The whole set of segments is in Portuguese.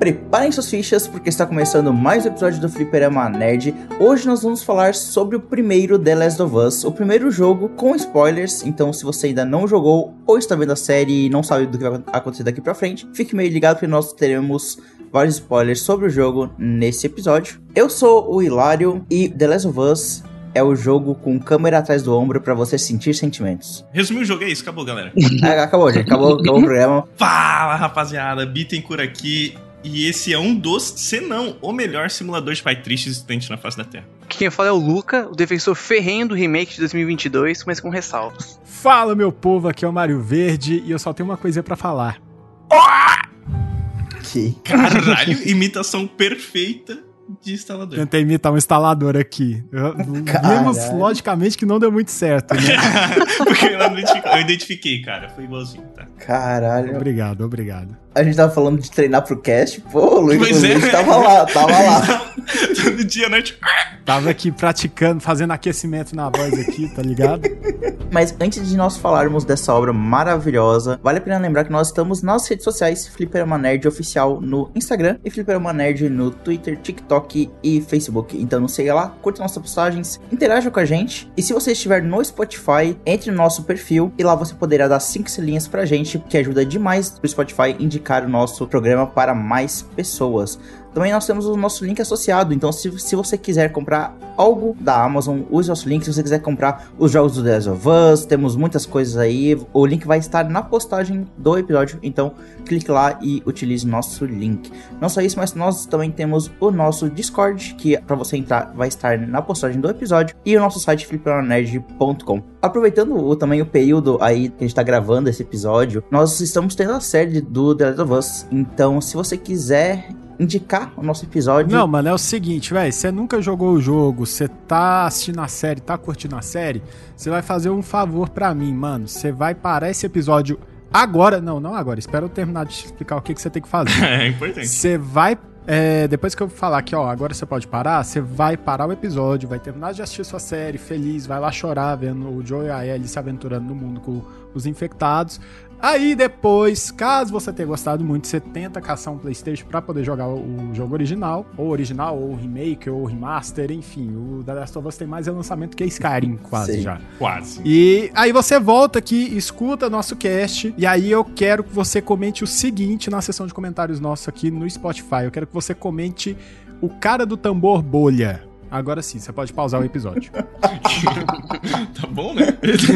preparem suas fichas, porque está começando mais um episódio do Fliperama Nerd. Hoje nós vamos falar sobre o primeiro The Last of Us, o primeiro jogo com spoilers. Então, se você ainda não jogou ou está vendo a série e não sabe do que vai acontecer daqui pra frente, fique meio ligado, porque nós teremos vários spoilers sobre o jogo nesse episódio. Eu sou o Hilário e The Last of Us é o jogo com câmera atrás do ombro pra você sentir sentimentos. Resumiu o jogo, é isso, acabou, galera. Acabou, gente, acabou o programa. Fala, rapaziada, Bittencourt aqui. E esse é um dos, se não o melhor simulador de pai triste existente na face da Terra. Quem fala é o Luca, o defensor ferrenho do remake de 2022, mas com ressalvas. Fala, meu povo, aqui é o Mário Verde e eu só tenho uma coisinha pra falar. Que? Caralho, imitação perfeita de instalador. Tentei imitar um instalador aqui. Vimos, logicamente, que não deu muito certo, né? Porque eu identifiquei, cara. Foi igualzinho, tá? Caralho. Obrigado. A gente tava falando de treinar pro cast. Pô, o Luiz tava lá. Todo dia, né? Tava aqui praticando, fazendo aquecimento na voz aqui, tá ligado? Mas antes de nós falarmos dessa obra maravilhosa, vale a pena lembrar que nós estamos nas redes sociais Fliperama Nerd Oficial no Instagram e Fliperama Nerd no Twitter, TikTok e Facebook. Então nos siga lá, curta nossas postagens, interaja com a gente. E se você estiver no Spotify, entre no nosso perfil e lá você poderá dar 5 estrelinhas pra gente, que ajuda demais pro Spotify indicar o nosso programa para mais pessoas. Também nós temos o nosso link associado, então se você quiser comprar algo da Amazon, use nosso link. Se você quiser comprar os jogos do The Last of Us, temos muitas coisas aí, o link vai estar na postagem do episódio, então clique lá e utilize nosso link. Não só isso, mas nós também temos o nosso Discord, que para você entrar vai estar na postagem do episódio, e o nosso site flipperanerd.com. Aproveitando também o período aí que a gente tá gravando esse episódio, nós estamos tendo a série do The Last of Us, então se você quiser indicar o nosso episódio... Não, mano, é o seguinte, velho, você nunca jogou o jogo, você tá assistindo a série, tá curtindo a série, você vai fazer um favor pra mim, mano, você vai parar esse episódio agora, não agora, espera eu terminar de explicar o que você tem que fazer. É importante. Você vai... depois que eu falar que, agora você pode parar, você vai parar o episódio, vai terminar de assistir sua série feliz, vai lá chorar vendo o Joe e a Ellie se aventurando no mundo com os infectados. Aí depois, caso você tenha gostado muito, você tenta caçar um PlayStation pra poder jogar o jogo original, ou o remake, ou o remaster, enfim. O The Last of Us tem mais lançamento que Skyrim, quase. Sim, já. Quase. E aí você volta aqui, escuta nosso cast, e aí eu quero que você comente o seguinte na seção de comentários nossa aqui no Spotify. Eu quero que você comente o cara do tambor bolha. Agora sim, você pode pausar o episódio. Tá bom, né?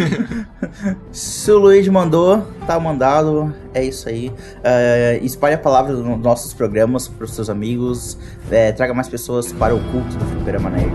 Se o Luiz mandou, tá mandado. É isso aí. Espalhe a palavra dos nossos programas para os seus amigos. Traga mais pessoas para o culto do Fliperama Nerd.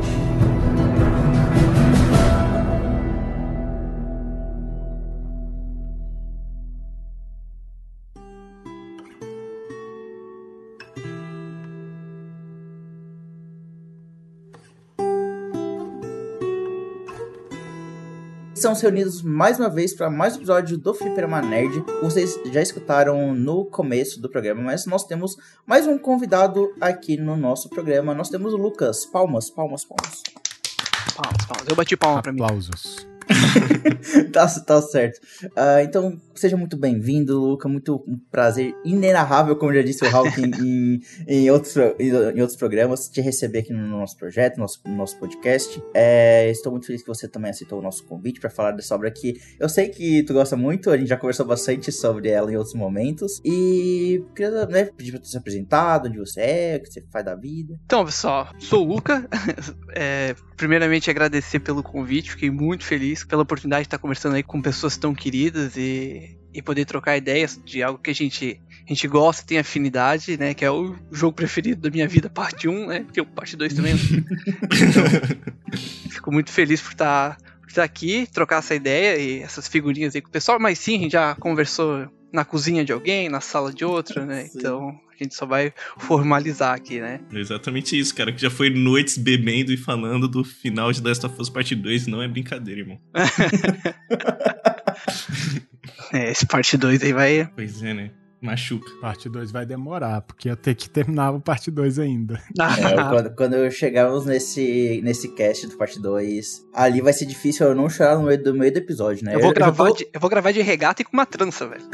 Estamos reunidos mais uma vez para mais um episódio do Fliperama Nerd. Vocês já escutaram no começo do programa, mas nós temos mais um convidado aqui no nosso programa. Nós temos o Lucas. Palmas. Palmas. Eu bati palma pra mim. Aplausos. Tá certo. Então, seja muito bem-vindo, Luca. Muito um prazer inenarrável, como já disse o Hulk em outros programas, te receber aqui no nosso projeto, no nosso podcast. Estou muito feliz que você também aceitou o nosso convite para falar dessa obra aqui. Eu sei que tu gosta muito, a gente já conversou bastante sobre ela em outros momentos. E queria pedir para tu se apresentar, onde você é, o que você faz da vida. Então, pessoal, sou o Luca. Primeiramente, agradecer pelo convite, fiquei muito feliz pela oportunidade de estar conversando aí com pessoas tão queridas e poder trocar ideias de algo que a gente gosta, tem afinidade, né, que é o jogo preferido da minha vida, parte 1, né, porque o parte 2 também. Então, fico muito feliz por estar aqui, trocar essa ideia e essas figurinhas aí com o pessoal, mas sim, a gente já conversou na cozinha de alguém, na sala de outra, né, sim. Então a gente só vai formalizar aqui, né. Exatamente isso, cara, que já foi noites bebendo e falando do final de Last of Us Parte 2, não é brincadeira, irmão. Esse parte 2 aí vai... Pois é, né. Machuca. Parte 2 vai demorar, porque eu tenho que terminar o parte 2 ainda. Quando chegarmos nesse cast do parte 2, ali vai ser difícil eu não chorar no meio do episódio, né? Eu vou gravar de regata e com uma trança, velho.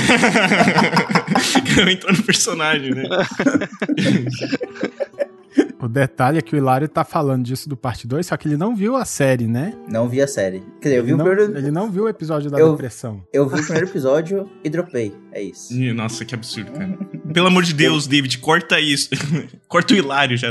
Eu entro no personagem, né? O detalhe é que o Hilário tá falando disso do parte 2, só que ele não viu a série, né? Não vi a série. Quer dizer, Ele não viu o episódio da depressão. Eu vi o primeiro episódio e dropei. É isso. Nossa, que absurdo, cara. Pelo amor de Deus, David, corta isso. Corta o Hilário já.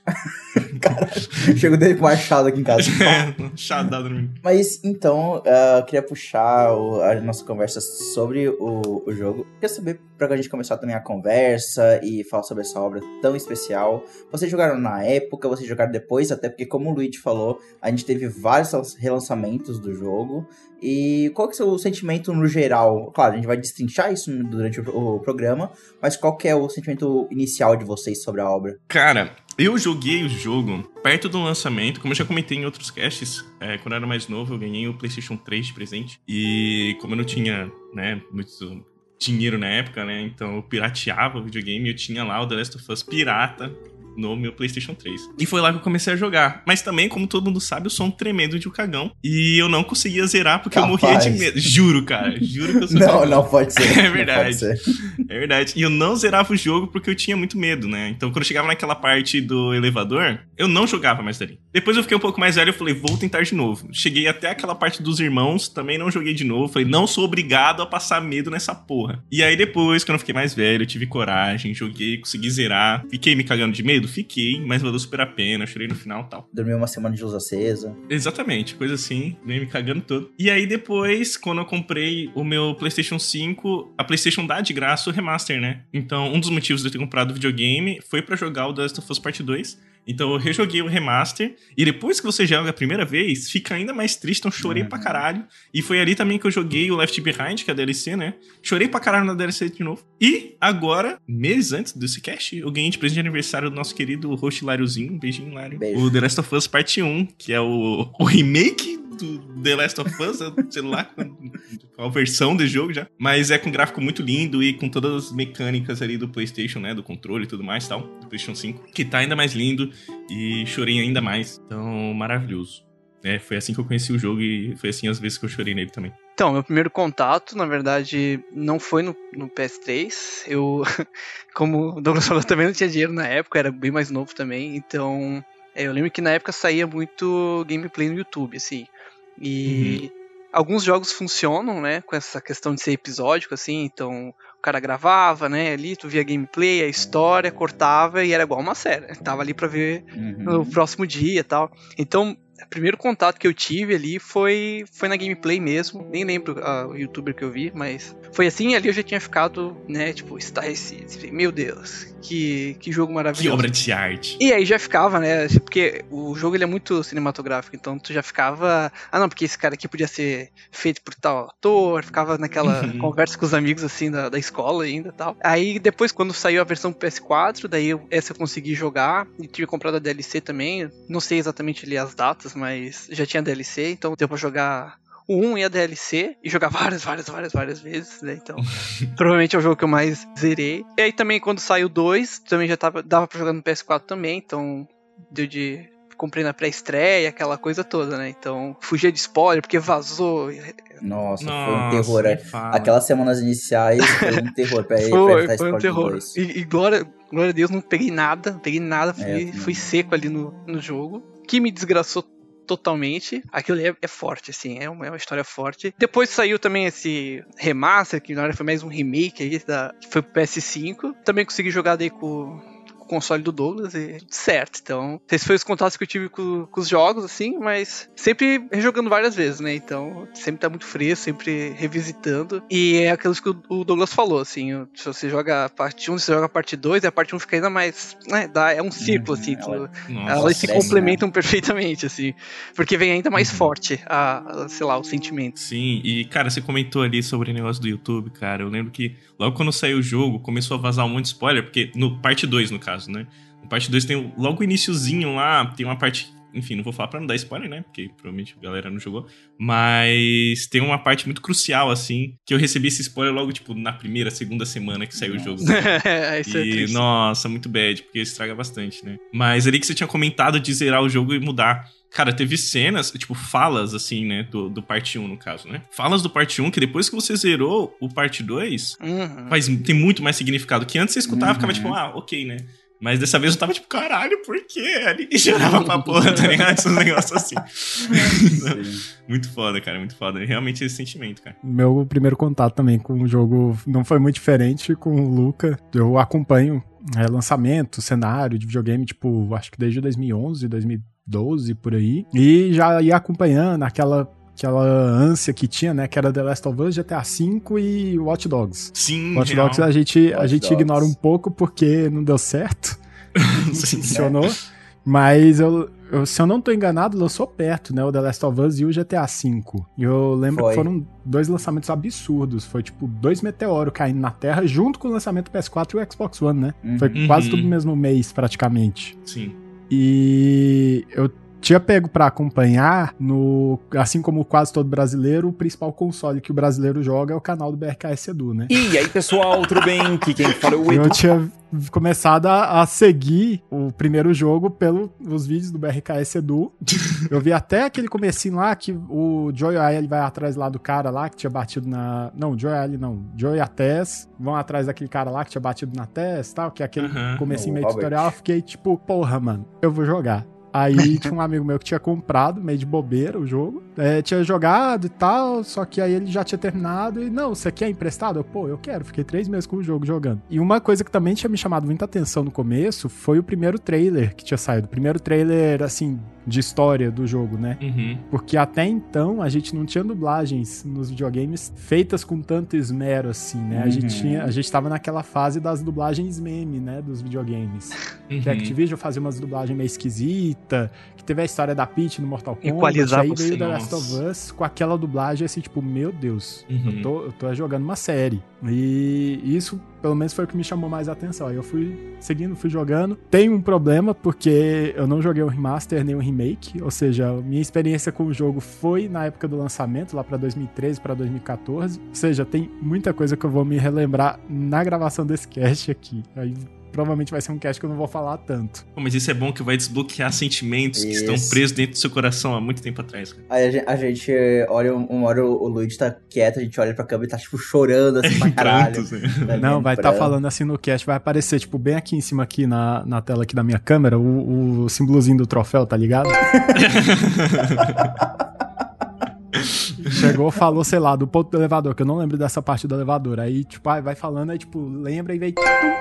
Caralho, chego dele com machado aqui em casa. Machadado no menino. Mas, então, eu queria puxar a nossa conversa sobre o jogo. Queria saber, pra a gente começar também a conversa e falar sobre essa obra tão especial. Vocês jogaram na época, vocês jogaram depois, até porque, como o Luigi falou, a gente teve vários relançamentos do jogo. E qual que é o seu sentimento no geral? Claro, a gente vai destrinchar isso durante o programa, mas qual que é o sentimento inicial de vocês sobre a obra? Cara, eu joguei o jogo perto do lançamento, como eu já comentei em outros casts, quando eu era mais novo eu ganhei o PlayStation 3 de presente, e como eu não tinha, né, muito dinheiro na época, né, então eu pirateava o videogame, eu tinha lá o The Last of Us pirata no meu PlayStation 3. E foi lá que eu comecei a jogar. Mas também, como todo mundo sabe, eu sou um tremendo de um cagão. E eu não conseguia zerar porque eu morria de medo. Juro, cara. Juro que eu sou Não pode ser. É verdade. É verdade. E eu não zerava o jogo porque eu tinha muito medo, né? Então, quando eu chegava naquela parte do elevador, eu não jogava mais dali. Depois eu fiquei um pouco mais velho e falei, vou tentar de novo. Cheguei até aquela parte dos irmãos, também não joguei de novo. Falei, não sou obrigado a passar medo nessa porra. E aí depois, quando eu fiquei mais velho, eu tive coragem, joguei, consegui zerar. Fiquei me cagando de medo? Fiquei, mas valeu super a pena, eu chorei no final e tal. Dormiu uma semana de luz acesa. Exatamente, coisa assim, meio me cagando todo. E aí depois, quando eu comprei o meu PlayStation 5, a PlayStation dá de graça o remaster, né? Então, um dos motivos de eu ter comprado o videogame foi pra jogar o The Last of Us Part 2. Então eu rejoguei o remaster, e depois que você joga a primeira vez, fica ainda mais triste, então chorei pra caralho. E foi ali também que eu joguei o Left Behind, que é a DLC, né? Chorei pra caralho na DLC de novo. E agora, meses antes desse cast, eu ganhei de presente de aniversário do nosso querido host Hiláriozinho, um beijinho, Hilário. Beijo. O The Last of Us Part 1, que é o remake do The Last of Us, sei lá qual versão do jogo já, mas é com gráfico muito lindo e com todas as mecânicas ali do PlayStation, né, do controle e tudo mais, tal, do PlayStation 5, que tá ainda mais lindo, e chorei ainda mais, então maravilhoso. Foi assim que eu conheci o jogo e foi assim as vezes que eu chorei nele também. Então, meu primeiro contato, na verdade, não foi no PS3. Eu, como o Douglas falou, também não tinha dinheiro na época, era bem mais novo também, então eu lembro que na época saía muito gameplay no YouTube, assim. E alguns jogos funcionam, né, com essa questão de ser episódico, assim, então o cara gravava, né, ali, tu via gameplay, a história, cortava e era igual uma série, tava ali pra ver no próximo dia e tal. Então, o primeiro contato que eu tive ali foi na gameplay mesmo, nem lembro o youtuber que eu vi, mas foi assim, ali eu já tinha ficado, né, tipo, estarrecido, meu Deus, que jogo maravilhoso. Que obra de arte. E aí já ficava, né, porque o jogo ele é muito cinematográfico, então tu já ficava, não, porque esse cara aqui podia ser feito por tal ator, ficava naquela conversa com os amigos, assim, da escola ainda e tal. Aí depois, quando saiu a versão PS4, daí essa eu consegui jogar, e tive comprado a DLC também, não sei exatamente ali as datas, mas já tinha DLC, então deu pra jogar o 1 e a DLC, e jogar várias vezes, né, então provavelmente é o jogo que eu mais zerei. E aí também quando saiu o 2, também já dava pra jogar no PS4 também, então comprei na pré-estreia, aquela coisa toda, né, então fugia de spoiler, porque vazou. Nossa, foi um terror, aquelas semanas iniciais foi um terror pra evitar foi um terror. E glória a Deus, não peguei nada, fui seco ali no jogo, que me desgraçou totalmente. Aquilo ali é forte, assim, é uma história forte. Depois saiu também esse remaster, que na hora foi mais um remake aí, que foi pro PS5. Também consegui jogar daí com o console do Douglas e tudo certo. Então, esses foram os contatos que eu tive com os jogos, assim, mas sempre rejogando várias vezes, né? Então, sempre tá muito fresco, sempre revisitando. E é aquilo que o Douglas falou, assim, se você joga a parte 1, você joga a parte 2, e a parte 1 fica ainda mais, né? É um círculo, assim. Elas se complementam perfeitamente, assim. Porque vem ainda mais forte, sei lá, o sentimento. Sim, e, cara, você comentou ali sobre o negócio do YouTube, cara. Eu lembro que logo quando saiu o jogo, começou a vazar um monte de spoiler, porque no parte 2, no caso, né? No parte 2 tem logo o iniciozinho lá, tem uma parte enfim, não vou falar pra não dar spoiler, né? Porque provavelmente a galera não jogou. Mas tem uma parte muito crucial, assim, que eu recebi esse spoiler logo, tipo, na primeira, segunda semana que saiu o jogo. Isso é triste. Nossa, muito bad, porque estraga bastante, né? Mas ali que você tinha comentado de zerar o jogo e mudar. Cara, teve cenas, tipo, falas, assim, né? Do parte 1, no caso, né? Falas do parte 1, que depois que você zerou o parte 2, tem muito mais significado. Que antes você escutava e ficava tipo, ok, né? Mas dessa vez eu tava tipo, caralho, por quê? Ali chorava pra porra, tá ligado? Esses negócios assim. Muito foda, cara, muito foda. Realmente esse sentimento, cara. Meu primeiro contato também com o jogo não foi muito diferente com o Luca. Eu acompanho lançamento, cenário de videogame, tipo, acho que desde 2011, 2012, por aí. E já ia acompanhando aquela ânsia que tinha, né, que era The Last of Us, GTA V e Watch Dogs. Sim, Watch Dogs a gente ignora um pouco porque não deu certo, não funcionou, mas se eu não tô enganado, lançou perto, né, o The Last of Us e o GTA V. E eu lembro que foram 2 lançamentos absurdos, foi tipo 2 meteoros caindo na Terra junto com o lançamento do PS4 e o Xbox One, né? Foi quase tudo no mesmo mês, praticamente. Sim. E eu tinha pego pra acompanhar, assim como quase todo brasileiro, o principal console que o brasileiro joga é o canal do BRKS Edu, né? E aí, pessoal, tudo bem? Aqui quem fala é o Edu. Eu tinha começado a seguir o primeiro jogo pelos vídeos do BRKS Edu. Eu vi até aquele comecinho lá que o Joe e a Ellie vai atrás lá do cara lá que tinha batido na... Não, Joe e a Ellie não. Joe e a Tess vão atrás daquele cara lá que tinha batido na Tess e tal, que é aquele comecinho meio tutorial. Eu fiquei tipo, porra, mano, eu vou jogar. Aí tinha um amigo meu que tinha comprado, meio de bobeira, o jogo. Tinha jogado e tal, só que aí ele já tinha terminado e, não, você quer emprestado? Eu quero. Fiquei 3 meses com o jogo jogando. E uma coisa que também tinha me chamado muita atenção no começo foi o primeiro trailer que tinha saído. O primeiro trailer, assim, de história do jogo, né? Porque até então a gente não tinha dublagens nos videogames feitas com tanto esmero, assim, né? A gente tava naquela fase das dublagens meme, né? Dos videogames. Que a Activision fazia umas dublagens meio esquisitas, que teve a história da Peach no Mortal Kombat, equalizava, aí veio The Last of Us com aquela dublagem assim, tipo, meu Deus, eu tô jogando uma série. E isso, pelo menos, foi o que me chamou mais a atenção. Aí eu fui seguindo, fui jogando. Tem um problema, porque eu não joguei o remaster nem o remake, ou seja, minha experiência com o jogo foi na época do lançamento, lá pra 2013, pra 2014. Ou seja, tem muita coisa que eu vou me relembrar na gravação desse cast aqui. Aí provavelmente vai ser um cast que eu não vou falar tanto. Pô, mas isso é bom que vai desbloquear sentimentos que estão presos dentro do seu coração há muito tempo atrás, cara. Aí a gente olha, uma hora o Luigi tá quieto, a gente olha pra câmera e tá, tipo, chorando assim pra caralho. Não, vai estar falando assim no cast, vai aparecer, tipo, bem aqui em cima, aqui na tela aqui da minha câmera, o símbolozinho do troféu, tá ligado? Chegou, falou, sei lá, do ponto do elevador, que eu não lembro dessa parte do elevador. Aí, tipo, vai falando, aí, tipo, lembra e vem...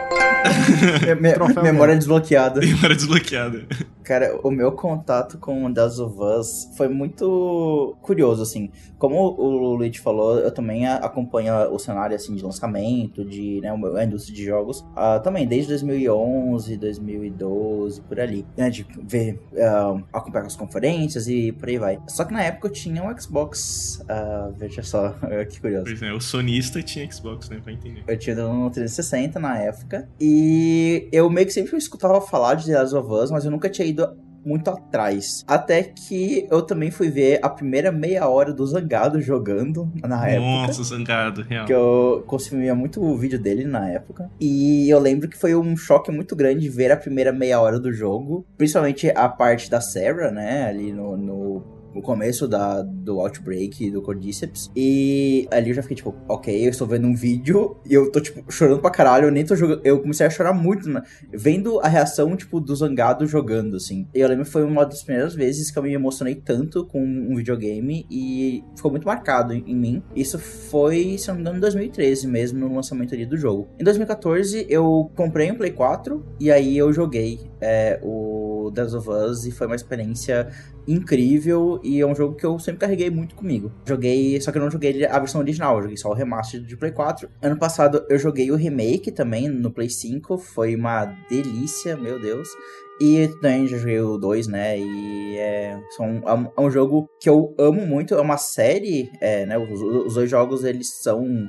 Memória desbloqueada. Memória desbloqueada. Cara, o meu contato com The Last of Us foi muito curioso, assim. Como o Luigi falou, eu também acompanho o cenário, assim, de lançamento, né, a indústria de jogos. Também, desde 2011, 2012, por ali. Né, de ver, acompanhar as conferências e por aí vai. Só que na época eu tinha um Xbox, veja só, que curioso. Pois é, o sonista tinha Xbox, né, pra entender. Eu tinha um 360 na época. E eu meio que sempre escutava falar de The Last of Us, mas eu nunca tinha ido muito atrás. Até que eu também fui ver a primeira meia hora do Zangado jogando na época. Nossa, Zangado, real. Que eu consumia muito o vídeo dele na época. E eu lembro que foi um choque muito grande ver a primeira meia hora do jogo. Principalmente a parte da Sarah, né? Ali no começo do Outbreak do Cordyceps. E ali eu já fiquei tipo, ok, eu estou vendo um vídeo e eu tô, tipo, chorando pra caralho. Eu nem tô jogando. Eu comecei a chorar muito, né? Vendo a reação, tipo, do Zangado jogando, assim. E eu lembro que foi uma das primeiras vezes que eu me emocionei tanto com um videogame e ficou muito marcado em mim. Isso foi, se não me engano, em 2013 mesmo, no lançamento ali do jogo. Em 2014, eu comprei um Play 4 e aí eu joguei o The Last of Us e foi uma experiência incrível e é um jogo que eu sempre carreguei muito comigo. Joguei, só que eu não joguei a versão original, eu joguei só o remaster de Play 4. Ano passado eu joguei o remake também no Play 5, foi uma delícia, meu Deus. E também já joguei o 2, né, e é um jogo que eu amo muito, é uma série, né, os dois jogos eles são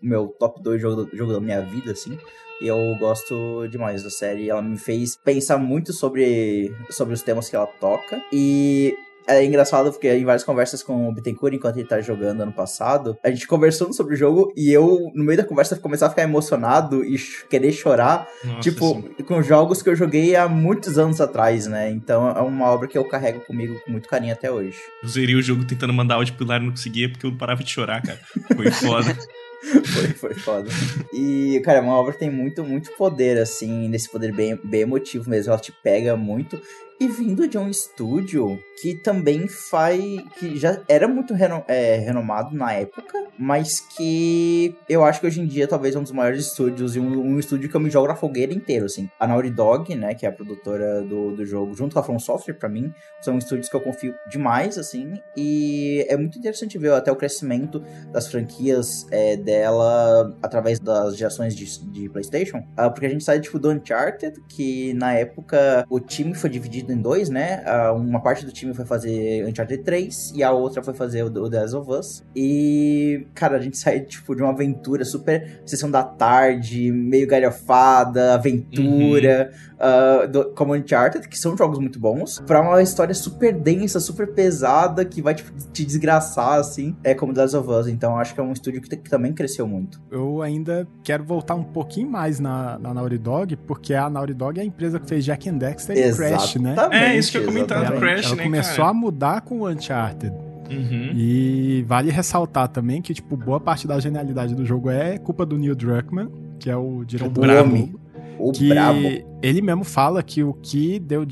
meu top 2 jogo da minha vida, assim. E eu gosto demais da série. Ela me fez pensar muito sobre os temas que ela toca. E é engraçado porque em várias conversas com o Bittencourt, enquanto ele tá jogando ano passado, a gente conversando sobre o jogo e eu, no meio da conversa, começar a ficar emocionado e querer chorar. Nossa, tipo, sim. com jogos que eu joguei há muitos anos atrás, né? Então é uma obra que eu carrego comigo com muito carinho até hoje. Eu zerei o jogo tentando mandar áudio pro Hilário e não conseguia porque eu não parava de chorar, cara. Foi foda. Foi foda. E, cara, é uma obra que tem muito, muito poder, assim, nesse poder bem emotivo mesmo. Ela te pega muito. E vindo de um estúdio que também que já era muito renomado na época, mas que eu acho que hoje em dia talvez é um dos maiores estúdios e um estúdio que eu me jogo na fogueira inteiro, assim. A Naughty Dog, né, que é a produtora do jogo, junto com a From Software, pra mim, são estúdios que eu confio demais, assim, e é muito interessante ver até o crescimento das franquias dela através das gerações de PlayStation, porque a gente sai, tipo, do Uncharted, que na época o time foi dividido em dois, né? Uma parte do time foi fazer Uncharted 3 e a outra foi fazer o The Last of Us. E, cara, a gente sai, tipo, de uma aventura super sessão da tarde, meio galhofada, aventura, como Uncharted, que são jogos muito bons, pra uma história super densa, super pesada, que vai, tipo, te desgraçar, assim, como The Last of Us. Então, acho que é um estúdio que também cresceu muito. Eu ainda quero voltar um pouquinho mais na Naughty Dog, porque a Naughty Dog é a empresa que fez Jak and Daxter e Crash, né? É, isso que eu ia comentar do Crash, ela né, começou a mudar com o Uncharted. Uhum. E vale ressaltar também que, tipo, boa parte da genialidade do jogo é culpa do Neil Druckmann, que é o diretor do jogo. Que brabo. Ele mesmo fala que o que deu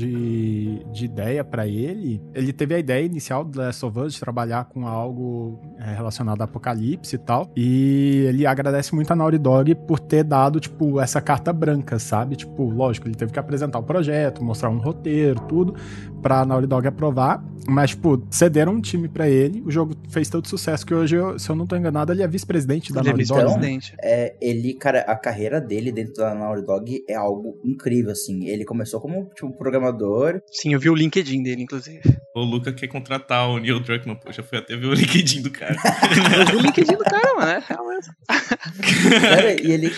de ideia pra ele teve a ideia inicial do The Last of Us de trabalhar com algo relacionado a apocalipse e tal, e ele agradece muito a Naughty Dog por ter dado, tipo, essa carta branca, sabe? Tipo, lógico, ele teve que apresentar o projeto, mostrar um roteiro, tudo, pra Naughty Dog aprovar, mas, tipo, cederam um time pra ele, o jogo fez tanto sucesso que hoje, se eu não tô enganado, ele é vice-presidente da Naughty Dog. Vice-presidente. Ele, cara, a carreira dele dentro da Naughty Dog é algo incrível, assim. Ele começou como, tipo, programador. Sim, eu vi o LinkedIn dele, inclusive. O Luca quer contratar o Neil Druckmann, pô, já foi até ver o LinkedIn do cara. Eu vi o LinkedIn do cara, mano, é real mesmo. Cara,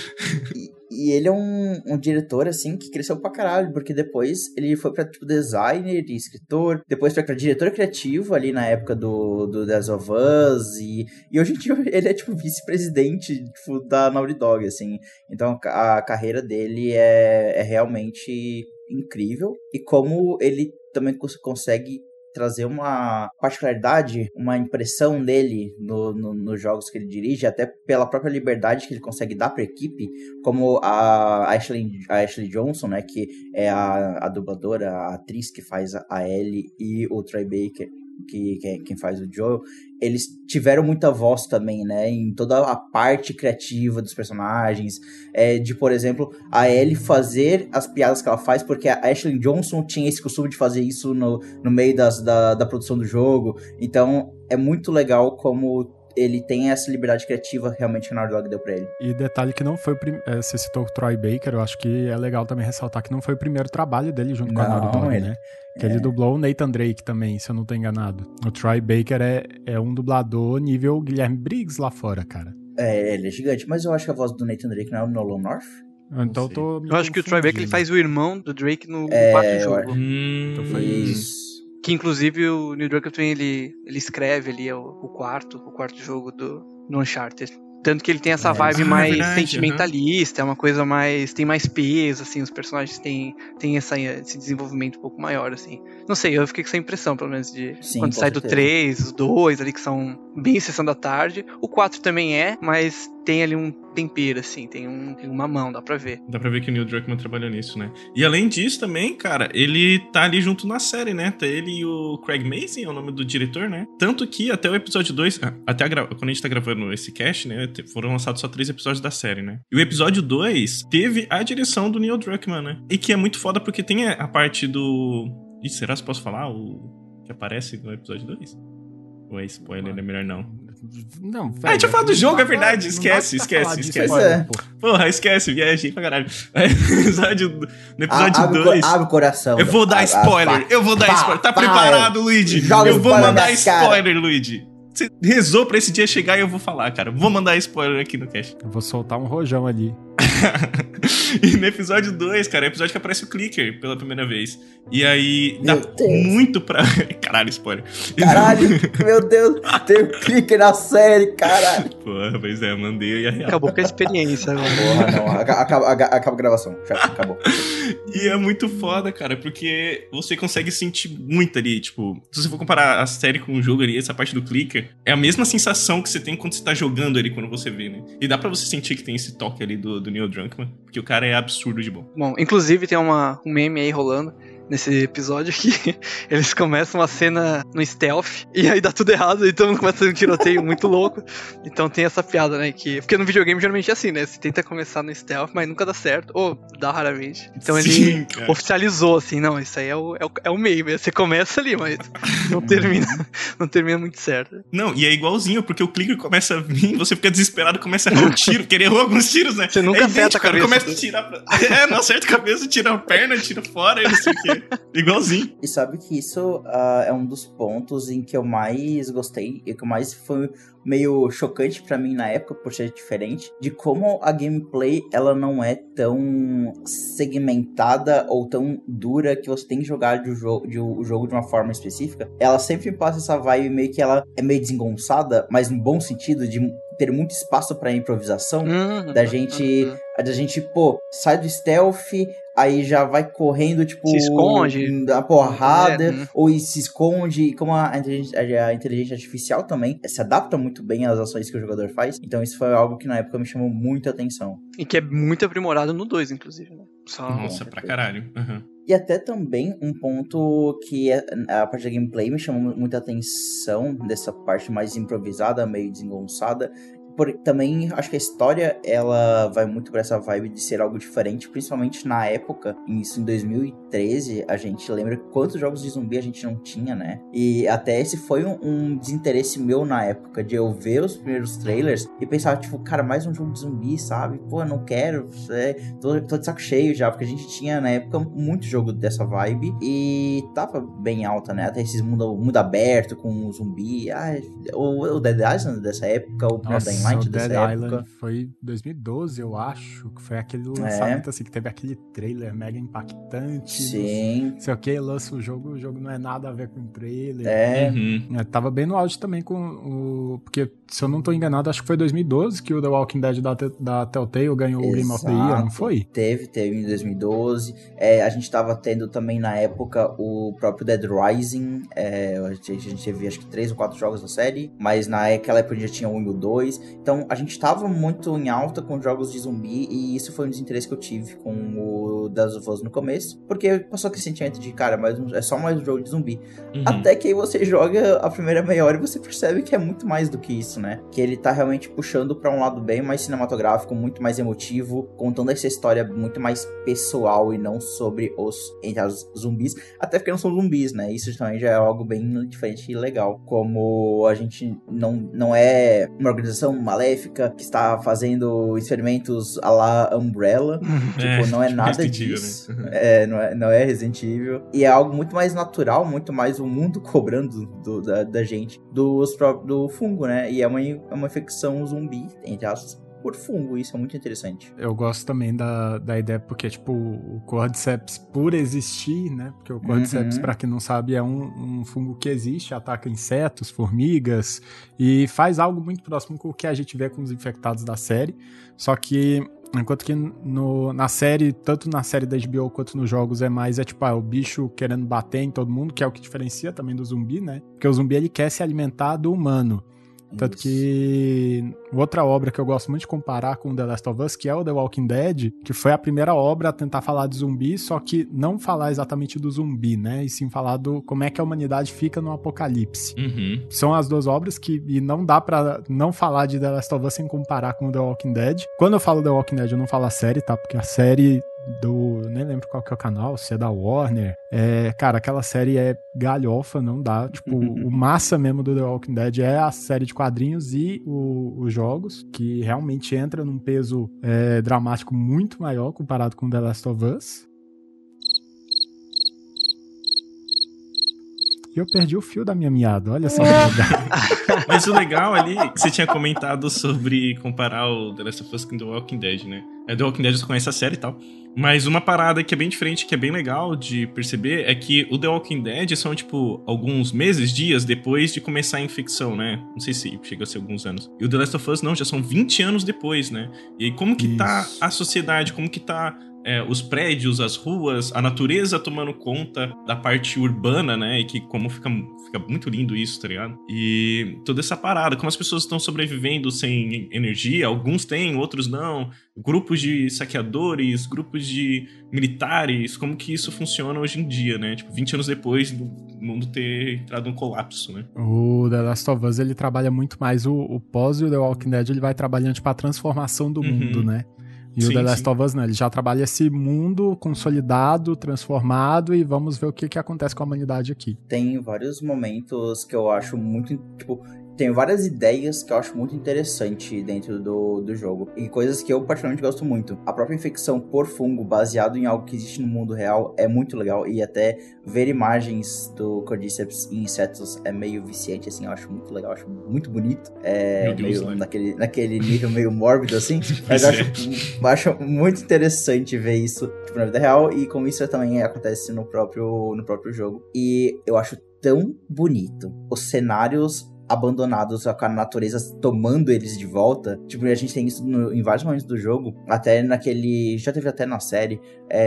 e ele é um diretor, assim, que cresceu pra caralho, porque depois ele foi pra, tipo, designer e escritor, depois foi pra diretor criativo ali na época do The Last of Us, e hoje em dia ele é, tipo, vice-presidente, tipo, da Naughty Dog, assim. Então a carreira dele é realmente incrível, e como ele também consegue trazer uma particularidade, uma impressão dele nos jogos que ele dirige, até pela própria liberdade que ele consegue dar pra equipe, como a Ashley Johnson, né, que é a dubladora, a atriz que faz a Ellie, e o Troy Baker, que é quem faz o Joel, eles tiveram muita voz também, né, em toda a parte criativa dos personagens, de, por exemplo, a Ellie fazer as piadas que ela faz, porque a Ashley Johnson tinha esse costume de fazer isso no meio da produção do jogo. Então é muito legal como ele tem essa liberdade criativa realmente que a Naughty Dog deu pra ele. E detalhe que não foi você citou o Troy Baker, eu acho que é legal também ressaltar que não foi o primeiro trabalho dele junto com a Naughty Dog, né? Que ele dublou o Nathan Drake também, se eu não tô enganado. O Troy Baker é um dublador nível Guilherme Briggs lá fora, cara. Ele é gigante, mas eu acho que a voz do Nathan Drake não é o Nolan North? Então eu acho que o Troy Baker ele faz o irmão do Drake no quarto jogo. Então foi isso. Que inclusive o Neil Druckmann ele escreve ali o quarto jogo no Uncharted. Tanto que ele tem essa vibe mais sentimentalista, é uma coisa mais... tem mais peso, assim, os personagens têm esse desenvolvimento um pouco maior, assim. Não sei, eu fiquei com essa impressão, pelo menos, de sim, quando sai certeza. do 3, os 2 ali, que são bem sessão da tarde. O 4 também mas tem ali um tempero, assim, tem uma mão, dá pra ver. Dá pra ver que o Neil Druckmann trabalhou nisso, né? E além disso também, cara, ele tá ali junto na série, né? Tá ele e o Craig Mazin, é o nome do diretor, né? Tanto que até o episódio 2, quando a gente tá gravando esse cast, né? Foram lançados só 3 episódios da série, né? E o episódio 2 teve a direção do Neil Druckmann, né? E que é muito foda porque tem a parte do... Ih, será que posso falar o que aparece no episódio 2? Ou é spoiler, é melhor não. Não, velho. A gente vai falar do jogo, é verdade. Esquece. Spoiler, Porra, esquece, viajei pra caralho. No episódio 2. Abre o coração. Eu vou dar spoiler. Tá preparado, Luigi? Joga Eu vou spoiler mandar na cara. spoiler, Luigi. Você rezou pra esse dia chegar e eu vou falar, cara. Vou mandar spoiler aqui no cast. Eu vou soltar um rojão ali. E no episódio 2, cara, é o episódio que aparece o Clicker pela primeira vez. E aí dá muito pra... Caralho, spoiler. Caralho, meu Deus, tem o Clicker na série, caralho. Porra, pois é, mandei e a real. Acabou com a experiência agora. Porra, não, acaba a gravação, já acabou. E é muito foda, cara, porque você consegue sentir muito ali, tipo... Se você for comparar a série com o jogo ali, essa parte do Clicker, é a mesma sensação que você tem quando você tá jogando ali, quando você vê, né? E dá pra você sentir que tem esse toque ali do Neil Druckmann, porque o cara é absurdo de bom. Bom, inclusive tem um meme aí rolando nesse episódio que eles começam a cena no stealth e aí dá tudo errado e todo mundo começa a ter um tiroteio muito louco. Então tem essa piada, né? Porque no videogame geralmente é assim, né? Você tenta começar no stealth, mas nunca dá certo. Ou dá raramente. Então ele oficializou assim, não, isso aí é o meio. Você começa ali, mas não termina muito certo. Não, e é igualzinho, porque o clicker começa a vir, você fica desesperado, começa a errar um tiro, querer errar alguns tiros, né? Você nunca acerta a cabeça. Começa a tirar não acerta a cabeça, tira a perna, tira fora e não sei o quê. Igualzinho. E sabe que isso é um dos pontos em que eu mais gostei e que mais foi meio chocante pra mim na época, por ser diferente, de como a gameplay ela não é tão segmentada ou tão dura que você tem que jogar o jogo de uma forma específica. Ela sempre me passa essa vibe meio que ela é meio desengonçada, mas no bom sentido de ter muito espaço pra improvisação, da gente, pô, sai do stealth, aí já vai correndo, tipo... Se esconde. Da porrada, ou se esconde. Como a inteligência artificial também se adapta muito bem às ações que o jogador faz. Então isso foi algo que na época me chamou muita atenção. E que é muito aprimorado no 2, inclusive, né? Nossa, pra caralho. Uhum. E até também um ponto que a parte da gameplay me chamou muita atenção, dessa parte mais improvisada, meio desengonçada. Também acho que a história ela vai muito pra essa vibe de ser algo diferente, principalmente na época, isso em 2013, a gente lembra quantos jogos de zumbi a gente não tinha, né? E até esse foi um desinteresse meu na época, de eu ver os primeiros trailers e pensar, tipo, cara, mais um jogo de zumbi, sabe? Pô, eu não quero, tô de saco cheio já, porque a gente tinha na época muito jogo dessa vibe e tava bem alta, né? Até esses mundo aberto com zumbi, o Dead Island dessa época, o Nossa, o Dead Island foi 2012, eu acho, que foi aquele lançamento assim, que teve aquele trailer mega impactante. Sim. Não sei o que, lança o jogo não é nada a ver com o trailer. Tava bem no auge também com o... Porque, se eu não tô enganado, acho que foi 2012 que o The Walking Dead da Telltale ganhou o Game of the Year, não foi? Teve em 2012. A gente tava tendo também na época o próprio Dead Rising. A gente teve acho que 3 ou 4 jogos da série, mas naquela época a gente já tinha o 1 e o 2. Então a gente tava muito em alta com jogos de zumbi e isso foi um desinteresse que eu tive com o Das of Us no começo, porque passou aquele sentimento de, cara, é só mais um jogo de zumbi. Até que aí você joga a primeira meia hora e você percebe que é muito mais do que isso, né? Que ele tá realmente puxando pra um lado bem mais cinematográfico, muito mais emotivo, contando essa história muito mais pessoal e não sobre entre os zumbis, até porque não são zumbis, né? Isso também já é algo bem diferente e legal. Como a gente não é uma organização maléfica que está fazendo experimentos à la Umbrella, tipo, não é nada disso, né? Não é Resident Evil, e é algo muito mais natural, muito mais o mundo cobrando da gente, do fungo, né? E é uma infecção zumbi, entre aspas, por fungo, isso é muito interessante. Eu gosto também da ideia, porque, tipo, o Cordyceps, por existir, né, porque o Cordyceps, pra quem não sabe, é um fungo que existe, ataca insetos, formigas, e faz algo muito próximo com o que a gente vê com os infectados da série, só que enquanto que na série, tanto na série da HBO quanto nos jogos, é tipo, o bicho querendo bater em todo mundo, que é o que diferencia também do zumbi, né? Porque o zumbi, ele quer se alimentar do humano. Tanto que outra obra que eu gosto muito de comparar com The Last of Us, que é o The Walking Dead, que foi a primeira obra a tentar falar de zumbi, só que não falar exatamente do zumbi, né? E sim falar do como é que a humanidade fica no apocalipse. São as duas obras e não dá pra não falar de The Last of Us sem comparar com The Walking Dead. Quando eu falo The Walking Dead, eu não falo a série, tá? Porque a série nem lembro qual que é o canal, se é da Warner. Cara, aquela série é galhofa, não dá. Tipo, o massa mesmo do The Walking Dead é a série de quadrinhos e os jogos, que realmente entra num peso dramático muito maior comparado com The Last of Us. E eu perdi o fio da minha miada, olha só que legal. Mas o legal ali, que você tinha comentado sobre comparar o The Last of Us com The Walking Dead, né? The Walking Dead você conhece a série e tal. Mas uma parada que é bem diferente, que é bem legal de perceber, é que o The Walking Dead são, tipo, alguns meses, dias depois de começar a infecção, né? Não sei se chega a ser alguns anos. E o The Last of Us não, já são 20 anos depois, né? E aí como que tá a sociedade, como que tá os prédios, as ruas, a natureza tomando conta da parte urbana, né? E que como fica muito lindo isso, tá ligado? E toda essa parada, como as pessoas estão sobrevivendo sem energia, alguns têm, outros não. Grupos de saqueadores, grupos de militares, como que isso funciona hoje em dia, né? Tipo, 20 anos depois do mundo ter entrado num colapso, né? O The Last of Us, ele trabalha muito mais o pós, e o The Walking Dead, ele vai trabalhando, tipo, a transformação do mundo, né? E o The Last of Us, né, ele já trabalha esse mundo consolidado, transformado, e vamos ver o que acontece com a humanidade aqui. Tem vários momentos que eu acho muito, tipo... Tem várias ideias que eu acho muito interessante dentro do jogo. E coisas que eu particularmente gosto muito. A própria infecção por fungo baseado em algo que existe no mundo real é muito legal. E até ver imagens do Cordyceps em insetos é meio viciante, assim. Eu acho muito legal, eu acho muito bonito. É meio naquele nível meio mórbido, assim. Mas eu acho muito interessante ver isso tipo, na vida real. E como isso também acontece no próprio jogo. E eu acho tão bonito os cenários abandonados com a natureza tomando eles de volta. Tipo, a gente tem isso em vários momentos do jogo. Até naquele... Já teve até na série.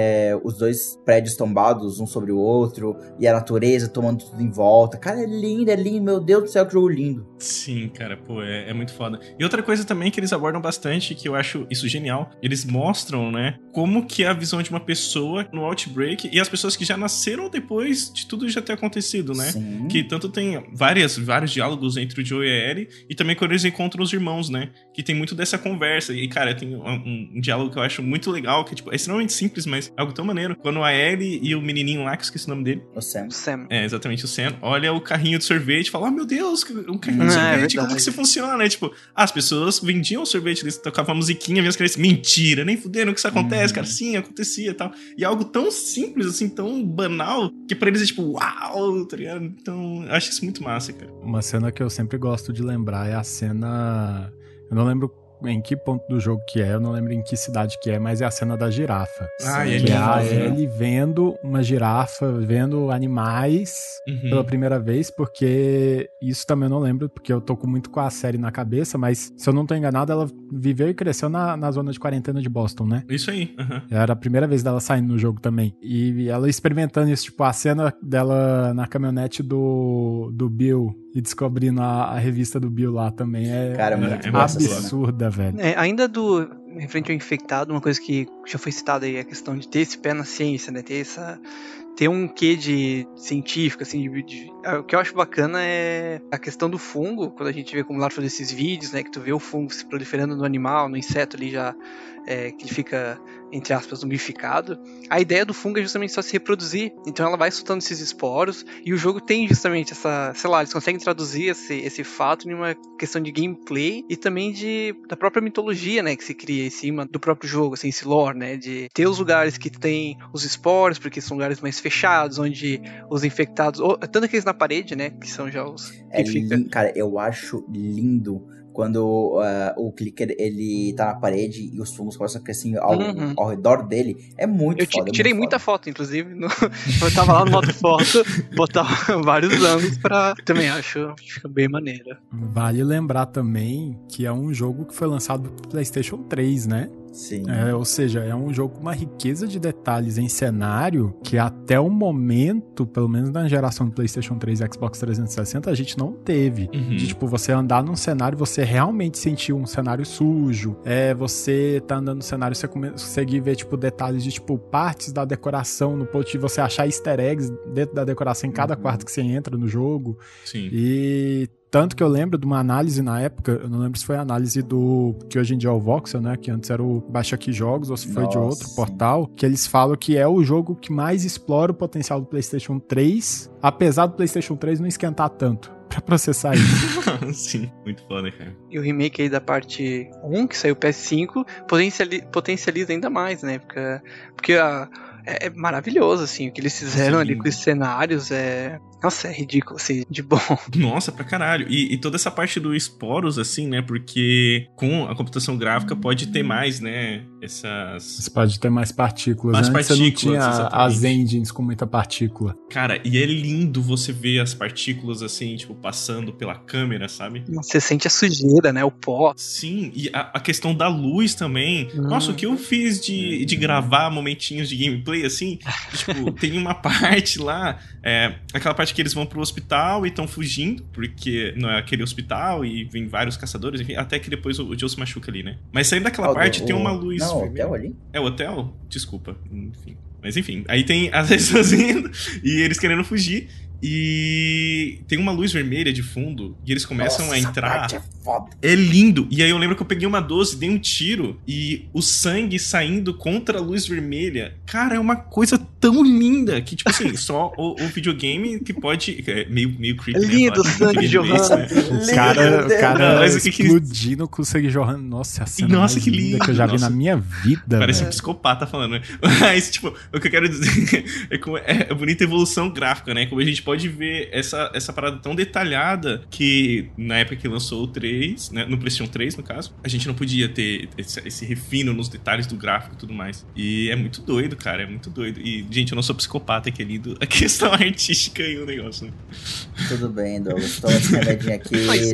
Os dois prédios tombados, um sobre o outro. E a natureza tomando tudo em volta. Cara, é lindo. Meu Deus do céu, que jogo lindo. Sim, cara, pô, é muito foda. E outra coisa também que eles abordam bastante, que eu acho isso genial, eles mostram, né, como que é a visão de uma pessoa no Outbreak e as pessoas que já nasceram depois de tudo já ter acontecido, né? Sim. Que tanto tem vários diálogos entre o Joe e a Ellie, e também quando eles encontram os irmãos, né? Que tem muito dessa conversa. E, cara, tem um diálogo que eu acho muito legal, que tipo, é extremamente simples, mas é algo tão maneiro. Quando a Ellie e o menininho lá, que eu esqueci o nome dele. O Sam. É, exatamente, o Sam. Olha o carrinho de sorvete e fala, meu Deus, um carrinho de sorvete, como que isso funciona? E, tipo, as pessoas vendiam sorvete, eles tocavam a musiquinha, vinham as crianças, mentira, nem fudendo que isso acontece, cara. Sim, acontecia e tal. E é algo tão simples, assim, tão banal, que pra eles é tipo, uau, tá ligado? Então, eu acho isso muito massa, cara. Uma cena que eu sempre gosto de lembrar é a cena... Eu não lembro em que ponto do jogo que é, eu não lembro em que cidade que é, mas é a cena da girafa. Que é a Ellie vendo uma girafa, vendo animais pela primeira vez, porque isso também eu não lembro, porque eu tô muito com a série na cabeça, mas se eu não tô enganado, ela viveu e cresceu na zona de quarentena de Boston, né? Isso aí. Era a primeira vez dela saindo no jogo também. E ela experimentando isso, tipo, a cena dela na caminhonete do Bill e descobrindo a revista do Bill lá também é absurda, velho. Ainda referente ao infectado, uma coisa que já foi citada aí, a questão de ter esse pé na ciência, né? Ter um quê de científico, assim, o que eu acho bacana é a questão do fungo, quando a gente vê como lá fazer esses vídeos, né, que tu vê o fungo se proliferando no animal, no inseto ali já, que ele fica, entre aspas, zumbificado. A ideia do fungo é justamente só se reproduzir, então ela vai soltando esses esporos, e o jogo tem justamente essa, sei lá, eles conseguem traduzir esse fato em uma questão de gameplay e também da própria mitologia, né, que se cria em cima do próprio jogo, assim, esse lore, né, de ter os lugares que tem os esporos, porque são lugares mais fechados, onde os infectados, tanto aqueles na parede, né, que são já os que Cara, eu acho lindo quando o clicker, ele tá na parede e os fungos começam a crescer ao redor dele. É muito foda. Eu tirei muita foto, inclusive. Eu tava lá no modo foto, botava vários ângulos pra... Também acho que fica bem maneiro. Vale lembrar também que é um jogo que foi lançado pro PlayStation 3, né? Sim. Ou seja, é um jogo com uma riqueza de detalhes em cenário que até o momento, pelo menos na geração do PlayStation 3 e Xbox 360, a gente não teve. De, tipo, você andar num cenário, você realmente sentir um cenário sujo. Você tá andando no cenário, você consegue ver, tipo, detalhes de, tipo, partes da decoração no post, de você achar easter eggs dentro da decoração em cada quarto que você entra no jogo. Sim. E... Tanto que eu lembro de uma análise na época, eu não lembro se foi a análise que hoje em dia é o Voxel, né? Que antes era o Baixa Aqui Jogos, ou se foi de outro portal, que eles falam que é o jogo que mais explora o potencial do PlayStation 3, apesar do PlayStation 3 não esquentar tanto pra processar isso. Sim, muito foda, cara. E o remake aí da parte 1, que saiu PS5, potencializa ainda mais, né? Porque é maravilhoso, assim, o que eles fizeram ali com os cenários, Nossa, é ridículo, assim, de bom. Nossa, pra caralho. E toda essa parte do esporos, assim, né? Porque com a computação gráfica pode ter mais, né? Você pode ter mais partículas. Mais Antes partículas, você não tinha exatamente. as engines com muita partícula. Cara, e é lindo você ver as partículas, assim, tipo, passando pela câmera, sabe? Você sente a sujeira, né? O pó. Sim, e a questão da luz também. Nossa, o que eu fiz de gravar momentinhos de gameplay, assim, tipo, tem uma parte lá, aquela parte que eles vão pro hospital e estão fugindo, porque não é aquele hospital e vem vários caçadores, enfim, até que depois o Joe se machuca ali, né? Mas saindo daquela parte tem uma luz. Não, o hotel ali? É o hotel? Desculpa, enfim. Mas enfim, aí tem as pessoas indo e eles querendo fugir. E tem uma luz vermelha de fundo e eles começam a entrar. Essa parte é foda. É lindo. E aí eu lembro que eu peguei uma 12, dei um tiro e o sangue saindo contra a luz vermelha. Cara, é uma coisa tão linda que, tipo assim, só o videogame que pode. É meio creepy. É lindo, né? o sangue jorrando. Né? O cara Não, mas o que explodindo com o sangue jorrando. Nossa, a cena Nossa, mais que linda lindo. que eu já vi Nossa. na minha vida. Parece um velho. psicopata falando, né? Mas, tipo, o que eu quero dizer é como é a bonita evolução gráfica, né? Como a gente pode ver essa parada tão detalhada que na época que lançou o 3, né? No PlayStation 3, no caso, a gente não podia ter esse refino nos detalhes do gráfico e tudo mais. E é muito doido, cara, é muito doido. E, gente, eu não sou psicopata, que é lindo a questão artística e o negócio, né? Tudo bem, Douglas. Toma esse remedinho aqui.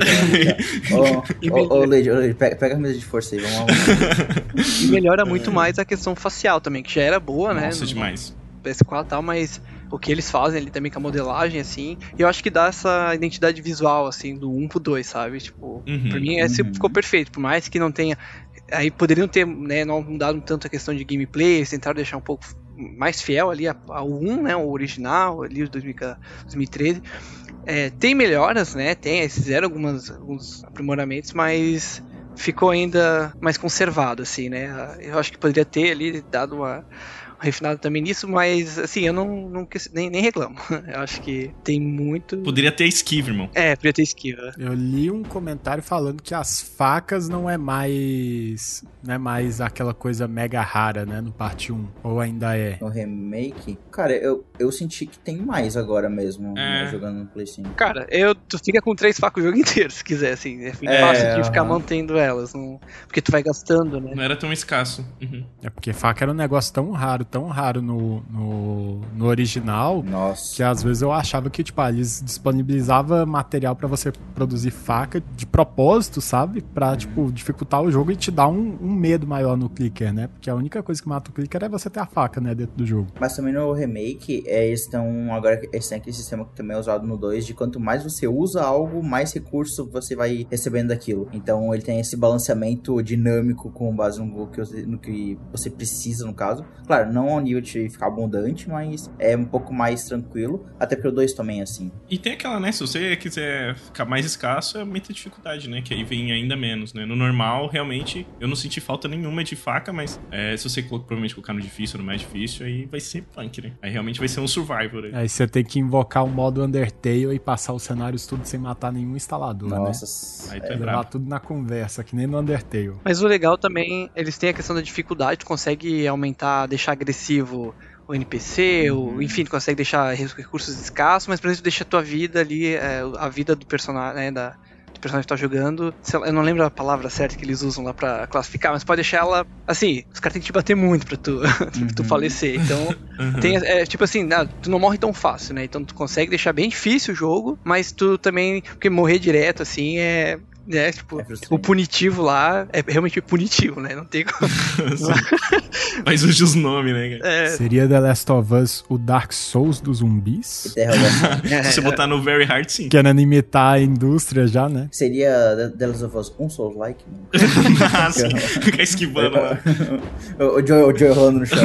Mas- Ô, Leide, pega a mesa de força aí, vamos lá. E melhora muito mais a questão facial também, que já era boa, né? Nossa, no demais. PS4 e tal, mas o que eles fazem ali também com a modelagem, assim, e eu acho que dá essa identidade visual, assim, do 1 pro 2, sabe? Tipo, pra mim esse ficou perfeito, por mais que não tenha. Aí poderiam ter, né, não mudado tanto a questão de gameplay, eles tentaram deixar um pouco mais fiel ali ao 1, né, o original, ali o 2013. Tem melhoras, né, eles fizeram alguns aprimoramentos, mas ficou ainda mais conservado, assim, né? Eu acho que poderia ter ali dado uma refinada também nisso, mas assim, eu nem reclamo. Eu acho que tem muito. Poderia ter esquiva, irmão. Poderia ter esquiva. Eu li um comentário falando que as facas não é mais aquela coisa mega rara, né, no parte 1, ou ainda é? No remake, cara, eu senti que tem mais agora mesmo, né, jogando no Play 5. Cara, tu fica com 3 facas o jogo inteiro, se quiser, assim. É fácil de ficar mantendo elas, porque tu vai gastando, né? Não era tão escasso. É porque faca era um negócio tão raro no original, Nossa. que às vezes eu achava que, tipo, eles disponibilizavam material pra você produzir faca de propósito, sabe? Pra, tipo, dificultar o jogo e te dar um medo maior no clicker, né? Porque a única coisa que mata o clicker é você ter a faca, né, dentro do jogo. Mas também no remake, eles têm aquele sistema que também é usado no 2, de quanto mais você usa algo, mais recurso você vai recebendo daquilo. Então ele tem esse balanceamento dinâmico com base no que você precisa, no caso. Claro, não ao nível de ficar abundante, mas é um pouco mais tranquilo, até porque o 2 também é assim. E tem aquela, né, se você quiser ficar mais escasso, é muita dificuldade, né, que aí vem ainda menos, né. No normal, realmente, eu não senti falta nenhuma de faca, mas se você provavelmente colocar no difícil ou no mais difícil, aí vai ser punk, né. Aí realmente vai ser um survival. Né? Aí você tem que invocar o modo Undertale e passar os cenários tudo sem matar nenhum instalador, Nossa, né? Aí tu Levar brabo. tudo na conversa, que nem no Undertale. Mas o legal também, eles têm a questão da dificuldade, tu consegue aumentar, deixar agressivo o NPC, enfim, tu consegue deixar recursos escassos, mas por exemplo, deixa a tua vida ali, a vida do personagem, né, do personagem que tá jogando, eu não lembro a palavra certa que eles usam lá pra classificar, mas pode deixar ela, assim, os caras têm que te bater muito pra tu, tu falecer, então tem, tipo assim, tu não morre tão fácil, né, então tu consegue deixar bem difícil o jogo, mas tu também, porque morrer direto, assim, tipo, o punitivo lá é realmente punitivo, né? Não tem como. Mas hoje os nomes, né, cara? Seria The Last of Us o Dark Souls dos zumbis? Se você botar no Very Hard, sim. Querendo imitar a indústria já, né? Seria The Last of Us um Souls-like? Ah, sim. Ficar esquivando lá. O Joey rolando no chão.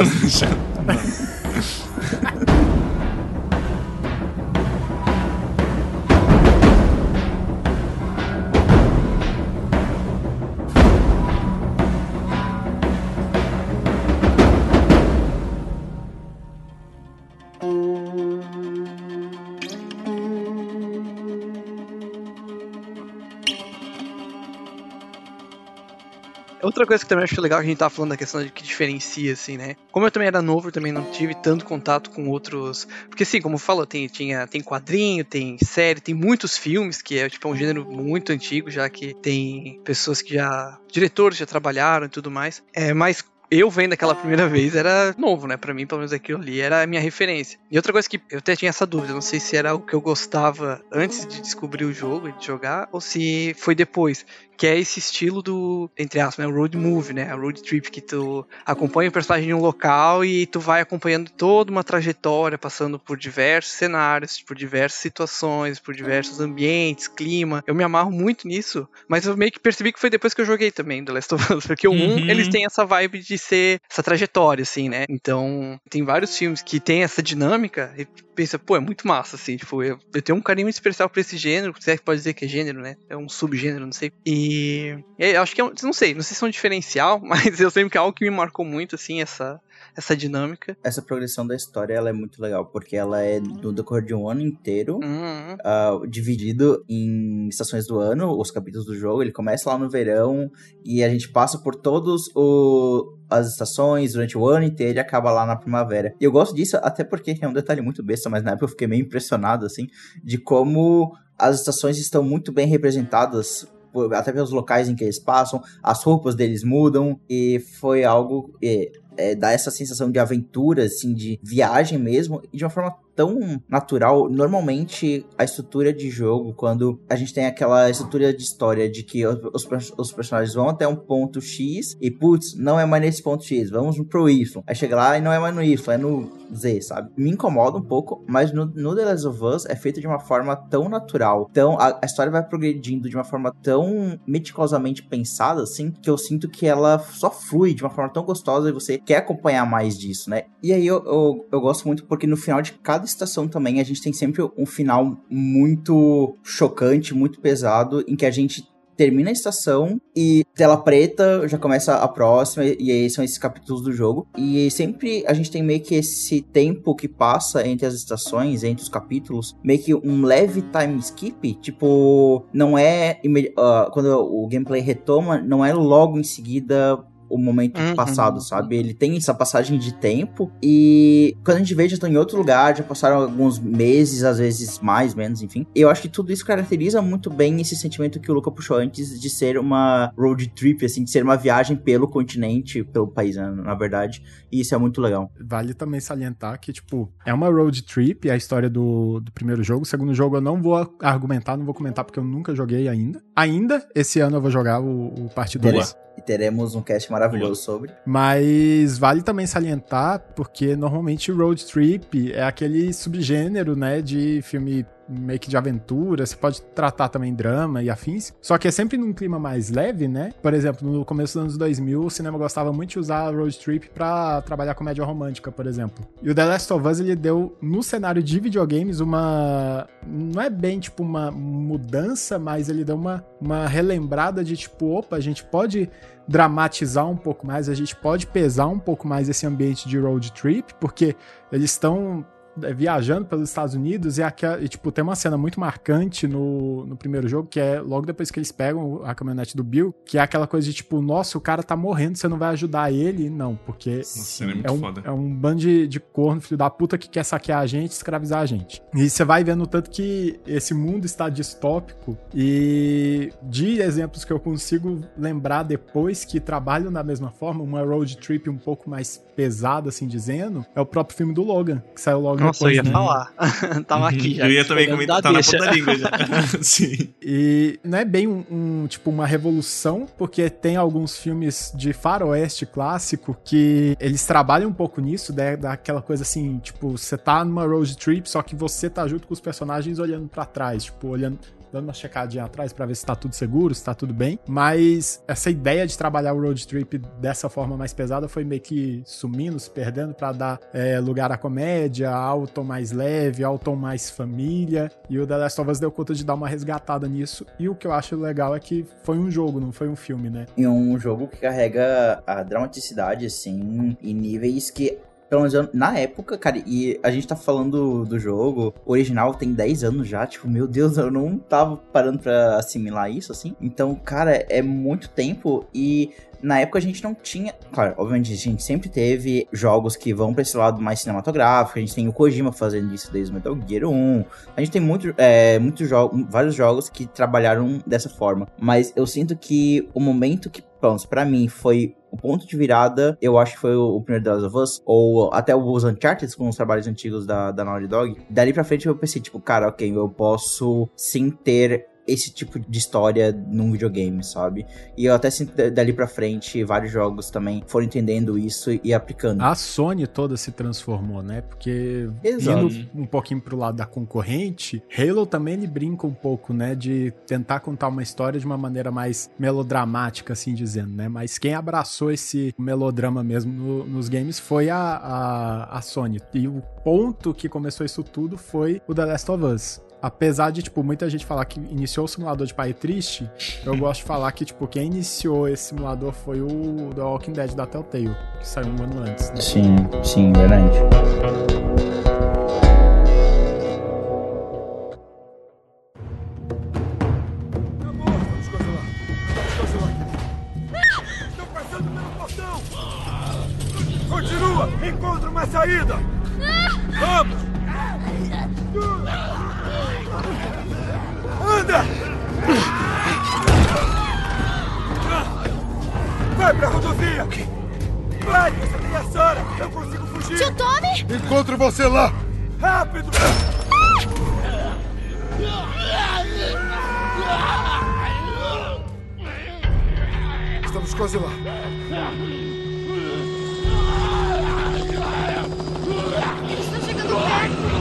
Outra coisa que também acho legal que a gente tava falando da questão de que diferencia, assim, né? Como eu também era novo, eu também não tive tanto contato com outros... Porque, assim, como falou, tem quadrinho, tem série, tem muitos filmes, que é, tipo, um gênero muito antigo, já que tem pessoas que diretores já trabalharam e tudo mais. Mas eu vendo aquela primeira vez era novo, né? Pra mim, pelo menos aquilo ali era a minha referência. E outra coisa que eu até tinha essa dúvida, não sei se era o que eu gostava antes de descobrir o jogo e de jogar, ou se foi depois. Que é esse estilo do, entre aspas, né, o road movie, né, a road trip, que tu acompanha o personagem em um local e tu vai acompanhando toda uma trajetória, passando por diversos cenários, por diversas situações, por diversos ambientes, clima. Eu me amarro muito nisso, mas eu meio que percebi que foi depois que eu joguei também The Last of Us, porque o 1, eles têm essa vibe de ser essa trajetória, assim, né, então tem vários filmes que tem essa dinâmica e pensa, pô, é muito massa, assim, tipo, eu tenho um carinho muito especial por esse gênero, se é que pode dizer que é gênero, né, é um subgênero, não sei, e eu acho que não sei se é um diferencial, mas eu lembro que é algo que me marcou muito, assim, essa dinâmica. Essa progressão da história, ela é muito legal, porque ela é no decorrer de um ano inteiro, dividido em estações do ano, os capítulos do jogo. Ele começa lá no verão, e a gente passa por todas as estações durante o ano inteiro e acaba lá na primavera. E eu gosto disso, até porque é um detalhe muito besta, mas na época eu fiquei meio impressionado, assim, de como as estações estão muito bem representadas, até pelos locais em que eles passam, as roupas deles mudam, e foi algo... dá essa sensação de aventura, assim, de viagem mesmo, e de uma forma tão natural. Normalmente, a estrutura de jogo, quando a gente tem aquela estrutura de história de que os personagens vão até um ponto X e, putz, não é mais nesse ponto X, vamos pro Y. Aí chega lá e não é mais no Y, é no Z, sabe? Me incomoda um pouco, mas no The Last of Us é feito de uma forma tão natural, a história vai progredindo de uma forma tão meticulosamente pensada, assim, que eu sinto que ela só flui de uma forma tão gostosa e você quer acompanhar mais disso, né? E aí eu gosto muito porque no final de cada estação também a gente tem sempre um final muito chocante, muito pesado, em que a gente termina a estação e tela preta, já começa a próxima, e aí são esses capítulos do jogo. E sempre a gente tem meio que esse tempo que passa entre as estações, entre os capítulos, meio que um leve time skip, tipo, não é quando o gameplay retoma, não é logo em seguida o momento passado, sabe? Ele tem essa passagem de tempo e quando a gente vê, já estão em outro lugar, já passaram alguns meses, às vezes mais, menos, enfim. Eu acho que tudo isso caracteriza muito bem esse sentimento que o Luca puxou antes de ser uma road trip, assim, de ser uma viagem pelo continente, pelo país, né, na verdade, e isso é muito legal. Vale também salientar que, tipo, é uma road trip, a história do primeiro jogo. O segundo jogo eu não vou argumentar, não vou comentar porque eu nunca joguei ainda. Ainda, esse ano eu vou jogar o Parte 2. E teremos um cast maravilhoso sobre. Mas vale também salientar, porque normalmente road trip é aquele subgênero, né, de filme meio que de aventura, você pode tratar também drama e afins, só que é sempre num clima mais leve, né? Por exemplo, no começo dos anos 2000, o cinema gostava muito de usar road trip pra trabalhar comédia romântica, por exemplo. E o The Last of Us, ele deu, no cenário de videogames, não é bem, tipo, uma mudança, mas ele deu uma relembrada de, tipo, opa, a gente pode dramatizar um pouco mais, a gente pode pesar um pouco mais esse ambiente de road trip, porque eles estão viajando pelos Estados Unidos e tipo, tem uma cena muito marcante no primeiro jogo, que é logo depois que eles pegam a caminhonete do Bill, que é aquela coisa de tipo, nossa, o cara tá morrendo, você não vai ajudar ele? Não, porque nossa, é, foda. É um bando de corno, filho da puta, que quer saquear a gente, escravizar a gente. E você vai vendo o tanto que esse mundo está distópico, e de exemplos que eu consigo lembrar depois que trabalham da mesma forma, uma road trip um pouco mais pesada, assim dizendo, é o próprio filme do Logan, que saiu logo nossa, depois, eu ia falar. Tava aqui já. Eu ia também comentar, tá na ponta da língua já. Sim. E não é bem tipo uma revolução, porque tem alguns filmes de faroeste clássico que eles trabalham um pouco nisso, né, daquela coisa assim, tipo, você tá numa road trip, só que você tá junto com os personagens olhando pra trás, tipo, dando uma checadinha atrás pra ver se tá tudo seguro, se tá tudo bem. Mas essa ideia de trabalhar o road trip dessa forma mais pesada foi meio que sumindo, se perdendo pra dar lugar à comédia, ao tom mais leve, ao tom mais família. E o The Last of Us deu conta de dar uma resgatada nisso. E o que eu acho legal é que foi um jogo, não foi um filme, né? E um jogo que carrega a dramaticidade, assim, em níveis que Pelo menos na época, cara, e a gente tá falando do jogo, o original tem 10 anos já, tipo, meu Deus, eu não tava parando pra assimilar isso, assim. Então, cara, é muito tempo e... Na época a gente não tinha... Claro, obviamente a gente sempre teve jogos que vão pra esse lado mais cinematográfico. A gente tem o Kojima fazendo isso desde o Metal Gear 1. A gente tem vários jogos que trabalharam dessa forma. Mas eu sinto que o momento que, pronto, pra mim foi o ponto de virada, eu acho que foi o primeiro The Last of Us, ou até os Uncharted com os trabalhos antigos da Naughty Dog. Dali pra frente eu pensei, tipo, cara, ok, eu posso sim ter esse tipo de história num videogame, sabe? E eu até sinto dali pra frente, vários jogos também foram entendendo isso e aplicando. A Sony toda se transformou, né? Porque indo um pouquinho pro lado da concorrente, Halo também ele brinca um pouco, né? De tentar contar uma história de uma maneira mais melodramática, assim dizendo, né? Mas quem abraçou esse melodrama mesmo nos games foi a Sony. E o ponto que começou isso tudo foi o The Last of Us. Apesar de, tipo, muita gente falar que iniciou o simulador de pai triste, eu gosto de falar que, tipo, quem iniciou esse simulador foi o The Walking Dead da Telltale, que saiu um ano antes, né? Sim, verdade. Estão passando pelo portão! Continua! Encontra uma saída! Vamos! Anda! Vai pra rodovia! Vai, você tem a Sarah! Eu consigo fugir! Tio Tommy! Encontro você lá! Rápido! Estamos quase lá. Está chegando perto!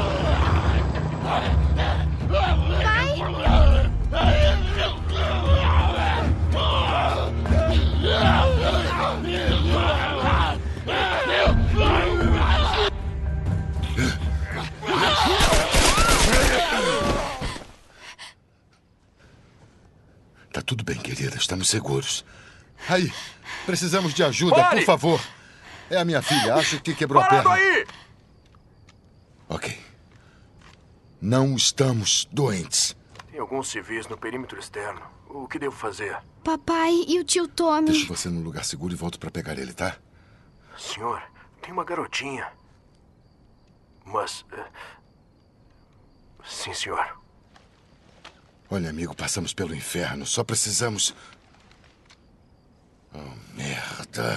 Tá tudo bem, querida. Estamos seguros. Aí, precisamos de ajuda, por favor. É a minha filha. Acho que quebrou a perna. Aí! Ok. Não estamos doentes. Tem alguns civis no perímetro externo. O que devo fazer? Papai e o tio Tommy. Deixo você num lugar seguro e volto pra pegar ele, tá? Senhor, tem uma garotinha. Mas... Sim, senhor. Olha, amigo, passamos pelo inferno. Só precisamos... Oh, merda.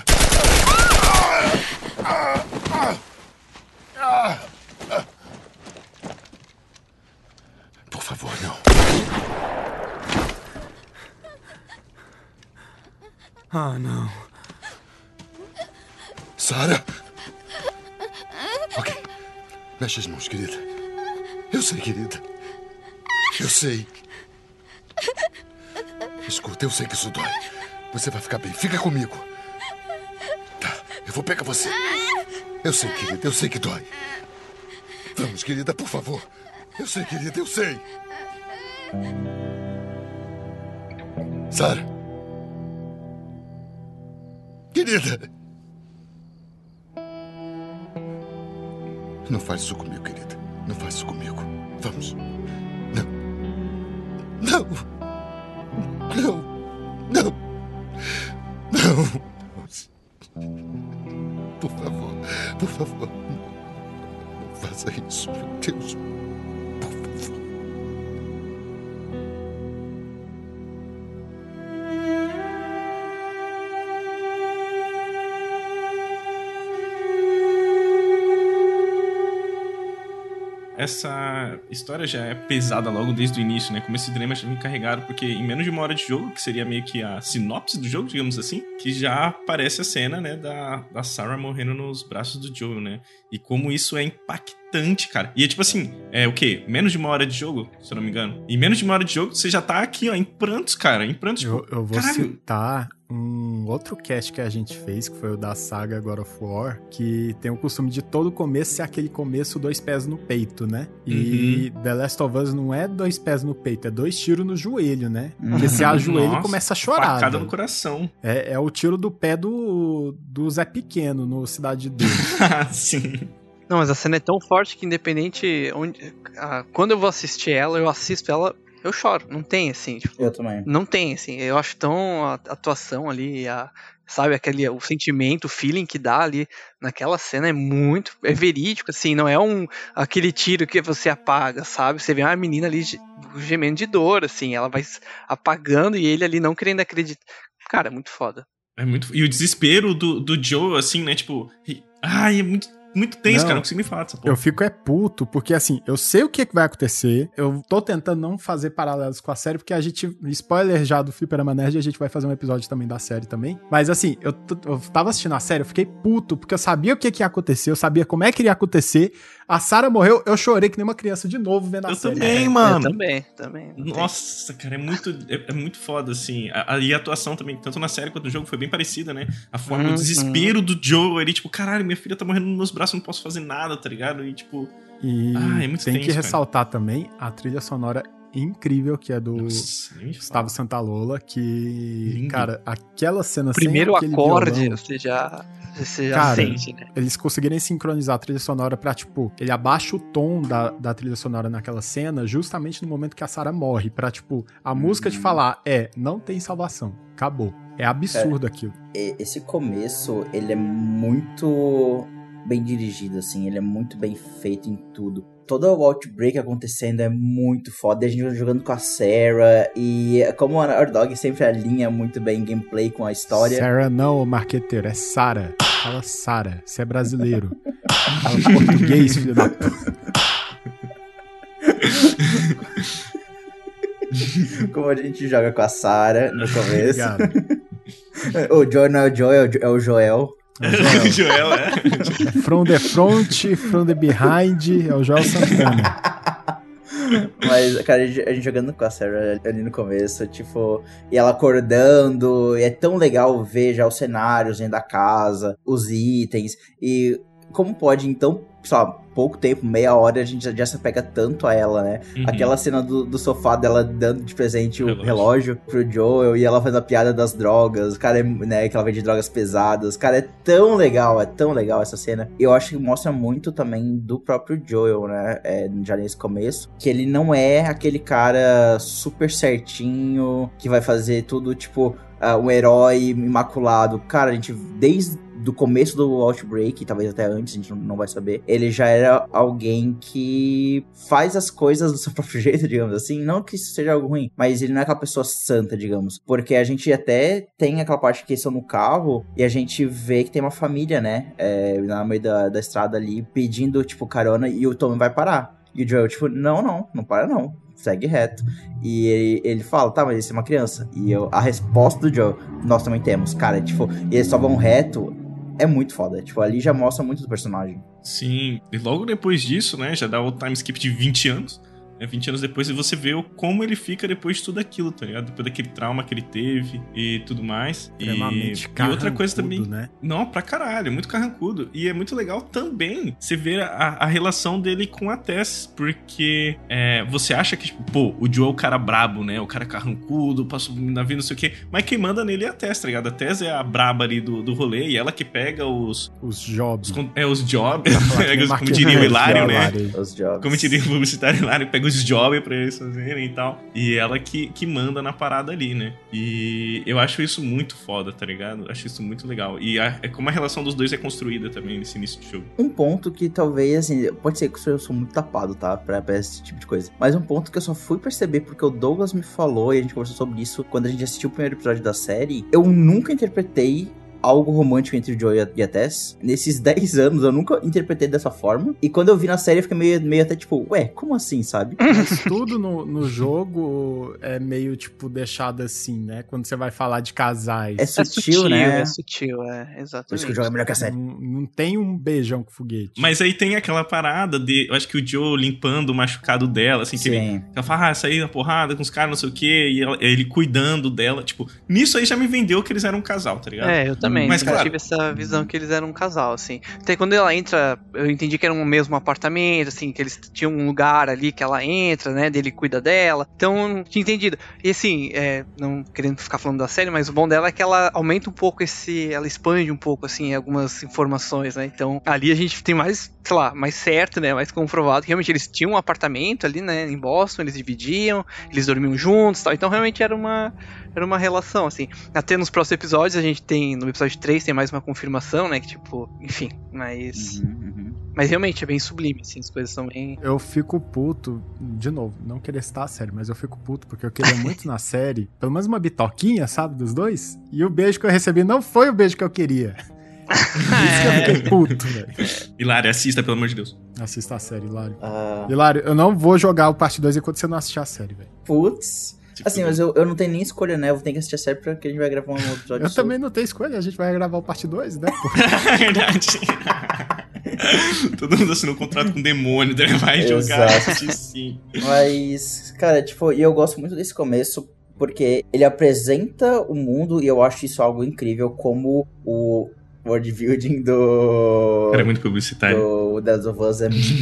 Por favor, não. Ah, não. Sarah? Ok. Mexe as mãos, querida. Eu sei, querida. Eu sei. Escuta, eu sei que isso dói. Você vai ficar bem. Fica comigo. Tá, eu vou pegar você. Eu sei, querida. Eu sei que dói. Vamos, querida, por favor. Eu sei, querida. Eu sei. Sarah. Querida. Não faz isso comigo, querida. Não faz isso comigo. Vamos. Não. Não. Não. Não. Não. Por favor. Por favor. Não faça isso, meu Deus. Por favor. Essa história já é pesada logo desde o início, né? Como esse drama já me carregaram, porque em menos de uma hora de jogo, que seria meio que a sinopse do jogo, digamos assim, que já aparece a cena, né, da Sarah morrendo nos braços do Joel, né? E como isso é impactante, cara. E é tipo assim, é o quê? Menos de uma hora de jogo, se eu não me engano. Em menos de uma hora de jogo, você já tá aqui, ó, em prantos, cara. Em prantos, tipo, eu vou citar um outro cast que a gente fez, que foi o da saga God of War, que tem o costume de todo começo ser aquele começo 2 pés no peito, né? E The Last of Us não é 2 pés no peito, é 2 tiros no joelho, né? Porque se ajoelha e começa a chorar. Facada no coração. É o tiro do pé do Zé Pequeno no Cidade de Deus. Sim. Não, mas a cena é tão forte que independente quando eu vou assistir ela, eu assisto ela, eu choro. Não tem, assim. Tipo, eu também. Não tem, assim. Eu acho tão a atuação ali, sabe, o sentimento, o feeling que dá ali naquela cena é verídico, assim, não é aquele tiro que você apaga, sabe? Você vê uma menina ali gemendo de dor, assim, ela vai apagando e ele ali não querendo acreditar. Cara, é muito foda. E o desespero do Joe, assim, né, tipo... Ai, é muito tenso, cara, não consigo nem falar dessa porra. Eu fico puto, porque assim, eu sei o que vai acontecer, eu tô tentando não fazer paralelos com a série, porque a gente, spoiler já do Fliperama Nerd, a gente vai fazer um episódio também da série também, mas assim, eu tava assistindo a série, eu fiquei puto, porque eu sabia o que ia acontecer, eu sabia como é que iria acontecer, a Sarah morreu, eu chorei que nem uma criança de novo vendo a série. Eu também, mano. Eu também. Nossa, cara, é muito foda, assim. E a atuação também, tanto na série quanto no jogo, foi bem parecida, né? A forma, o desespero do Joe, ele, tipo, caralho, minha filha tá morrendo nos meus braços, eu não posso fazer nada, tá ligado? E, tipo... é muito tem tenso, que ressaltar também a trilha sonora incrível, que é do Gustavo Santaolalla, que, lindo. Cara, aquela cena primeiro sem aquele acorde, violão, você já cara, sente, né? Eles conseguirem sincronizar a trilha sonora pra, tipo, ele abaixa o tom da trilha sonora naquela cena justamente no momento que a Sarah morre, pra, tipo, a música te falar, não tem salvação, acabou. É absurdo aquilo. Esse começo, ele é muito bem dirigido, assim, ele é muito bem feito em tudo. Todo o Outbreak acontecendo é muito foda, a gente jogando com a Sarah, e como a Naughty Dog sempre alinha muito bem gameplay com a história. Sarah não, marqueteiro, é Sarah. Fala Sarah, você é brasileiro. Fala português, filho da puta. Como a gente joga com a Sarah no começo. Obrigado. O Joe não é o Joel, é o Joel. O Joel, From the front, from the behind, é o Joel Santana. Mas, cara, a gente jogando com a Sarah ali no começo, tipo, e ela acordando, e é tão legal ver já os cenários dentro da casa, os itens, e como pode, então, sei lá, pouco tempo, meia hora, a gente já se apega tanto a ela, né? Aquela cena do sofá dela dando de presente o relógio pro Joel e ela fazendo a piada das drogas, cara, né, que ela vende drogas pesadas, cara, é tão legal essa cena. Eu acho que mostra muito também do próprio Joel, né, já nesse começo, que ele não é aquele cara super certinho, que vai fazer tudo, tipo, um herói imaculado. Cara, a gente, desde do começo do Outbreak, talvez até antes, a gente não vai saber, ele já era alguém que faz as coisas do seu próprio jeito, digamos assim, não que isso seja algo ruim, mas ele não é aquela pessoa santa, digamos, porque a gente até tem aquela parte que eles estão no carro e a gente vê que tem uma família, né, no meio da estrada ali, pedindo, tipo, carona, e o Tommy vai parar, e o Joel, tipo, não para não, segue reto. E ele fala, tá, mas isso é uma criança. E a resposta do Joe, nós também temos. Cara, tipo, eles só vão reto, é muito foda. Tipo, ali já mostra muito do personagem. Sim, e logo depois disso, né, já dá o time skip de 20 anos. 20 anos depois, e você vê como ele fica depois de tudo aquilo, tá ligado? Depois daquele trauma que ele teve e tudo mais. Extremamente e outra coisa também. Né? Não, pra caralho, é muito carrancudo. E é muito legal também você ver a relação dele com a Tess, porque você acha que, tipo, pô, o Joe é o cara brabo, né? O cara carrancudo, passou na vida, não sei o quê. Mas quem manda nele é a Tess, tá ligado? A Tess é a braba ali do rolê, e ela que pega os jobs. Os jobs. Como diria o Hilário, né? Os jobs. Como diria o publicitário Hilário, pega os jobs pra eles fazerem e tal. E ela que manda na parada ali, né? E eu acho isso muito foda, tá ligado? Acho isso muito legal. E é como a relação dos dois é construída também nesse início de jogo. Um ponto que talvez, assim, pode ser que eu sou muito tapado, tá? Pra esse tipo de coisa. Mas um ponto que eu só fui perceber porque o Douglas me falou e a gente conversou sobre isso quando a gente assistiu o primeiro episódio da série. Eu nunca interpretei algo romântico entre o Joe e a Tess. Nesses 10 anos eu nunca interpretei dessa forma. E quando eu vi na série eu fiquei meio até tipo, ué, como assim, sabe? Mas tudo no jogo é meio, tipo, deixado assim, né? Quando você vai falar de casais. É sutil, né? É sutil, exatamente. Por isso que o jogo é melhor que a série. Não tem um beijão com foguete. Mas aí tem aquela parada de... Eu acho que o Joe limpando o machucado dela, assim, que ela fala, saí na porrada com os caras, não sei o quê, e ele cuidando dela. Tipo, nisso aí já me vendeu que eles eram um casal, tá ligado? Eu também. Mas, claro, tive essa visão que eles eram um casal, assim. Até quando ela entra, eu entendi que era um mesmo apartamento, assim, que eles tinham um lugar ali que ela entra, né, dele cuida dela. Então, tinha entendido. E assim, não querendo ficar falando da série, mas o bom dela é que ela aumenta um pouco ela expande um pouco, assim, algumas informações, né. Então, ali a gente tem mais, sei lá, mais certo, né, mais comprovado que realmente eles tinham um apartamento ali, né, em Boston, eles dividiam, eles dormiam juntos e tal. Então, realmente era uma relação, assim. Até nos próximos episódios, a gente tem, no episódio 3, tem mais uma confirmação, né, que tipo, enfim, mas... Mas realmente é bem sublime, assim, as coisas são bem... Eu fico puto, de novo, não queria citar a série, mas eu fico puto porque eu queria muito na série, pelo menos uma bitoquinha, sabe, dos dois, e o beijo que eu recebi não foi o beijo que eu queria. Isso que eu fiquei puto, velho. Hilário, assista, pelo amor de Deus. Assista a série, Hilário. Hilário, eu não vou jogar o parte 2 enquanto você não assistir a série, velho. Putz... Assim, mas eu não tenho nem escolha, né? Eu vou ter que assistir a série porque a gente vai gravar um episódio. Eu também não tenho escolha, a gente vai gravar o parte 2, né? É verdade. Todo mundo assinou um contrato com o demônio, daí vai jogar assistir sim. Mas, cara, tipo, e eu gosto muito desse começo porque ele apresenta o mundo e eu acho isso algo incrível, como o world building do... Cara, é muito publicitário. Do The Last of Us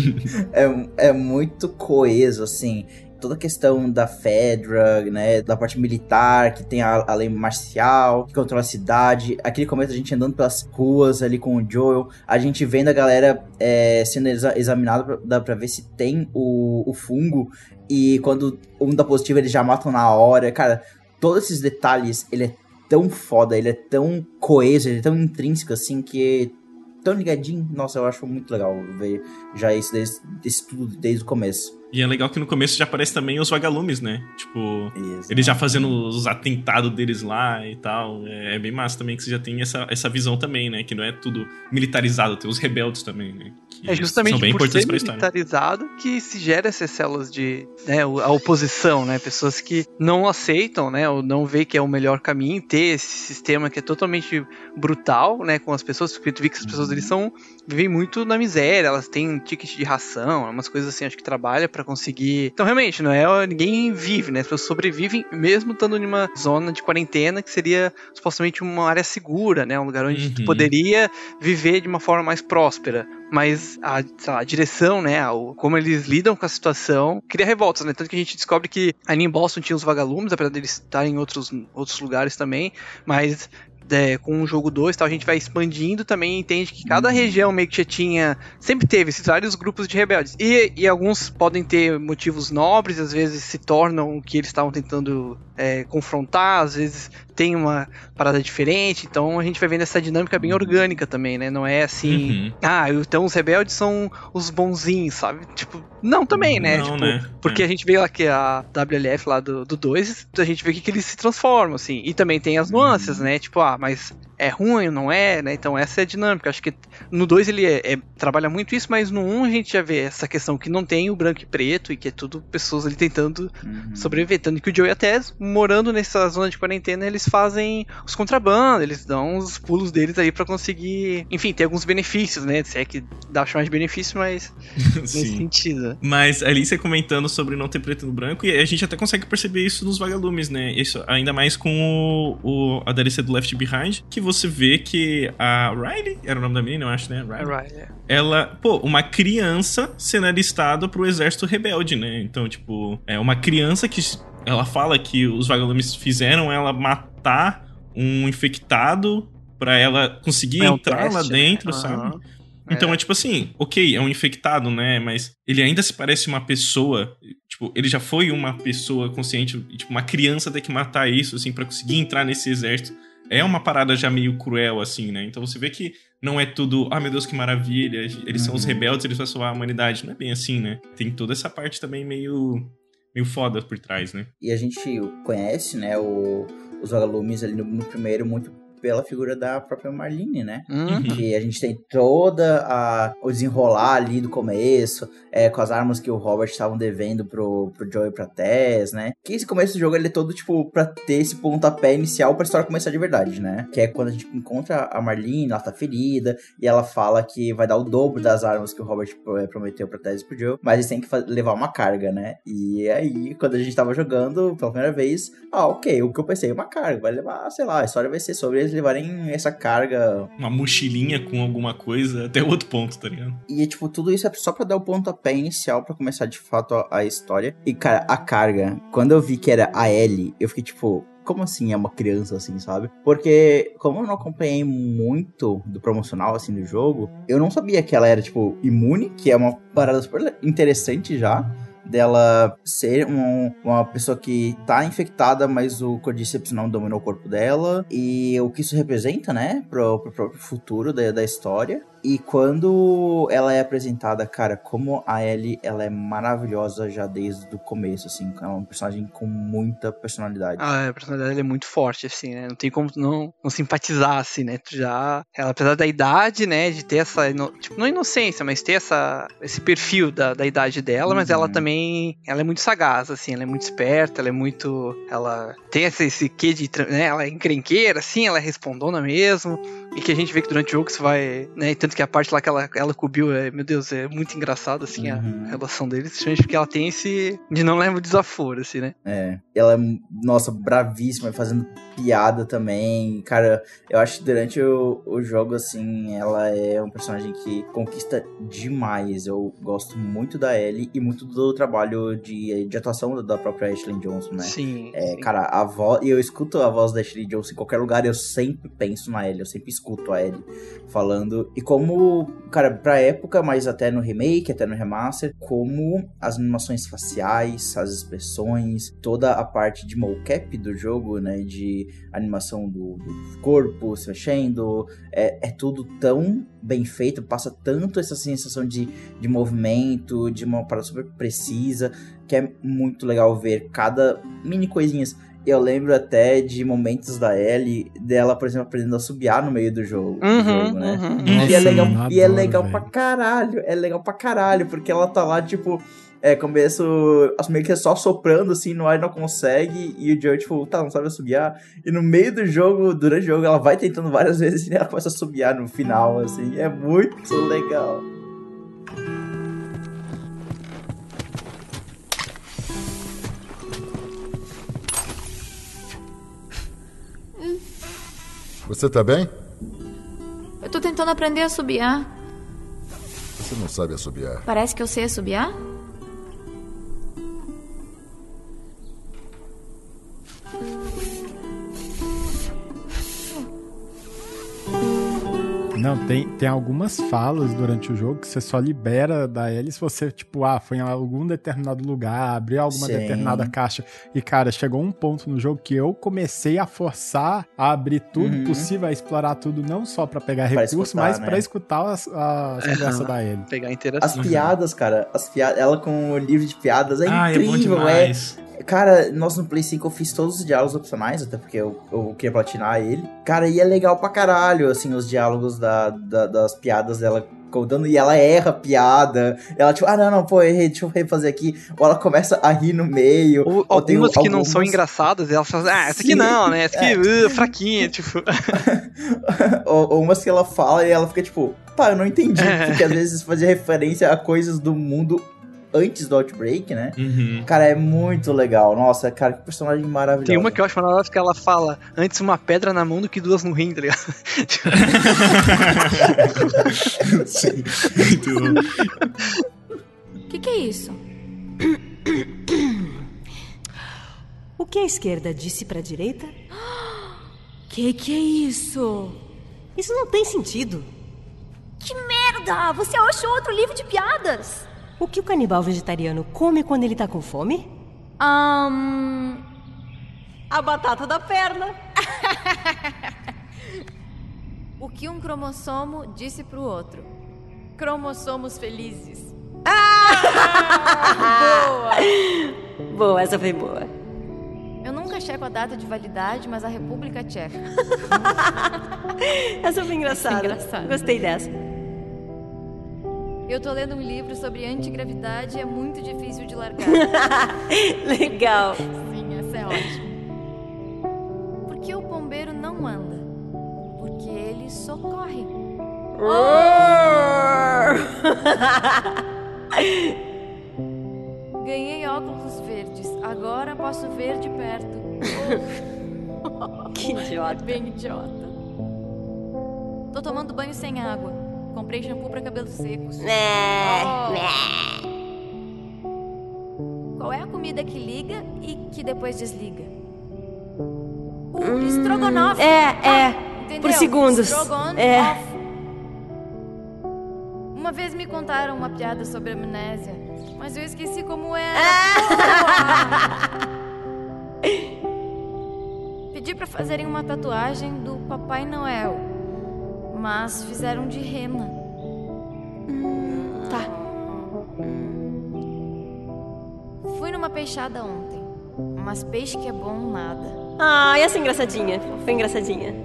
é muito coeso, assim. Toda a questão da Fedra, né, da parte militar, que tem a lei marcial, que controla a cidade. Aquele começo a gente andando pelas ruas ali com o Joel, a gente vendo a galera sendo examinada pra ver se tem o fungo, e quando um dá positivo eles já matam na hora. Cara, todos esses detalhes, ele é tão foda, ele é tão coeso, ele é tão intrínseco assim, que... tão ligadinho. Nossa, eu acho muito legal ver já isso tudo desde o começo. E é legal que no começo já aparece também os vagalumes, né? Tipo, Exato. Eles já fazendo os atentados deles lá e tal. É bem massa também que você já tem essa visão também, né? Que não é tudo militarizado, tem os rebeldes também, né? Que justamente são bem por importantes ser pra história. militarizado que se gera essas células de, né, a oposição, né? Pessoas que não aceitam, né? Ou não vê que é o melhor caminho ter esse sistema que é totalmente brutal, né? Com as pessoas, porque tu vê que as pessoas eles vivem muito na miséria, elas têm um ticket de ração, umas coisas assim, acho que trabalha pra conseguir. Então, realmente, não é ninguém vive, né? As pessoas sobrevivem mesmo estando em uma zona de quarentena que seria supostamente uma área segura, né? Um lugar onde tu poderia viver de uma forma mais próspera. Mas a direção, né? Como eles lidam com a situação, cria revoltas, né? Tanto que a gente descobre que ali em Boston tinha os vagalumes, apesar deles estarem em outros lugares também, mas... com o jogo 2 tal, a gente vai expandindo também e entende que cada região meio que já tinha, sempre teve esses vários grupos de rebeldes, e alguns podem ter motivos nobres, às vezes se tornam o que eles estavam tentando confrontar, às vezes tem uma parada diferente, então a gente vai vendo essa dinâmica bem orgânica também, né, não é assim, então os rebeldes são os bonzinhos, sabe, tipo, não também, né, não, tipo, né? porque a gente vê lá que a WLF lá do 2, a gente vê que eles se transformam, assim, e também tem as nuances, né, tipo, mas é ruim, não é, né? Então essa é a dinâmica. Acho que no 2 ele trabalha muito isso, mas no 1 a gente já vê essa questão que não tem o branco e preto e que é tudo pessoas ali tentando sobreviver. Tanto que o Joe e a Tess, morando nessa zona de quarentena, eles fazem os contrabandos, eles dão os pulos deles aí pra conseguir, enfim, ter alguns benefícios, né? Se é que dá pra chamar de benefício, mas nesse sentido. Mas ali você comentando sobre não ter preto no branco, e a gente até consegue perceber isso nos vagalumes, né? Isso ainda mais com a DLC do Left Behind, que você vê que a Riley, era o nome da menina, eu acho, né? Riley. Ela, uma criança sendo alistada pro exército rebelde, né? Então, tipo, é uma criança que ela fala que os vagalumes fizeram ela matar um infectado pra ela conseguir entrar lá dentro, sabe? Então é tipo assim, ok, é um infectado, né? Mas ele ainda se parece uma pessoa. Tipo, ele já foi uma pessoa consciente. Tipo, uma criança tem que matar isso, assim, pra conseguir entrar nesse exército. É uma parada já meio cruel, assim, né? Então você vê que não é tudo, meu Deus, que maravilha, eles são os rebeldes, eles vão salvar a humanidade. Não é bem assim, né? Tem toda essa parte também meio foda por trás, né? E a gente conhece, né, os vagalumes ali no primeiro muito pela figura da própria Marlene, né? Que a gente tem toda o desenrolar ali do começo, com as armas que o Robert estavam devendo pro Joel e pra Tess, né? Que esse começo do jogo, ele é todo, tipo, pra ter esse pontapé inicial pra história começar de verdade, né? Que é quando a gente encontra a Marlene, ela tá ferida, e ela fala que vai dar o dobro das armas que o Robert prometeu pra Tess e pro Joel, mas eles têm que levar uma carga, né? E aí, quando a gente tava jogando pela primeira vez, ok, o que eu pensei, uma carga, vai levar, sei lá, a história vai ser sobre eles levarem essa carga... Uma mochilinha com alguma coisa até outro ponto, tá ligado? E, tipo, tudo isso é só pra dar o pontapé inicial pra começar, de fato, a história. E, cara, a carga, quando eu vi que era a Ellie, eu fiquei, tipo... Como assim é uma criança, assim, sabe? Porque, como eu não acompanhei muito do promocional, assim, do jogo, eu não sabia que ela era, tipo, imune, que é uma parada super interessante já, dela ser uma pessoa que tá infectada, mas o Cordyceps não dominou o corpo dela, e o que isso representa, né, pro próprio futuro da história. E quando ela é apresentada, cara, como a Ellie, ela é maravilhosa já desde o começo, assim. É uma personagem com muita personalidade. A personalidade dela é muito forte, assim, né? Não tem como não simpatizar, assim, né? Ela, apesar da idade, né? De ter essa, tipo, não inocência, mas ter esse perfil da idade dela, mas ela também, ela é muito sagaz, assim. Ela é muito esperta, ela tem esse quê de, né? Ela é encrenqueira, assim, ela é respondona mesmo. E que a gente vê que durante o jogo você vai, né? E tanto que a parte lá que ela com o Bill, meu Deus, é muito engraçado, assim, a relação deles. Principalmente porque ela tem esse de não levar o desaforo, assim, né? Ela é, nossa, bravíssima, fazendo piada também. Cara, eu acho que durante o jogo, assim, ela é um personagem que conquista demais. Eu gosto muito da Ellie e muito do trabalho de atuação da própria Ashley Johnson, né? Sim. Cara, a voz... E eu escuto a voz da Ashley Johnson em qualquer lugar, eu sempre penso na Ellie, eu sempre escuto a Ellie falando. E como, cara, pra época, mas até no remake, até no remaster, como as animações faciais, as expressões, toda a parte de mocap do jogo, né, de animação do corpo se mexendo, é tudo tão bem feito, passa tanto essa sensação de movimento, de uma parada super precisa, que é muito legal ver cada mini coisinhas. Eu lembro até de momentos da Ellie, dela, por exemplo, aprendendo a assobiar no meio do jogo, né? Nossa, E é legal pra caralho. É legal pra caralho, porque ela tá lá, tipo, começo meio que é só soprando, assim, no ar e não consegue, e o Joe, tipo, não sabe assobiar. E no meio do jogo, durante o jogo, ela vai tentando várias vezes e ela começa a assobiar no final, assim. É muito legal. Você tá bem? Eu tô tentando aprender a assobiar. Você não sabe assobiar. Parece que eu sei assobiar? Não, tem algumas falas durante o jogo que você só libera da Ellie se você, tipo, foi em algum determinado lugar, abriu alguma determinada caixa. E, cara, chegou um ponto no jogo que eu comecei a forçar a abrir tudo possível, a explorar tudo, não só pra pegar recursos, mas pra escutar as conversas da Ellie. Pegar interação. As piadas, cara, ela com o livro de piadas é incrível, é bom demais. Cara, no Play 5 eu fiz todos os diálogos opcionais, até porque eu queria platinar ele. Cara, e é legal pra caralho, assim, os diálogos das piadas dela contando, e ela erra a piada. Ela, tipo, não, pô, errei, deixa eu refazer aqui. Ou ela começa a rir no meio. Ou algumas que não são engraçadas, e ela fala, essa aqui não, né? Essa aqui, fraquinha, tipo. ou umas que ela fala e ela fica, tipo, eu não entendi. Porque às vezes fazia referência a coisas do mundo antes do Outbreak, né? Cara, é muito legal. Nossa, cara, que personagem maravilhoso. Tem uma que eu acho maravilhosa que ela fala antes uma pedra na mão do que duas no rim, tá ligado? Sim, muito bom. O que é isso? O que a esquerda disse pra direita? Que é isso? Isso não tem sentido. Que merda! Você achou outro livro de piadas? O que o canibal vegetariano come quando ele tá com fome? A batata da perna. O que um cromossomo disse pro outro? Cromossomos felizes. Boa! Boa, essa foi boa. Eu nunca checo a data de validade, mas a República Tcheca. Essa foi engraçada. Gostei dessa. Eu tô lendo um livro sobre antigravidade e é muito difícil de largar. Legal. Sim, essa é ótima. Por que o pombeiro não anda? Porque ele socorre. Ganhei óculos verdes. Agora posso ver de perto. Que idiota. Bem idiota. Tô tomando banho sem água. Comprei shampoo pra cabelos secos. Qual é a comida que liga e que depois desliga? Estrogonofe. Entendeu? Por segundos. Estrogonofe. Uma vez me contaram uma piada sobre amnésia, mas eu esqueci como era. Pedi pra fazerem uma tatuagem do Papai Noel, mas fizeram de rena. Tá. Fui numa peixada ontem, mas peixe que é bom, nada. E essa engraçadinha? Foi engraçadinha.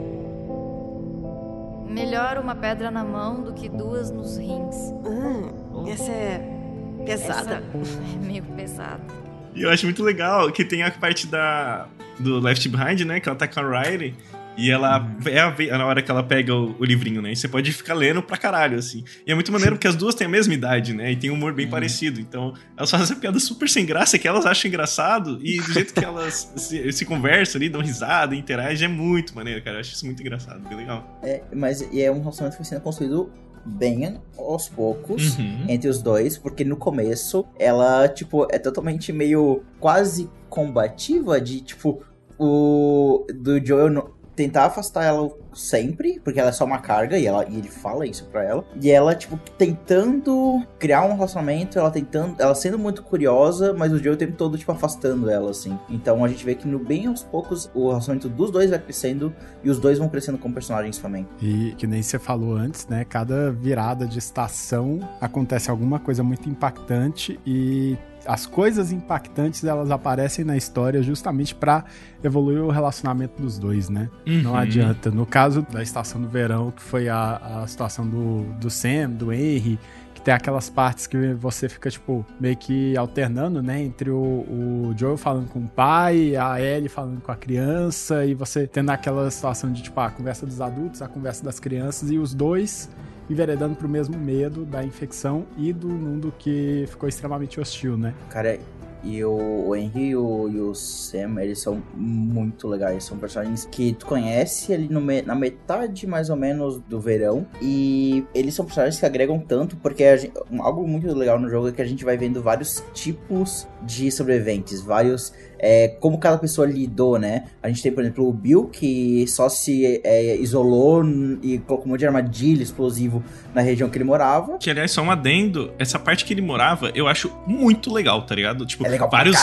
Melhor uma pedra na mão do que duas nos rins. Essa é pesada. Essa é meio pesada. E eu acho muito legal que tem a parte do Left Behind, né? Que ela tá com a Riley. E ela na hora que ela pega o livrinho, né? E você pode ficar lendo pra caralho, assim. E é muito maneiro porque as duas têm a mesma idade, né? E tem um humor bem parecido. Então, elas fazem essa piada super sem graça, que elas acham engraçado. E do jeito que elas se conversam ali, dão risada, interagem, é muito maneiro, cara. Eu acho isso muito engraçado, bem legal. Mas é um relacionamento que foi sendo construído bem aos poucos entre os dois, porque no começo ela, tipo, é totalmente meio quase combativa de, tipo, do Joel tentar afastar ela sempre, porque ela é só uma carga, e ele fala isso pra ela. E ela, tipo, tentando criar um relacionamento, ela sendo muito curiosa, mas o Joel o tempo todo, tipo, afastando ela, assim. Então a gente vê que bem aos poucos o relacionamento dos dois vai crescendo, e os dois vão crescendo como personagens também. E que nem você falou antes, né? Cada virada de estação acontece alguma coisa muito impactante e as coisas impactantes, elas aparecem na história justamente pra evoluir o relacionamento dos dois, né? Não adianta. No caso da estação do verão, que foi a situação do Sam, do Henry, que tem aquelas partes que você fica, tipo, meio que alternando, né? Entre o Joel falando com o pai, a Ellie falando com a criança, e você tendo aquela situação de, tipo, a conversa dos adultos, a conversa das crianças, e os dois enveredando pro mesmo medo da infecção e do mundo que ficou extremamente hostil, né? Cara, e o Henry e o Sam, eles são muito legais. São personagens que tu conhece ali na metade, mais ou menos, do verão. E eles são personagens que agregam tanto, porque algo muito legal no jogo é que a gente vai vendo vários tipos de sobreviventes. Vários... como cada pessoa lidou, né? A gente tem, por exemplo, o Bill, que só se isolou e colocou um monte de armadilha, explosivo na região que ele morava. Que, aliás, só um adendo, essa parte que ele morava, eu acho muito legal, tá ligado? Tipo, legal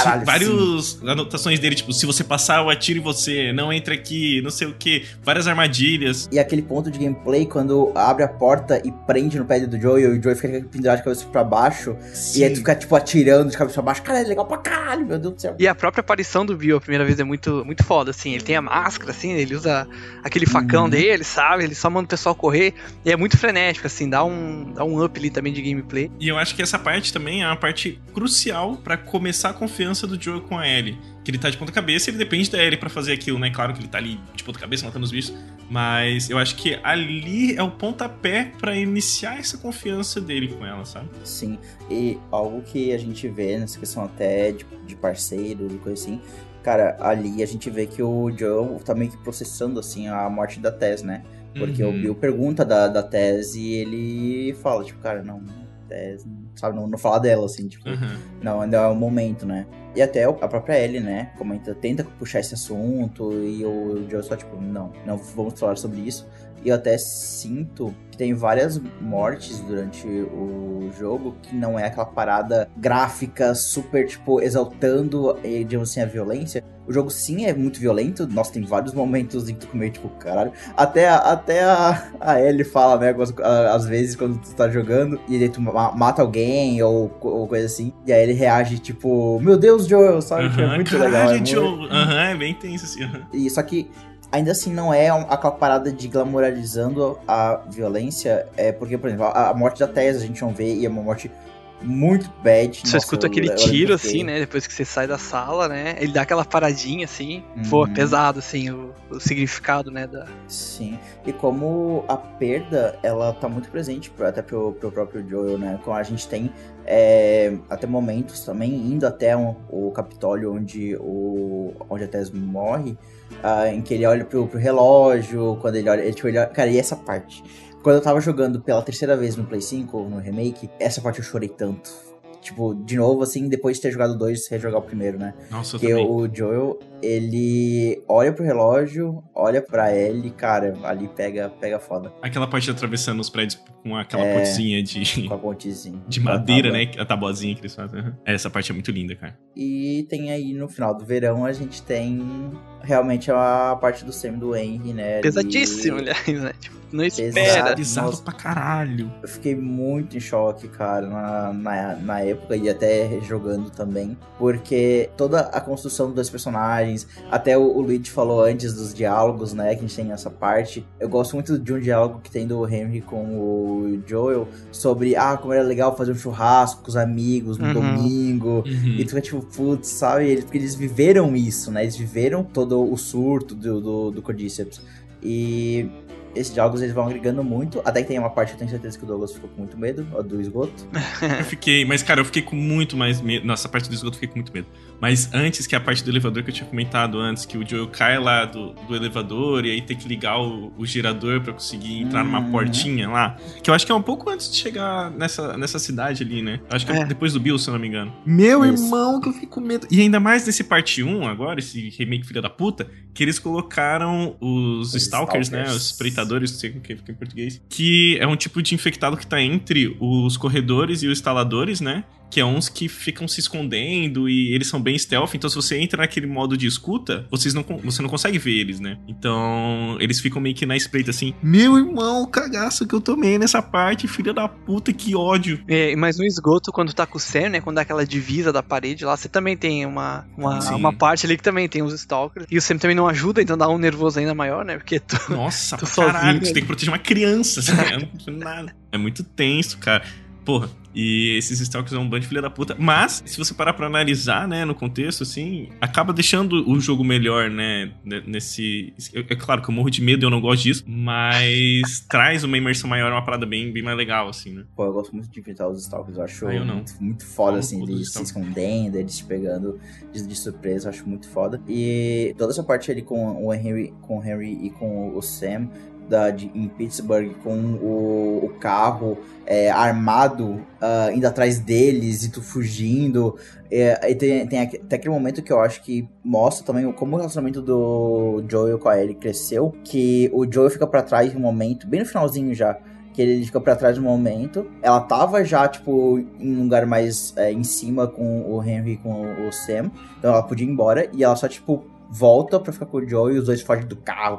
vários anotações dele, tipo, se você passar, eu atiro em você, não entre aqui, não sei o que, várias armadilhas. E aquele ponto de gameplay, quando abre a porta e prende no pé do Joel, e o Joel fica pendurado de cabeça pra baixo, e aí tu fica, tipo, atirando de cabeça pra baixo. Cara, é legal pra caralho, meu Deus do céu. E a própria aparição do Bill a primeira vez é muito, muito foda, assim. Ele tem a máscara, assim, ele usa aquele facão dele, sabe? Ele só manda o pessoal correr. E é muito frenético, assim, dá um up ali também de gameplay. E eu acho que essa parte também é uma parte crucial pra começar a confiança do Joel com a Ellie. Que ele tá de ponta cabeça e ele depende da Ellie pra fazer aquilo, né? Claro que ele tá ali de ponta cabeça matando os bichos, mas eu acho que ali é o pontapé pra iniciar essa confiança dele com ela, sabe? Sim, e algo que a gente vê nessa questão até de parceiro e coisa assim, cara, ali a gente vê que o Joel tá meio que processando, assim, a morte da Tess, né? Porque o Bill pergunta da Tess e ele fala, tipo, cara, não... sabe, não falar dela, assim, tipo, não, ainda é o momento, né? E até a própria Ellie, né, comenta, tenta puxar esse assunto e o Joe só, tipo, não vamos falar sobre isso. E eu até sinto que tem várias mortes durante o jogo que não é aquela parada gráfica super, tipo, exaltando, digamos assim, a violência, O jogo sim é muito violento. Nossa, tem vários momentos em que tu comer, tipo, caralho. Até a Ellie fala, né? Às vezes quando tu tá jogando e aí tu mata alguém ou coisa assim. E aí ele reage, tipo, meu Deus, Joel, sabe? Que é muito caralho, legal. Joel. É bem tenso assim. E só que ainda assim não é aquela parada de glamorizando a violência. É porque, por exemplo, a morte da Tess a gente não vê e é uma morte muito bad. Você escuta aquele tiro, assim, né? Depois que você sai da sala, né? Ele dá aquela paradinha, assim. Pô, pesado, assim, o significado, né? Sim. E como a perda, ela tá muito presente até pro próprio Joel, né? Como a gente tem até momentos também, indo até o Capitólio onde a Tess morre, em que ele olha pro relógio, quando ele olha... Cara, e essa parte... Quando eu tava jogando pela terceira vez no Play 5, no remake, essa parte eu chorei tanto. Tipo, de novo, assim, depois de ter jogado 2, rejogar o primeiro, né? Nossa, porque o Joel, ele olha pro relógio, olha pra Ellie, cara, ali pega foda. Aquela parte atravessando os prédios com aquela pontezinha com a pontezinha. de madeira, né? A tabuazinha que eles fazem. Essa parte é muito linda, cara. E tem aí, no final do verão, a gente tem realmente a parte do Sam do Henry, né? Pesadíssimo, aliás, né? Tipo, não espera. Pesado pra caralho. Eu fiquei muito em choque, cara, na época e até jogando também, porque toda a construção dos dois personagens, até o Luigi falou antes dos diálogos, né, que a gente tem essa parte. Eu gosto muito de um diálogo que tem do Henry com o Joel sobre, como era legal fazer um churrasco com os amigos no domingo, e tu fica tipo, putz, sabe, porque eles viveram isso, né, eles viveram todo o surto do Cordyceps, e esses diálogos eles vão agregando muito, até que tem uma parte que eu tenho certeza que o Douglas ficou com muito medo, do esgoto. Mas cara, eu fiquei com muito mais medo. Nossa, a parte do esgoto eu fiquei com muito medo. Mas antes, que é a parte do elevador que eu tinha comentado antes, que o Joel cai lá do elevador e aí tem que ligar o girador pra conseguir entrar numa portinha lá, que eu acho que é um pouco antes de chegar nessa cidade ali, né? Eu acho que é depois do Bill, se eu não me engano. Meu irmão, que eu fiquei com medo. E ainda mais nesse parte 1 agora, esse remake filha da puta, que eles colocaram os Stalkers, né? Os espreitadores, não sei como que fica em português, que é um tipo de infectado que tá entre os corredores e os instaladores, né? Que é uns que ficam se escondendo e eles são bem stealth, então se você entra naquele modo de escuta, você não consegue ver eles, né? Então, eles ficam meio que na espreita, assim. Meu irmão, o cagaço que eu tomei nessa parte, filha da puta, que ódio. Mas no esgoto, quando tá com o Sam, né, quando dá aquela divisa da parede lá, você também tem uma parte ali que também tem os Stalkers, e o Sam também não ajuda, então dá um nervoso ainda maior, né, porque Nossa, tu caralho, sozinho, você tem que proteger uma criança, sabe? Não nada. É muito tenso, cara. Porra, e esses Stalkers são um bando de filha da puta. Mas, se você parar pra analisar, né, no contexto, assim, acaba deixando o jogo melhor, né, nesse... É claro que eu morro de medo e eu não gosto disso, mas traz uma imersão maior, uma parada bem mais legal, assim, né. Pô, eu gosto muito de enfrentar os Stalkers, eu acho muito foda, assim, eles se escondendo, eles te pegando de surpresa, eu acho muito foda. E toda essa parte ali com o Henry e com o Sam... em Pittsburgh, com o carro armado indo atrás deles e tu fugindo, e tem até aquele momento que eu acho que mostra também como o relacionamento do Joel com a Ellie cresceu, que o Joel fica pra trás em um momento, bem no finalzinho já, que ele fica pra trás no momento, ela tava já, tipo, em um lugar mais em cima com o Henry e com o Sam, então ela podia ir embora, e ela só, tipo, volta pra ficar com o Joel e os dois fogem do carro.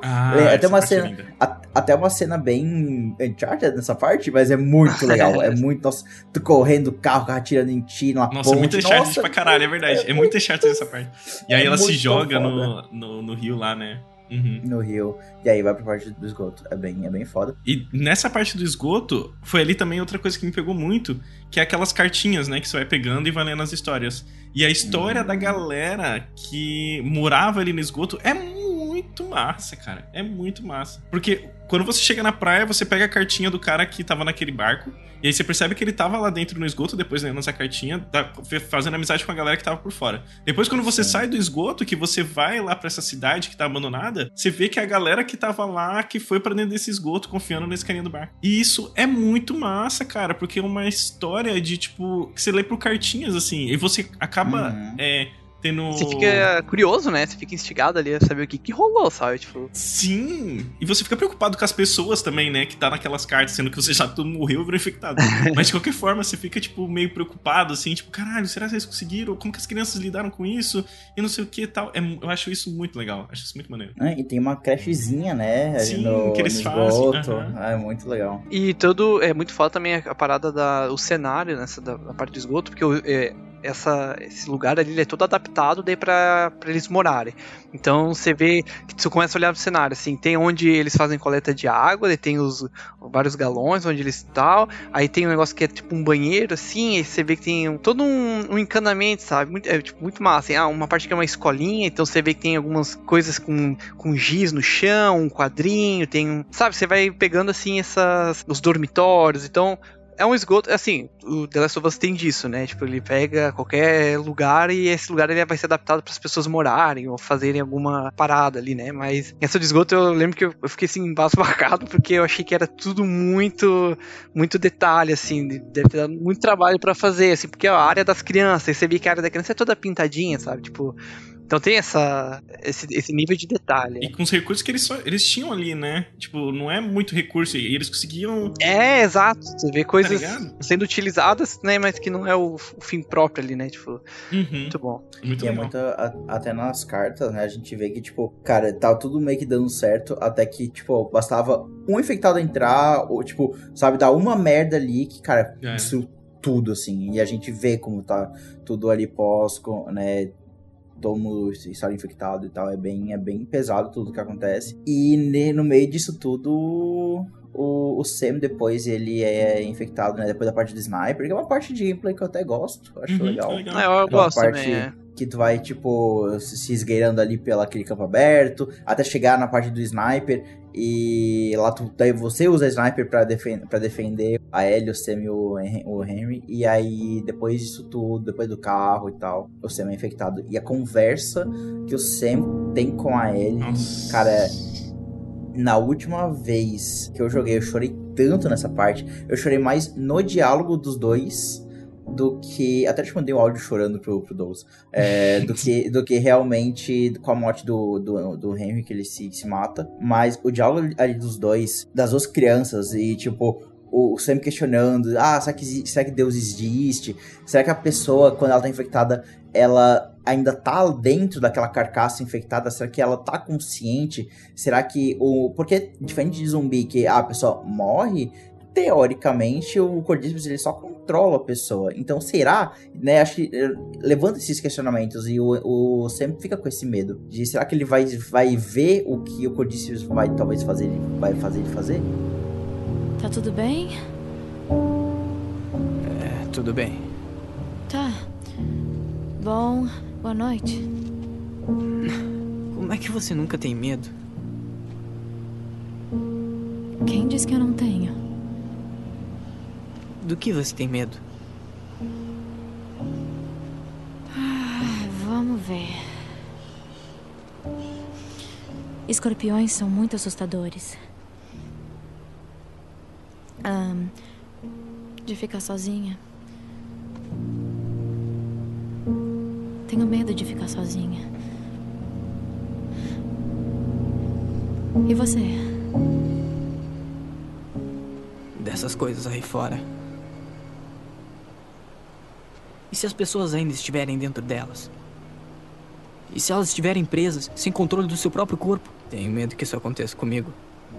Até uma cena bem Uncharted nessa parte, mas é muito legal. É muito, nossa, tu correndo do carro atirando em ti numa ponte. É muito Uncharted pra caralho, é verdade. É muito Uncharted essa parte. E aí ela se joga no rio lá, né? No rio. E aí vai pra parte do esgoto. É bem foda. E nessa parte do esgoto, foi ali também outra coisa que me pegou muito, que é aquelas cartinhas, né, que você vai pegando e vai lendo as histórias. E a história da galera que morava ali no esgoto é muito massa, cara. É muito massa. Porque quando você chega na praia, você pega a cartinha do cara que tava naquele barco, e aí você percebe que ele tava lá dentro no esgoto, depois lendo essa cartinha, fazendo amizade com a galera que tava por fora. Depois, quando você sai do esgoto, que você vai lá pra essa cidade que tá abandonada, você vê que a galera que tava lá, que foi pra dentro desse esgoto, confiando nesse carinha do barco. E isso é muito massa, cara, porque é uma história de, tipo, que você lê por cartinhas, assim, e você acaba Você fica curioso, né? Você fica instigado ali a saber o que rolou, sabe? Tipo... Sim! E você fica preocupado com as pessoas também, né? Que tá naquelas cartas, sendo que você já todo morreu e virou infectado. Mas de qualquer forma, você fica, tipo, meio preocupado, assim, tipo, caralho, será que eles conseguiram? Como que as crianças lidaram com isso? E não sei o que e tal. Eu acho isso muito legal. Acho isso muito maneiro. E tem uma crechezinha, né? Sim, no, que eles no fazem. esgoto. É muito legal. E é muito foda também a parada o cenário, nessa da parte do esgoto, porque esse lugar ali ele é todo adaptado daí pra eles morarem. Então você vê que você começa a olhar no cenário, assim, tem onde eles fazem coleta de água, daí tem os vários galões onde eles tal, aí tem um negócio que é tipo um banheiro, assim, aí você vê que tem todo um encanamento, sabe? Muito massa, assim, uma parte que é uma escolinha, então você vê que tem algumas coisas com giz no chão, um quadrinho, sabe, você vai pegando assim os dormitórios, então é um esgoto, assim, o The Last of Us tem disso, né? Tipo, ele pega qualquer lugar e esse lugar ele vai ser adaptado para as pessoas morarem ou fazerem alguma parada ali, né? Mas essa de esgoto eu lembro que eu fiquei assim, embasbacado porque eu achei que era tudo muito, muito detalhe, assim, deve ter dado muito trabalho para fazer, assim, porque a área das crianças, você vê que a área da criança é toda pintadinha, sabe? Tipo... Então tem esse nível de detalhe. E com os recursos que eles tinham ali, né? Tipo, não é muito recurso. E eles conseguiam... Exato. Você vê coisas sendo utilizadas, né? Mas que não é o fim próprio ali, né? Tipo, muito bom. Muito legal. Muito, até nas cartas, né? A gente vê que, tipo, cara, tá tudo meio que dando certo. Até que, tipo, bastava um infectado entrar, ou, tipo, sabe, dar uma merda ali que, cara, isso tudo, assim. E a gente vê como tá tudo ali né? Todo mundo estar infectado e tal, é bem pesado tudo que acontece. E no meio disso tudo, o Sam depois ele é infectado, né? Depois da parte do sniper, que é uma parte de gameplay que eu até gosto, acho legal. Eu gosto parte também, que tu vai, tipo, se esgueirando ali aquele campo aberto, até chegar na parte do sniper, e lá daí você usa sniper pra defender a Ellie, o Sam e o Henry, e aí depois disso tudo, depois do carro e tal, o Sam é infectado. E a conversa que o Sam tem com a Ellie, cara, na última vez que eu joguei, eu chorei tanto nessa parte, eu chorei mais no diálogo dos dois do que... Até te mandei um áudio chorando pro Douglas. Do que realmente com a morte do Henry, que ele se mata. Mas o diálogo ali dos dois, das duas crianças, e tipo... O Sam questionando, será que Deus existe? Será que a pessoa, quando ela tá infectada, ela ainda tá dentro daquela carcaça infectada? Será que ela tá consciente? Será que porque diferente de zumbi, que a pessoa morre, teoricamente o Cordyceps ele só controla a pessoa. Então será, né, acho que levanta esses questionamentos e o Sam fica com esse medo de será que ele vai ver o que o Cordyceps vai talvez fazer ele fazer? Tá tudo bem? Tudo bem. Tá. Bom, boa noite. Como é que você nunca tem medo? Quem diz que eu não tenho? Do que você tem medo? Vamos ver. Escorpiões são muito assustadores. De ficar sozinha. Tenho medo de ficar sozinha. E você? Dessas coisas aí fora. E se as pessoas ainda estiverem dentro delas? E se elas estiverem presas, sem controle do seu próprio corpo? Tenho medo que isso aconteça comigo.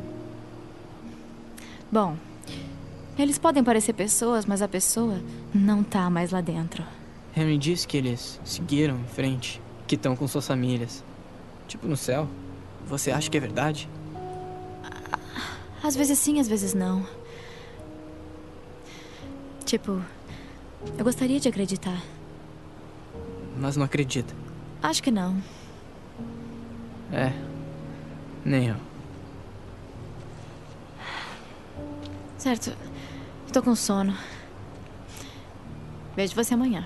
Bom, eles podem parecer pessoas, mas a pessoa não tá mais lá dentro. Henry disse que eles seguiram em frente, que estão com suas famílias. Tipo no céu. Você acha que é verdade? Às vezes sim, às vezes não. Tipo, eu gostaria de acreditar. Mas não acredita? Acho que não. Nem eu. Certo. Tô com sono. Vejo você amanhã.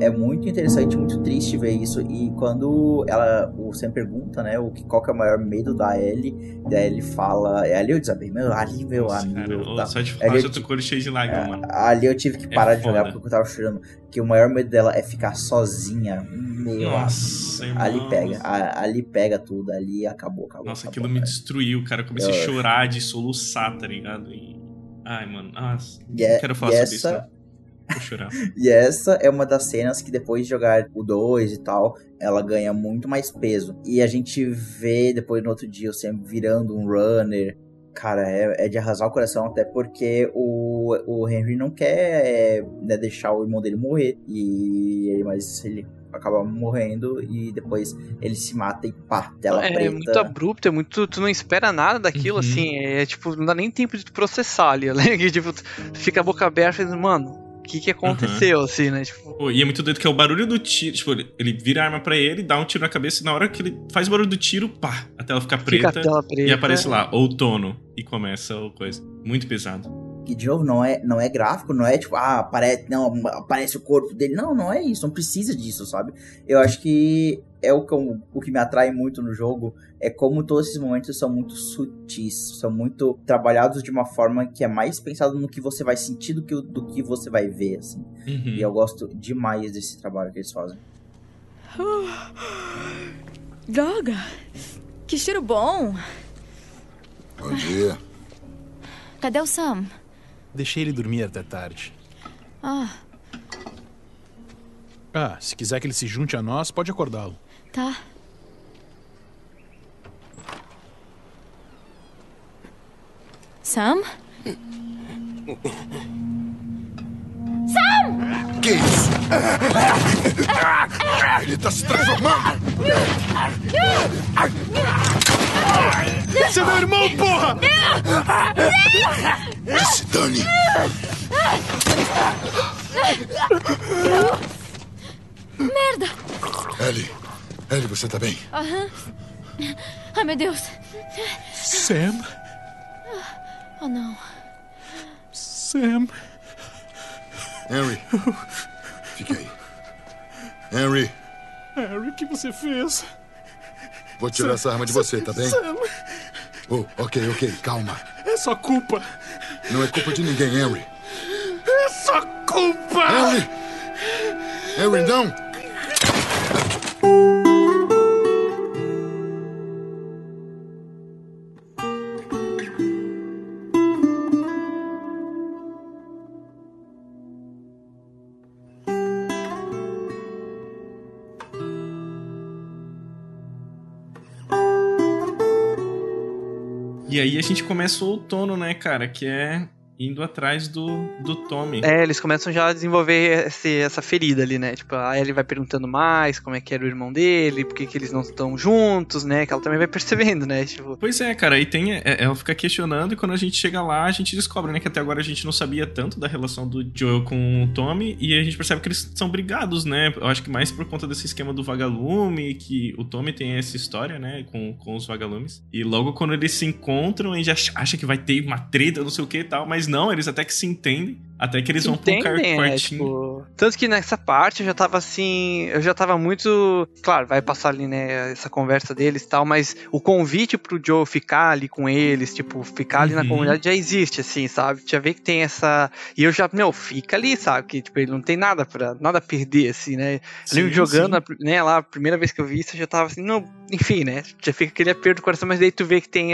É muito interessante, muito triste ver isso. E quando o Sam pergunta, né, qual que é o maior medo da Ellie, daí ele fala... É ali eu desabei, meu amigo. Tá. Só de falar, já tô com o olho cheio de lágrimas, mano. Ali eu tive que parar de jogar porque eu tava chorando. Que o maior medo dela é ficar sozinha. Nossa, irmão. Ali pega tudo, ali acabou. Nossa, aquilo me destruiu, cara. Eu comecei a chorar, de soluçar, tá ligado? Ai, mano, nossa. Não quero falar sobre isso, né? Vou chorar. E essa é uma das cenas que depois de jogar o 2 e tal, ela ganha muito mais peso. E a gente vê depois no outro dia o Sam virando um runner. Cara, é de arrasar o coração, até porque o Henry não quer né, deixar o irmão dele morrer. Mas ele acaba morrendo e depois ele se mata e pá, tela preta. É muito abrupto, tu não espera nada daquilo, assim, tipo, não dá nem tempo de tu processar ali, né? Que, tipo, fica a boca aberta e diz, mano, o que aconteceu, assim, né? Tipo... E é muito doido que é o barulho do tiro, tipo, ele vira a arma pra ele, dá um tiro na cabeça e na hora que ele faz o barulho do tiro, pá, a tela fica preta, e aparece lá, outono, e começa a coisa. Muito pesado. E, de novo, não é gráfico, não é tipo, aparece o corpo dele. Não é isso, não precisa disso, sabe? Eu acho que o que me atrai muito no jogo é como todos esses momentos são muito sutis, são muito trabalhados de uma forma que é mais pensado no que você vai sentir do que você vai ver, assim. E eu gosto demais desse trabalho que eles fazem. Droga! Que cheiro bom! Bom dia. Cadê o Sam? Deixei ele dormir até tarde. Se quiser que ele se junte a nós, pode acordá-lo. Tá. Sam? Sam! Que isso? Ele tá se transformando! Você é meu irmão, porra! Que se dane! Merda! Ellie, você tá bem? Ai, meu Deus! Sam? Oh, não. Sam? Henry, fique aí. Henry, o que você fez? Vou tirar essa arma de você, tá bem? Sam. Ok, calma. É sua culpa. Não é culpa de ninguém, Henry. É sua culpa! Henry, não! E aí a gente começa o outono, né, cara? Que é indo atrás do Tommy. Eles começam já a desenvolver essa ferida ali, né? Tipo, a Ellie vai perguntando mais como é que era o irmão dele, por que eles não estão juntos, né? Que ela também vai percebendo, né? Tipo... Pois é, cara, aí ela fica questionando e quando a gente chega lá, a gente descobre, né? Que até agora a gente não sabia tanto da relação do Joel com o Tommy e a gente percebe que eles são brigados, né? Eu acho que mais por conta desse esquema do vagalume, que o Tommy tem essa história, né? Com os vagalumes. E logo quando eles se encontram, a gente acha que vai ter uma treta, não sei o que e tal, mas não, eles até que se entendem, até que eles vão pra um quartinho. Tipo... Tanto que nessa parte eu já tava assim, muito... Claro, vai passar ali, né, essa conversa deles e tal, mas o convite pro Joe ficar ali com eles, tipo, ficar ali na comunidade já existe, assim, sabe? Já vê que tem essa... E eu já, fica ali, sabe? Que, tipo, ele não tem nada a perder, assim, né? Ali jogando, né, lá, a primeira vez que eu vi isso, eu já tava assim, não... Enfim, né? Já fica aquele aperto do coração, mas daí tu vê que tem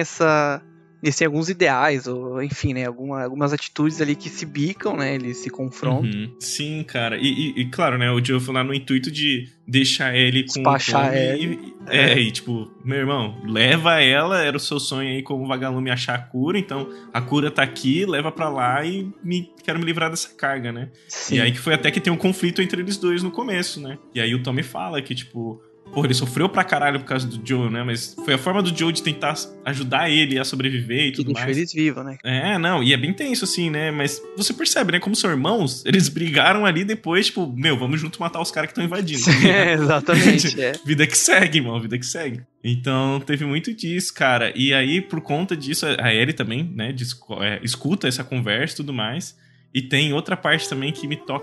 eles têm alguns ideais, ou enfim, né, algumas atitudes ali que se bicam, né, eles se confrontam. Sim, cara, e claro, né, o Joe foi lá no intuito de deixar ele com despachar o Tommy, e tipo, meu irmão, leva ela, era o seu sonho aí como vagalume achar a cura, então a cura tá aqui, leva pra lá e quero me livrar dessa carga, né. Sim. E aí que foi até que tem um conflito entre eles dois no começo, né, e aí o Tommy fala que, tipo... Porra, ele sofreu pra caralho por causa do Joe, né? Mas foi a forma do Joe de tentar ajudar ele a sobreviver e tudo mais. Que deixou eles vivos, né? E é bem tenso, assim, né? Mas você percebe, né? Como são irmãos, eles brigaram ali depois, tipo, vamos junto matar os caras que estão invadindo. Exatamente, Vida que segue, irmão, vida que segue. Então, teve muito disso, cara. E aí, por conta disso, a Ellie também, né? Escuta essa conversa e tudo mais. E tem outra parte também que me toca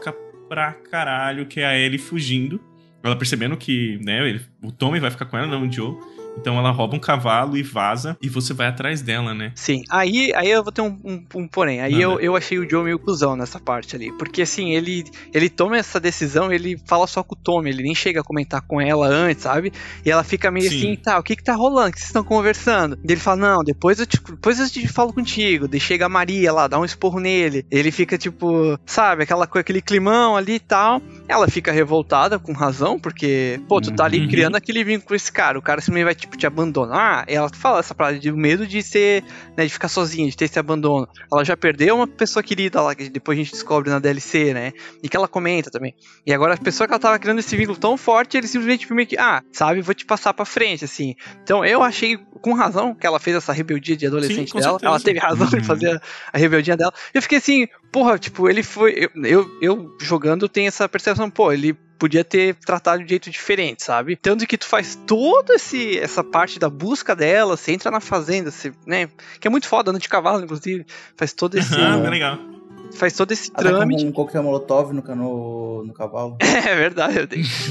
pra caralho, que é a Ellie fugindo. Ela percebendo que, né, o Tommy vai ficar com ela, não o Joe. Então ela rouba um cavalo e vaza, e você vai atrás dela, né? Sim, aí eu vou ter um porém. Aí eu achei o Joe meio cuzão nessa parte ali. Porque assim, ele toma essa decisão, ele fala só com o Tommy, ele nem chega a comentar com ela antes, sabe? E ela fica meio assim, tá, o que tá rolando? O que vocês estão conversando? E ele fala, não, depois eu te falo contigo. Daí chega a Maria lá, dá um esporro nele. Ele fica tipo, sabe, aquele climão ali e tal. Ela fica revoltada, com razão, porque, pô, tu tá ali criando aquele vínculo com esse cara. O cara simplesmente vai, tipo, te abandonar. Ela fala essa parada de medo de ser, né, de ficar sozinha, de ter esse abandono. Ela já perdeu uma pessoa querida lá, que depois a gente descobre na DLC, né? E que ela comenta também. E agora a pessoa que ela tava criando esse vínculo tão forte, ele simplesmente meio que, sabe, vou te passar pra frente, assim. Então eu achei, com razão, que ela fez essa rebeldia de adolescente dela. Certeza. Ela teve razão em fazer a rebeldia dela. Eu fiquei assim, porra, tipo, ele foi... Eu jogando tenho essa percepção, pô, ele podia ter tratado de um jeito diferente, sabe? Tanto que tu faz toda essa parte da busca dela, você entra na fazenda, você, né? Que é muito foda, andando de cavalo, inclusive. Faz todo esse... legal. Faz todo esse trâmite. Um coquetel molotov no cavalo. É verdade.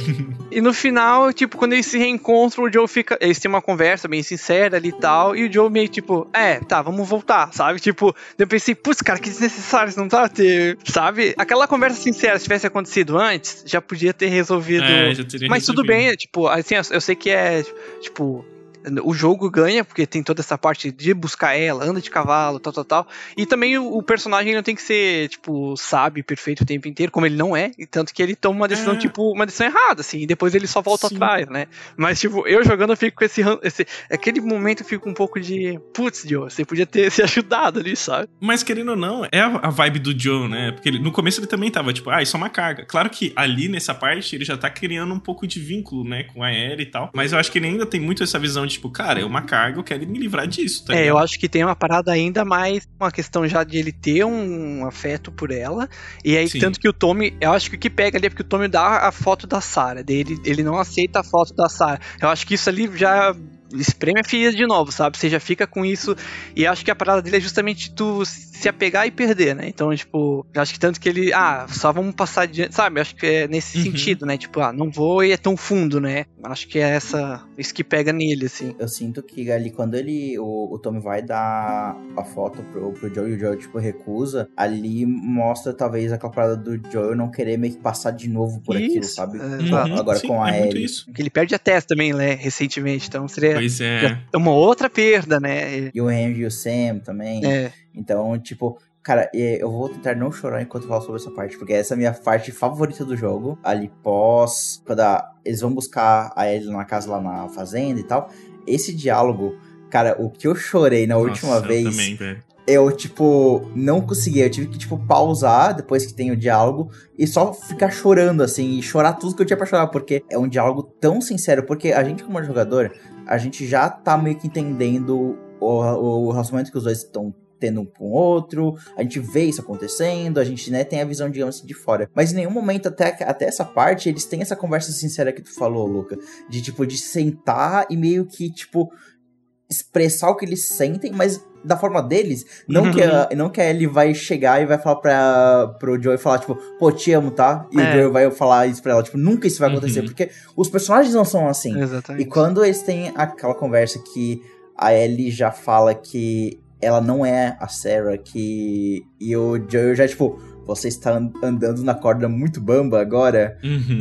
E no final, tipo, quando eles se reencontram, o Joe fica... Eles têm uma conversa bem sincera ali e tal, e o Joe meio tipo, tá, vamos voltar, sabe? Tipo, eu pensei, putz, cara, que desnecessário, isso não tá ter... Sabe? Aquela conversa sincera, se tivesse acontecido antes, já podia ter resolvido. Já teria Mas resolvido. Tudo bem, tipo, assim, eu sei que é, tipo... O jogo ganha, porque tem toda essa parte de buscar ela, anda de cavalo, tal. E também o personagem não tem que ser, tipo, sábio, perfeito o tempo inteiro, como ele não é. E tanto que ele toma uma decisão, tipo, uma decisão errada, assim, e depois ele só volta atrás, né? Mas, tipo, eu jogando, eu fico com esse aquele momento eu fico um pouco de, putz, Joe, você podia ter se ajudado ali, sabe? Mas querendo ou não, é a vibe do Joe, né? Porque no começo ele também tava, tipo, isso é uma carga. Claro que ali, nessa parte, ele já tá criando um pouco de vínculo, né, com a Ellie e tal. Mas eu acho que ele ainda tem muito essa visão de, tipo, cara, é uma carga, eu quero me livrar disso, tá ligado? Eu acho que tem uma parada ainda mais, uma questão já de ele ter um afeto por ela, e aí tanto que o Tommy, eu acho que o que pega ali é porque o Tommy dá a foto da Sarah, ele não aceita a foto da Sarah. Eu acho que isso ali já espreme a ferida de novo, sabe? Você já fica com isso, e acho que a parada dele é justamente tu se apegar e perder, né? Então, tipo, eu acho que tanto que ele, só vamos passar adiante, sabe? Eu acho que é nesse sentido, né? Tipo, não vou e é tão fundo, né? Acho que é isso que pega nele, assim. Eu sinto que ali, quando o Tommy vai dar a foto pro Joe e o Joe, tipo, recusa, ali mostra, talvez, aquela parada do Joe não querer meio que passar de novo por aquilo, sabe? Agora com a Ellie. Porque ele perde a Tess também, né? Recentemente, então seria... Pois é. Uma outra perda, né? E o Henry e o Sam também. Então, tipo, cara, eu vou tentar não chorar enquanto eu falo sobre essa parte, porque essa é a minha parte favorita do jogo. Ali quando eles vão buscar a Ellie na casa, lá na fazenda e tal. Esse diálogo, cara, o que eu chorei na última vez... Eu também, velho. Eu, tipo, não consegui. Eu tive que, tipo, pausar depois que tem o diálogo e só ficar chorando, assim, e chorar tudo que eu tinha pra chorar, porque é um diálogo tão sincero, porque a gente, como jogador, a gente já tá meio que entendendo o relacionamento que os dois estão tendo um com o outro, a gente vê isso acontecendo, a gente, né, tem a visão, digamos assim, de fora. Mas em nenhum momento, até essa parte, eles têm essa conversa sincera que tu falou, Luca, de, tipo, de sentar e meio que, tipo, expressar o que eles sentem, mas da forma deles, não que a Ellie vai chegar e vai falar pro Joe e falar, tipo, pô, te amo, tá? E o Joe vai falar isso pra ela, tipo, nunca isso vai acontecer, porque os personagens não são assim. Exatamente. E quando eles têm aquela conversa que a Ellie já fala que ela não é a Sarah, e o Joe já, tipo, você está andando na corda muito bamba agora,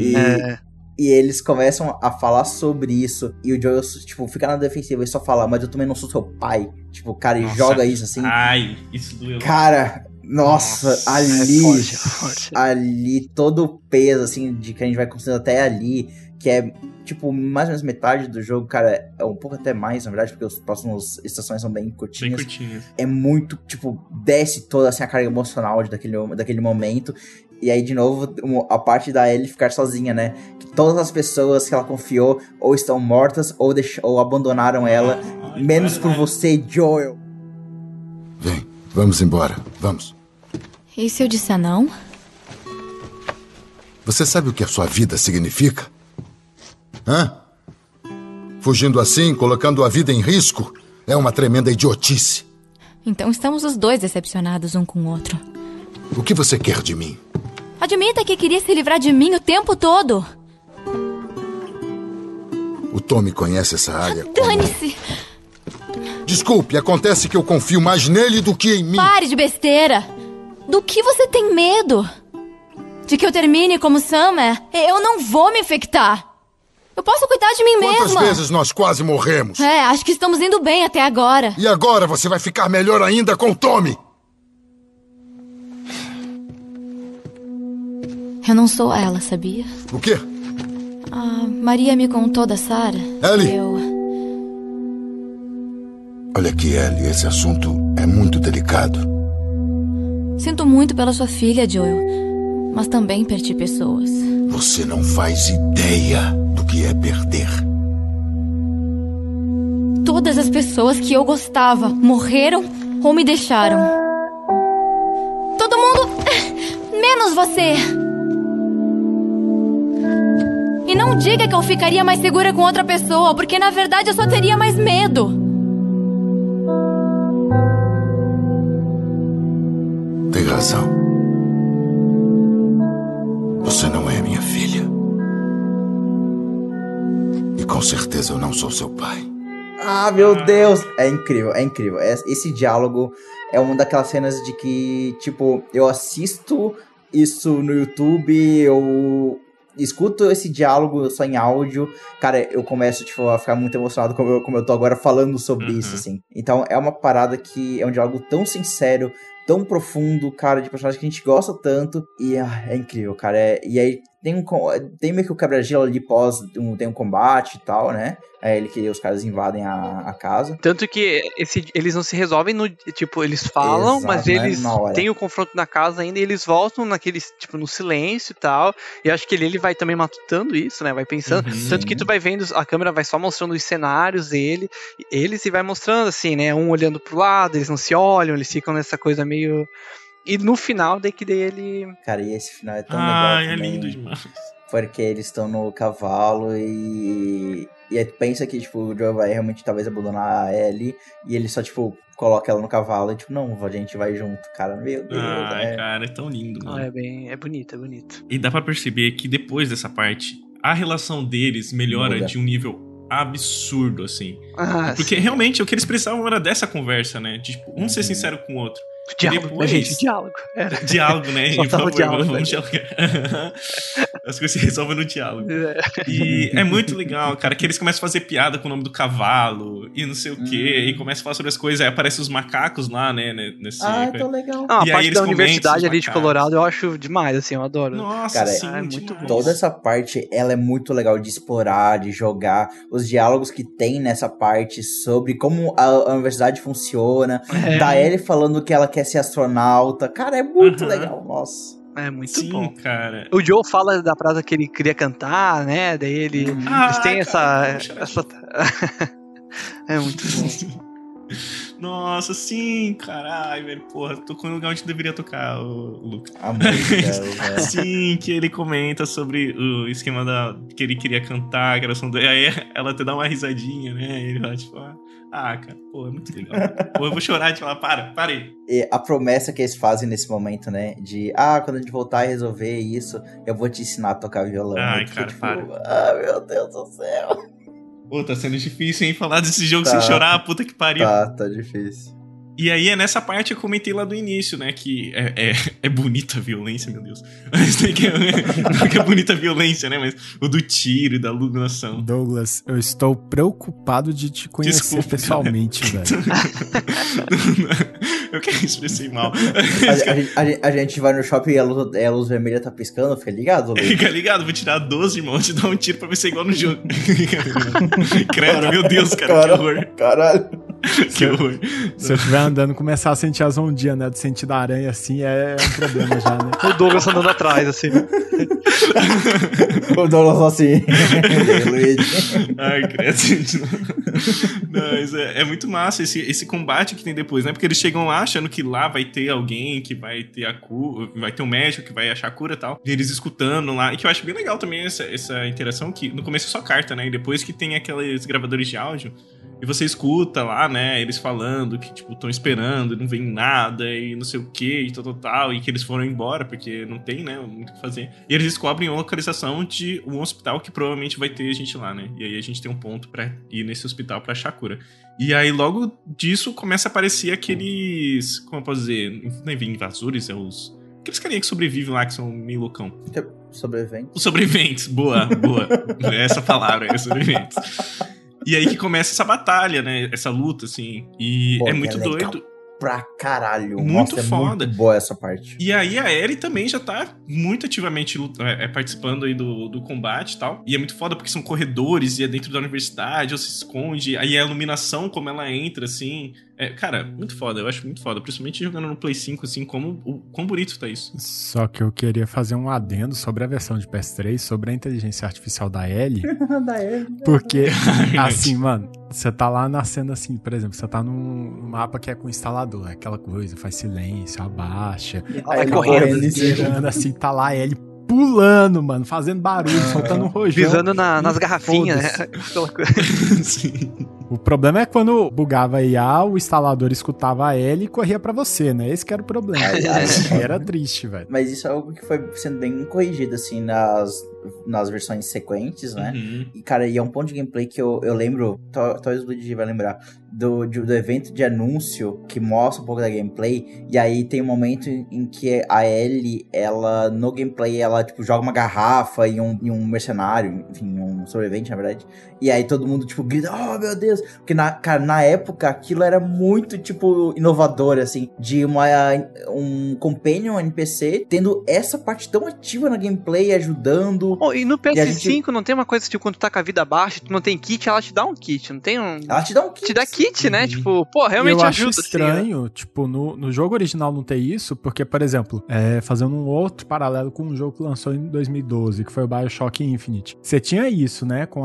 E eles começam a falar sobre isso. E o Joel, tipo, fica na defensiva e só fala, mas eu também não sou seu pai. Tipo, cara, e joga isso assim. Ai, isso doeu. Cara, nossa, ali. Forte. Ali, todo o peso, assim, de que a gente vai conseguindo até ali, que é, tipo, mais ou menos metade do jogo, cara, é um pouco até mais, na verdade, porque os próximos estações são bem curtinhas. É muito, tipo, desce toda, assim, a carga emocional daquele momento. E aí, de novo, a parte da Ellie ficar sozinha, né? Que todas as pessoas que ela confiou ou estão mortas ou abandonaram ela, menos por você, Joel. Vem, vamos embora, vamos. E se eu disser não? Você sabe o que a sua vida significa? Hã? Fugindo assim, colocando a vida em risco, é uma tremenda idiotice. Então estamos os dois decepcionados um com o outro. O que você quer de mim? Admita que queria se livrar de mim o tempo todo. O Tommy conhece essa área. Dane-se! Desculpe, acontece que eu confio mais nele do que em mim. Pare de besteira! Do que você tem medo? De que eu termine como Summer? Eu não vou me infectar. Eu posso cuidar de mim mesma. Quantas vezes nós quase morremos? Acho que estamos indo bem até agora. E agora você vai ficar melhor ainda com o Tommy. Eu não sou ela, sabia? O quê? A Maria me contou da Sarah. Ellie! Olha aqui, Ellie, esse assunto é muito delicado. Sinto muito pela sua filha, Joel. Mas também perdi pessoas. Você não faz ideia do que é perder. Todas as pessoas que eu gostava morreram ou me deixaram. Todo mundo... menos você. E não diga que eu ficaria mais segura com outra pessoa, porque na verdade eu só teria mais medo. Tem razão. Você não é minha filha. E com certeza eu não sou seu pai. Ah, meu Deus! É incrível, é incrível. Esse diálogo é uma daquelas cenas de que, tipo, eu assisto isso no YouTube, eu escuto esse diálogo só em áudio, cara, eu começo, tipo, a ficar muito emocionado como eu tô agora falando sobre isso, assim. Então, é uma parada que é um diálogo tão sincero, tão profundo, cara, de personagem que a gente gosta tanto, e é incrível, cara. E aí, tem meio que o quebra-gelo ali tem um combate e tal, né? É ele que os caras invadem a casa. Tanto que eles não se resolvem no... Tipo, eles falam, exato, mas eles têm o confronto na casa ainda e eles voltam naqueles, tipo, no silêncio e tal. E eu acho que ele vai também matutando isso, né? Vai pensando. Tanto que tu vai vendo, a câmera vai só mostrando os cenários eles e vai mostrando assim, né? Um olhando pro lado, eles não se olham, eles ficam nessa coisa meio... E no final, daí ele... Cara, e esse final é tão legal também. É lindo demais. Porque eles estão no cavalo e aí tu pensa que, tipo, o Joe vai realmente talvez abandonar a Ellie e ele só, tipo, coloca ela no cavalo e, tipo, não, a gente vai junto, cara. Meu Deus, cara, é tão lindo, mano. É bonito, é bonito. E dá pra perceber que depois dessa parte, a relação deles melhora de um nível absurdo, assim. Porque sim, realmente o que eles precisavam era dessa conversa, né? De, tipo, um ser sincero com o outro. Diálogo, depois... gente, diálogo. Diálogo, né? Só tava diálogo, vamos dialogar. As coisas se resolvem no diálogo. E é muito legal, cara, que eles começam a fazer piada com o nome do cavalo e não sei o quê, e começam a falar sobre as coisas, aí aparecem os macacos lá, né? Nesse... é tão legal. A parte da universidade ali de Colorado eu acho demais, assim, eu adoro. Nossa, cara, sim, é muito bom. Toda essa parte, ela é muito legal de explorar, de jogar, os diálogos que tem nessa parte sobre como a universidade funciona, da Ellie falando que ela quer ser astronauta, cara, é muito legal, nossa. É muito bom, cara. O Joe fala da frase que ele queria cantar, né? Daí eles têm essa... É muito bom. Nossa, sim, caralho, velho. Porra, tocou no lugar onde deveria tocar, o Luca. A música, sim, que ele comenta sobre o esquema que ele queria cantar, que era som. Aí ela até dá uma risadinha, né? E ele vai tipo, cara, pô, é muito legal. Pô, eu vou chorar de falar, para aí. E a promessa que eles fazem nesse momento, né? De, quando a gente voltar e resolver isso, eu vou te ensinar a tocar violão. Ai, né? cara, tipo, para. Meu Deus do céu. Pô, tá sendo difícil, hein? Falar desse jogo sem chorar, puta que pariu. Tá difícil. E aí é nessa parte que eu comentei lá do início, né? Que é bonita a violência, meu Deus. Não que é bonita a violência, né? Mas o do tiro e da iluminação. Douglas, eu estou preocupado de te conhecer pessoalmente, velho. Eu quero expressar mal. A gente vai no shopping e a luz vermelha tá piscando, fica ligado, Luiz? Fica ligado, vou tirar 12, irmão, te dar um tiro pra ver se é igual no jogo. Credo, meu Deus, cara, que horror. Caralho. Que horror. Se eu estiver andando, começar a sentir as ondinhas, né, do sentido da aranha, assim, é um problema já, né? O Douglas andando atrás, assim. O Douglas assim. Ai, credo. Mas é muito massa esse combate que tem depois, né? Porque eles chegam lá achando que lá vai ter alguém que vai ter a cura, vai ter um médico que vai achar a cura e tal. E eles escutando lá. E que eu acho bem legal também essa interação, que no começo é só carta, né? E depois que tem aqueles gravadores de áudio, E você escuta lá, né, eles falando que, tipo, estão esperando, não vem nada e não sei o que e tal, e que eles foram embora porque não tem, né, muito o que fazer. E eles descobrem a localização de um hospital que provavelmente vai ter gente lá, né? E aí a gente tem um ponto pra ir nesse hospital pra achar a cura. E aí logo disso começa a aparecer aqueles, como eu posso dizer, não é invasores, aqueles carinha que sobrevivem lá, que são meio loucão. Sobreviventes. Os sobreviventes, boa. Essa palavra, sobreviventes. E aí que começa essa batalha, né? Essa luta, assim. E é muito doido. Pra caralho. Muito Nossa, foda. É muito boa essa parte. E aí a Ellie também já tá muito ativamente participando aí do combate e tal. E é muito foda porque são corredores e é dentro da universidade, ou se esconde. Aí a iluminação, como ela entra, assim... cara, muito foda. Eu acho muito foda. Principalmente jogando no Play 5, assim, quão bonito tá isso. Só que eu queria fazer um adendo sobre a versão de PS3, sobre a inteligência artificial da Ellie. Da Ellie. Porque, assim, mano, você tá lá na cena, assim, por exemplo, você tá num mapa que é com instalador, aquela coisa, faz silêncio, abaixa. Aí correndo, assim, tá lá a Ellie pulando, mano, fazendo barulho, soltando um rojão. Pisando nas garrafinhas, né? Sim. O problema é quando bugava a IA, o instalador escutava a Ellie e corria pra você, né? Esse que era o problema. Era triste, velho. Mas isso é algo que foi sendo bem corrigido, assim, nas versões sequentes, né? Uhum. E, cara, e é um ponto de gameplay que eu lembro, talvez o Luigi vai lembrar, do evento de anúncio que mostra um pouco da gameplay, e aí tem um momento em que a Ellie, ela, no gameplay, ela, tipo, joga uma garrafa em um mercenário, enfim, um sobrevivente, na verdade, e aí todo mundo, tipo, grita, oh, meu Deus, porque, cara, na época, aquilo era muito, tipo, inovador, assim, de um companion NPC tendo essa parte tão ativa na gameplay, ajudando. Oh, e no PS5 não tem uma coisa, tipo, quando tu tá com a vida baixa, tu não tem kit, ela te dá um kit, não tem um... Ela te dá um kit. Te dá kit, né? Tipo, pô, realmente ajuda. Eu acho estranho, assim, tipo, no jogo original não ter isso, porque, por exemplo, fazendo um outro paralelo com um jogo que lançou em 2012, que foi o BioShock Infinite. Você tinha isso, né, com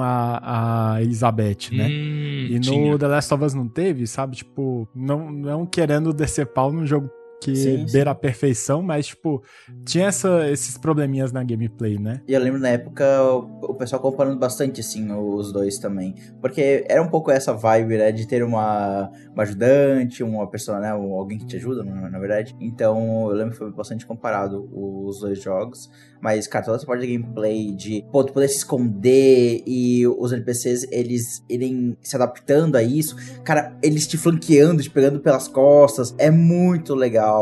a Elizabeth, né? E no The Last of Us não teve, sabe? Tipo, não querendo descer pau num jogo que beira a perfeição, mas, tipo, tinha esses probleminhas na gameplay, né? E eu lembro na época o pessoal comparando bastante, assim, os dois também. Porque era um pouco essa vibe, né? De ter uma ajudante, uma pessoa, né? Alguém que te ajuda, na verdade. Então, eu lembro que foi bastante comparado os dois jogos. Mas, cara, toda essa parte de gameplay, de tu poder se esconder e os NPCs, eles irem se adaptando a isso. Cara, eles te flanqueando, te pegando pelas costas. É muito legal.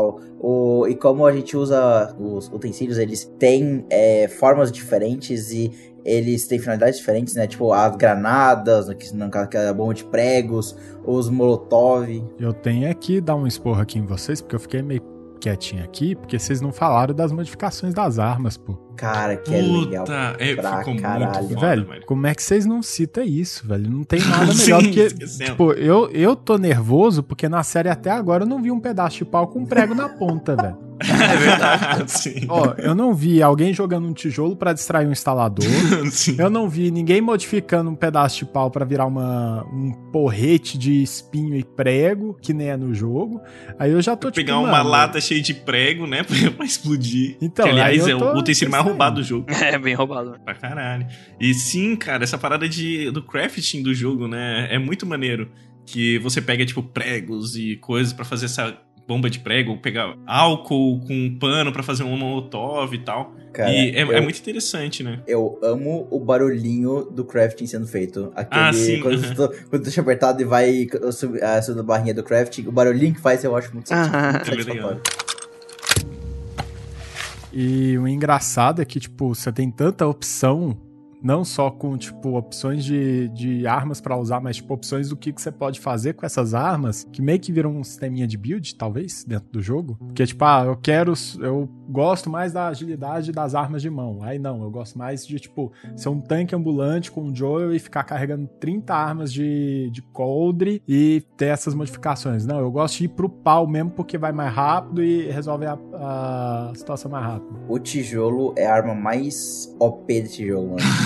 E como a gente usa os utensílios, eles têm formas diferentes e eles têm finalidades diferentes, né? Tipo, as granadas, no caso que é a bomba de pregos, os molotov. Eu tenho que dar um esporro aqui em vocês, porque eu fiquei meio quietinho aqui, porque vocês não falaram das modificações das armas, pô. Cara, que é legal pra caralho. Foda, velho, como é que vocês não citam isso, velho? Não tem nada melhor do que... Tipo, eu tô nervoso porque na série até agora eu não vi um pedaço de pau com um prego na ponta, velho. É verdade. Sim. Ó, eu não vi alguém jogando um tijolo pra distrair um instalador. Sim. Eu não vi ninguém modificando um pedaço de pau pra virar um porrete de espinho e prego, que nem é no jogo. Aí eu já tô tipo, pegar uma lata cheia de prego, né, pra explodir. Então, que, aliás, é o utensílio mais roubado do jogo. É, bem roubado. Pra caralho. E sim, cara, essa parada do crafting do jogo, né, é muito maneiro. Que você pega, tipo, pregos e coisas pra fazer essa bomba de prego, pegar álcool com um pano pra fazer um molotov e tal. Cara, e é muito interessante, né? Eu amo o barulhinho do crafting sendo feito. Aquele, sim. Quando tu deixa apertado e vai subir a barrinha do crafting, o barulhinho que faz eu acho muito satisfatório. E o engraçado é que, tipo, você tem tanta opção, não só com, tipo, opções de armas pra usar, mas, tipo, opções do que você pode fazer com essas armas, que meio que viram um sisteminha de build, talvez, dentro do jogo. Porque, tipo, eu gosto mais da agilidade das armas de mão. Aí não, eu gosto mais de, tipo, ser um tanque ambulante com um Joel e ficar carregando 30 armas de coldre e ter essas modificações. Não, eu gosto de ir pro pau mesmo, porque vai mais rápido e resolve a situação mais rápido. O tijolo é a arma mais OP desse jogo, mano.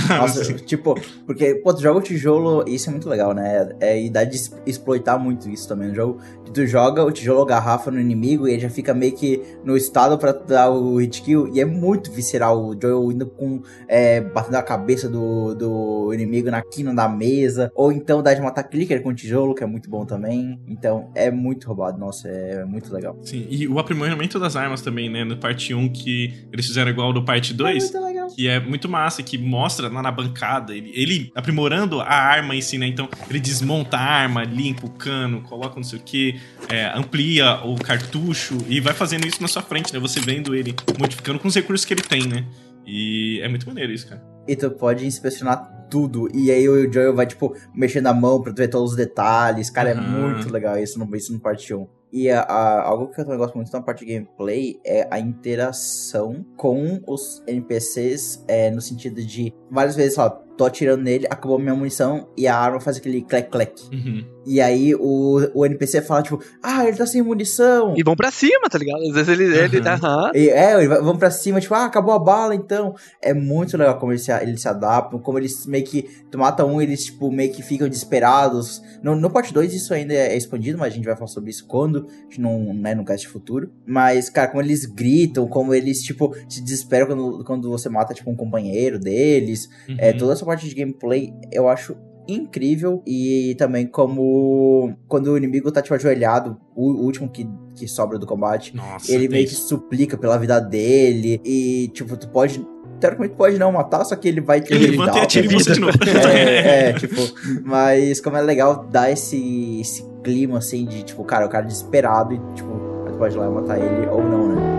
Nossa, tipo, porque, pô, tu joga o tijolo, isso é muito legal, né? E dá de exploitar muito isso também no jogo. Tu joga o tijolo ou garrafa no inimigo e ele já fica meio que no estado pra dar o hit kill. E é muito visceral o Joel indo com... batendo a cabeça do inimigo na quina da mesa. Ou então dá de matar clicker com tijolo, que é muito bom também. Então, é muito roubado. Nossa, é muito legal. Sim, e o aprimoramento das armas também, né? No parte 1, que eles fizeram igual no parte 2. É muito legal. Que é muito massa, que mostra lá na bancada, ele aprimorando a arma em si, né? Então, ele desmonta a arma, limpa o cano, coloca não sei o que, amplia o cartucho e vai fazendo isso na sua frente, né? Você vendo ele modificando com os recursos que ele tem, né? E é muito maneiro isso, cara. E tu pode inspecionar tudo. E aí o Joel vai, tipo, mexendo a mão pra tu ver todos os detalhes. Cara, é muito legal isso no parte 1. E algo que eu também gosto muito na parte de gameplay é a interação com os NPCs, no sentido de, várias vezes, ó, tô atirando nele, acabou minha munição e a arma faz aquele clec-clec. E aí o NPC fala, tipo, ele tá sem munição. E vão pra cima, tá ligado? Às vezes ele vão pra cima, tipo, acabou a bala, então. É muito legal como eles se adaptam, como eles meio que, tu mata um, eles, tipo, meio que ficam desesperados. No parte 2 isso ainda é expandido, mas a gente vai falar sobre isso quando, no cast futuro. Mas, cara, como eles gritam, como eles, tipo, se desesperam quando você mata, tipo, um companheiro deles. Toda essa parte de gameplay, eu acho incrível. E também como quando o inimigo tá, tipo, ajoelhado, o último que sobra do combate, ele meio que suplica pela vida dele. E, tipo, tu pode... Teoricamente pode não matar, só que ele vai te ele levanta e atira em você de novo. Tipo, mas como é legal dar esse clima, assim, de, tipo, cara, o cara desesperado e, tipo, tu pode ir lá e matar ele ou não, né?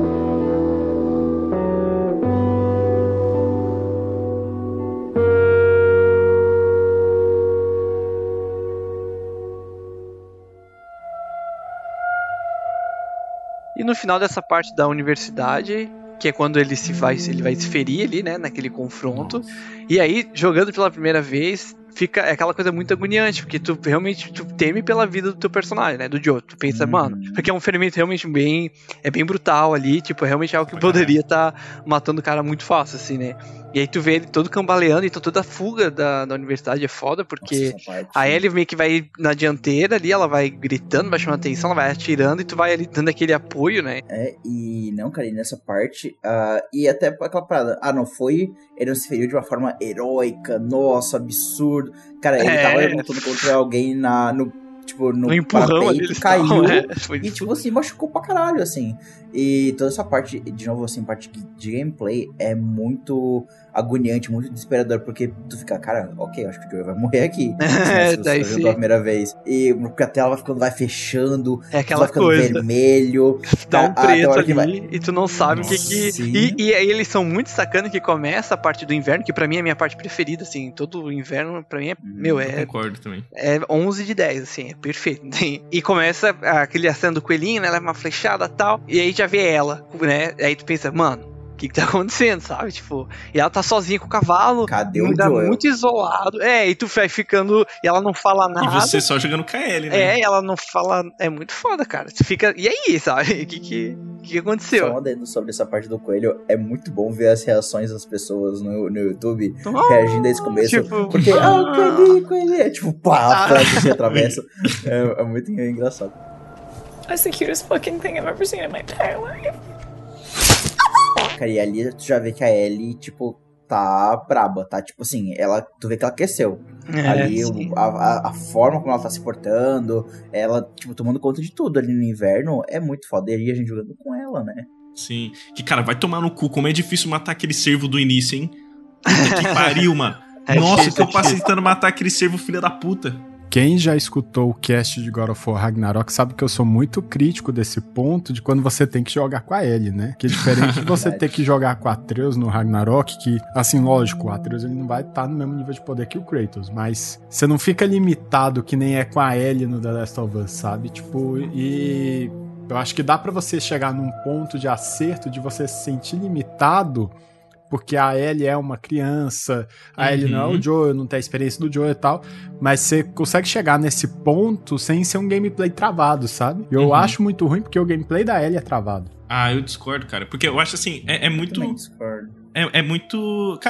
E no final dessa parte da universidade, que é quando ele vai se ferir ali, né, naquele confronto. E aí, jogando pela primeira vez, fica aquela coisa muito agoniante, porque tu realmente teme pela vida do teu personagem, né, do Joe. Tu pensa, mano, porque é um ferimento realmente bem brutal ali, tipo, realmente é algo que poderia estar matando o cara muito fácil, assim, né. E aí tu vê ele todo cambaleando, então toda a fuga da universidade é foda, porque a Ellie meio que vai na dianteira ali, ela vai gritando, vai chamando atenção, ela vai atirando e tu vai ali dando aquele apoio, né? E não, cara, e nessa parte, e até aquela parada, ele não se feriu de uma forma heróica, nossa, absurdo. Cara, ele tava lutando contra alguém no empurrão ali, ele caiu e, tipo assim, machucou pra caralho, assim. E toda essa parte, de novo, assim, parte de gameplay é muito agoniante, muito desesperador, porque tu fica, cara, ok, acho que o Joel vai morrer aqui. Se você jogou a primeira vez. E porque a tela vai fechando, aquela vai ficando vermelho. Dá um preto ali e tu não sabe o que... E aí eles são muito sacanas que começa a parte do inverno, que pra mim é a minha parte preferida, assim, todo o inverno pra mim eu concordo também. É 11 de 10, assim, é perfeito. E começa aquele aceno do coelhinho, né, leva uma flechada e tal, e aí já vê ela, né, aí tu pensa, mano, o que tá acontecendo, sabe? Tipo, e ela tá sozinha com o cavalo. Cadê o Joel? Muito isolado. E tu vai ficando... E ela não fala nada. E você só jogando KL, né? E ela não fala... É muito foda, cara. Tu fica... E aí, sabe? O que aconteceu? Só adendo sobre essa parte do coelho, é muito bom ver as reações das pessoas no YouTube reagindo a esse começo. Tipo, porque, coelhinho. É tipo, pá, se atravessa. É muito engraçado. That's the cutest fucking thing I've ever seen in my entire life. Cara, e ali tu já vê que a Ellie, tipo, tá braba, tá? Tipo assim, tu vê que ela aqueceu. Ali, a forma como ela tá se portando, ela, tipo, tomando conta de tudo ali no inverno, é muito foda. E a gente jogando com ela, né? Sim. Que, cara, vai tomar no cu. Como é difícil matar aquele cervo do início, hein? Puta que pariu, mano. Nossa, que eu passei tentando matar aquele cervo filha da puta. Quem já escutou o cast de God of War Ragnarok sabe que eu sou muito crítico desse ponto de quando você tem que jogar com a Ellie, né? Que é diferente de você ter que jogar com a Atreus no Ragnarok, que, assim, lógico, o Atreus ele não vai estar no mesmo nível de poder que o Kratos, mas você não fica limitado que nem é com a Ellie no The Last of Us, sabe? Tipo, e eu acho que dá pra você chegar num ponto de acerto de você se sentir limitado porque a Ellie é uma criança, a Ellie não é o Joel, não tem a experiência do Joel e tal, mas você consegue chegar nesse ponto sem ser um gameplay travado, sabe? E eu acho muito ruim porque o gameplay da Ellie é travado. Eu discordo, cara, porque eu acho assim, é muito... É muito... Cara,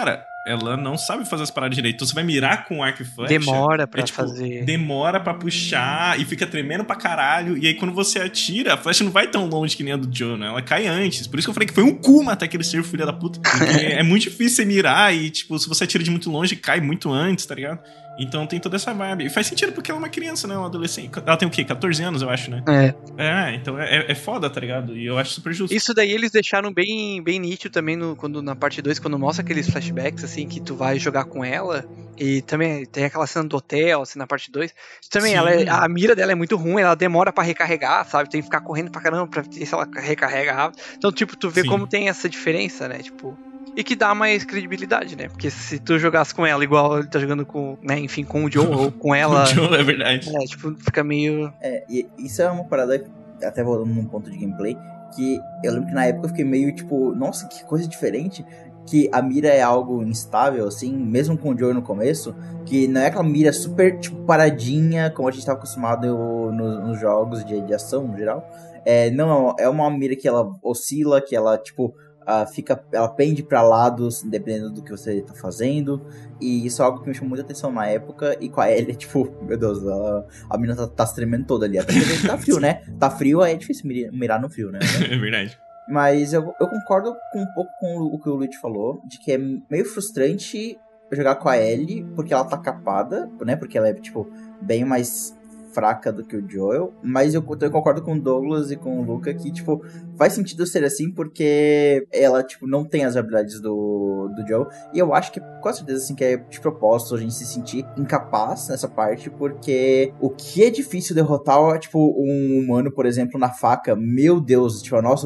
ela não sabe fazer as paradas direito. Então você vai mirar com arco e flecha. Demora pra fazer. Demora pra puxar e fica tremendo pra caralho. E aí quando você atira, a flecha não vai tão longe que nem a do Joe, né? Ela cai antes. Por isso que eu falei que foi um cu matar aquele ser filho da puta. Porque é muito difícil você mirar e, tipo, se você atira de muito longe, cai muito antes, tá ligado? Então tem toda essa vibe. E faz sentido porque ela é uma criança, né? Uma adolescente. Ela tem o quê? 14 anos, eu acho, né? Então é foda, tá ligado? E eu acho super justo. Isso daí eles deixaram bem nítido também na parte 2, quando mostra aqueles flashbacks, assim, que tu vai jogar com ela. E também tem aquela cena do hotel, assim, na parte 2. Também a mira dela é muito ruim, ela demora pra recarregar, sabe? Tem que ficar correndo pra caramba pra ver se ela recarrega rápido. Então, tipo, tu vê como tem essa diferença, né? Tipo... E que dá mais credibilidade, né? Porque se tu jogasse com ela igual ele tá jogando com, né, enfim, com o Joe ou com ela... o Joe, é verdade. Tipo, fica meio... E isso é uma parada, até voltando num ponto de gameplay, que eu lembro que na época eu fiquei meio, tipo, nossa, que coisa diferente, que a mira é algo instável, assim, mesmo com o Joe no começo, que não é aquela mira super, tipo, paradinha, como a gente tava acostumado nos jogos de ação, no geral. Não, é uma mira que ela oscila, que ela, tipo... ela pende pra lados, dependendo do que você tá fazendo. E isso é algo que me chamou muita atenção na época. E com a Ellie, tipo, meu Deus, a menina tá se tremendo toda ali. Até porque tá frio, né? Tá frio, aí é difícil mirar no frio, né? É verdade. Mas eu concordo um pouco com o que o Luigi falou, de que é meio frustrante jogar com a Ellie, porque ela tá capada, né? Porque ela é, tipo, bem mais fraca do que o Joel, mas eu concordo com o Douglas e com o Luca que, tipo, faz sentido ser assim porque ela, tipo, não tem as habilidades do Joel, e eu acho que, com certeza, assim, que é de propósito a gente se sentir incapaz nessa parte, porque o que é difícil derrotar, tipo, um humano, por exemplo, na faca, meu Deus, tipo, nossa,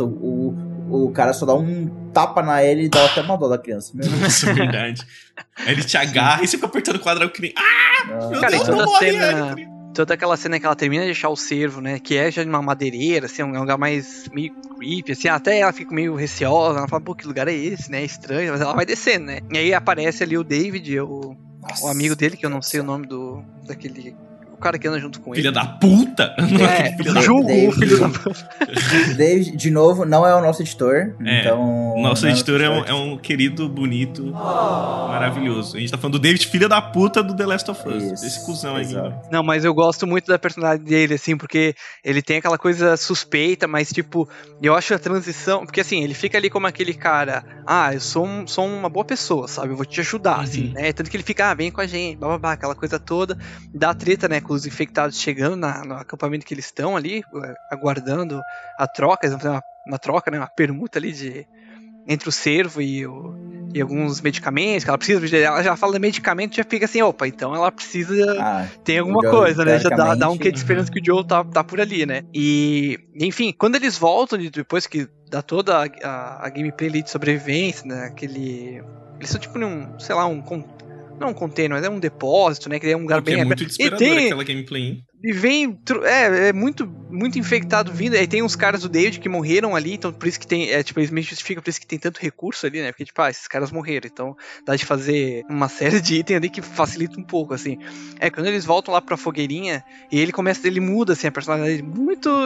o cara só dá um tapa na Ellie e dá até uma dó da criança. Nossa, é verdade. Aí ele te agarra e você fica apertando o quadrado que nem... Meu cara, Deus, não morre, toda aquela cena que ela termina de achar o cervo, né? Que é já de uma madeireira, assim, um lugar mais meio creepy, assim, até ela fica meio receosa, ela fala, pô, que lugar é esse, né? Estranho, mas ela vai descendo, né? E aí aparece ali o David, o amigo dele, que eu não sei o nome daquele... O cara que anda junto com ele. Filha da puta! Julgo o filho da puta. David, de novo, não é o nosso editor. Então. Nosso editor é um querido, bonito, maravilhoso. A gente tá falando do David, filha da puta do The Last of Us. Isso, esse cuzão aí. Não, mas eu gosto muito da personalidade dele, assim, porque ele tem aquela coisa suspeita, mas, tipo, eu acho a transição. Porque, assim, ele fica ali como aquele cara. Eu sou uma boa pessoa, sabe? Eu vou te ajudar, assim, né? Tanto que ele fica, vem com a gente, bababá, aquela coisa toda. Dá treta, né? Com os infectados chegando no acampamento que eles estão ali, aguardando a troca, eles vão fazer uma troca, né, uma permuta ali entre o cervo e alguns medicamentos que ela precisa. Ela já fala de medicamento, já fica assim, opa, então ela precisa ter alguma coisa, né? Já dá um quê de esperança que o Joel tá por ali, né? E, enfim, quando eles voltam, depois que dá toda a gameplay ali de sobrevivência, né? Eles são tipo sei lá, não um container, mas é um depósito, né? Que é um lugar bem... É muito desesperador aquela gameplay, hein? E vem... É muito, muito infectado vindo. Aí tem uns caras do David que morreram ali, então por isso que tem... tipo, eles meio justificam por isso que tem tanto recurso ali, né? Porque, tipo, esses caras morreram. Então dá de fazer uma série de itens ali que facilita um pouco, assim. Quando eles voltam lá pra fogueirinha, e ele muda, assim, a personalidade dele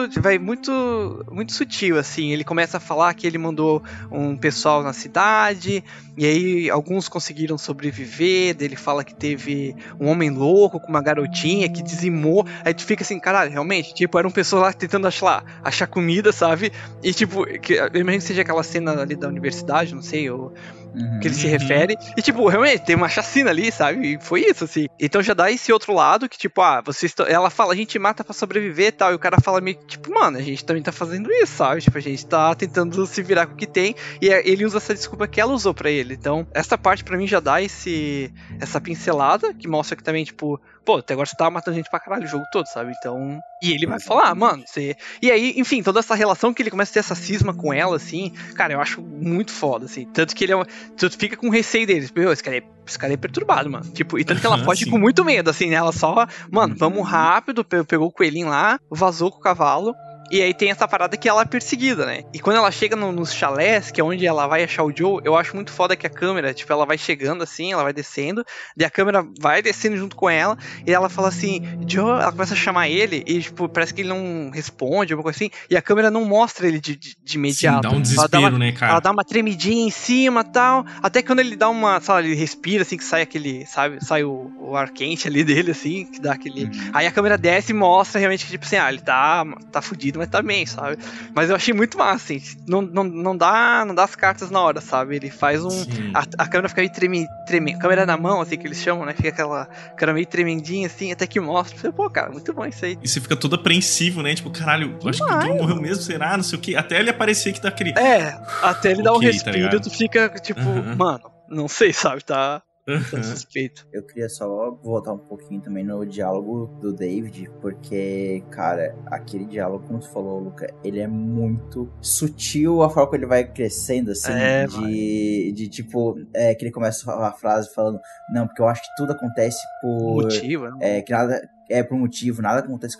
muito sutil, assim. Ele começa a falar que ele mandou um pessoal na cidade, e aí alguns conseguiram sobreviver. Ele fala que teve um homem louco com uma garotinha que dizimou. Aí tu fica assim, caralho, realmente, tipo, eram pessoas lá tentando achar comida, sabe? E tipo, eu imagino que seja aquela cena ali da universidade, não sei, que ele se refere. E tipo, realmente, tem uma chacina ali, sabe? E foi isso, assim. Então já dá esse outro lado que, tipo, ela fala, a gente mata pra sobreviver e tal. E o cara fala meio tipo, mano, a gente também tá fazendo isso, sabe? Tipo, a gente tá tentando se virar com o que tem. E ele usa essa desculpa que ela usou pra ele. Então, essa parte pra mim já dá essa pincelada, que mostra que também, tipo, pô, até agora você tava matando gente pra caralho o jogo todo, sabe? Então... E ele vai falar, mano, você... E aí, enfim, toda essa relação que ele começa a ter essa cisma com ela, assim, cara, eu acho muito foda, assim. Tanto que tu fica com receio deles. Meu, esse cara é perturbado, mano. Tipo, e tanto que ela foge com muito medo, assim, né? Ela só, mano, vamos rápido, pegou o coelhinho lá, vazou com o cavalo. E aí tem essa parada que ela é perseguida, né? E quando ela chega nos chalés, que é onde ela vai achar o Joe, eu acho muito foda que a câmera, tipo, ela vai chegando assim, ela vai descendo, daí a câmera vai descendo junto com ela, e ela fala assim, Joe, ela começa a chamar ele, e tipo, parece que ele não responde, alguma coisa assim, e a câmera não mostra ele de imediato. Sim, dá um desespero, né, cara? Ela dá uma tremidinha em cima e tal, até quando ele dá uma, sabe, ele respira assim, que sai aquele, sabe, sai o ar quente ali dele, assim, que dá aquele... Aí a câmera desce e mostra realmente que, tipo assim, ele tá fudido, mas tá bem, sabe? Mas eu achei muito massa, assim, não dá as cartas na hora, sabe? Ele faz a câmera fica meio tremendo, câmera na mão, assim, que eles chamam, né? Fica aquela câmera meio tremendinha, assim, até que mostra. Pô, cara, muito bom isso aí. E você fica todo apreensivo, né? Tipo, caralho, eu acho que o Joe morreu mesmo, será? Não sei o quê. Até ele aparecer que dá aquele... até ele dar um respiro, tá tu fica, tipo, mano, não sei, sabe? Tá suspeito. Eu queria só voltar um pouquinho também no diálogo do David, porque, cara, aquele diálogo, como tu falou, Luca, ele é muito sutil a forma que ele vai crescendo, assim, de tipo, que ele começa a falar a frase falando, não, porque eu acho que tudo acontece por... motivo, né? Que nada... por motivo, nada acontece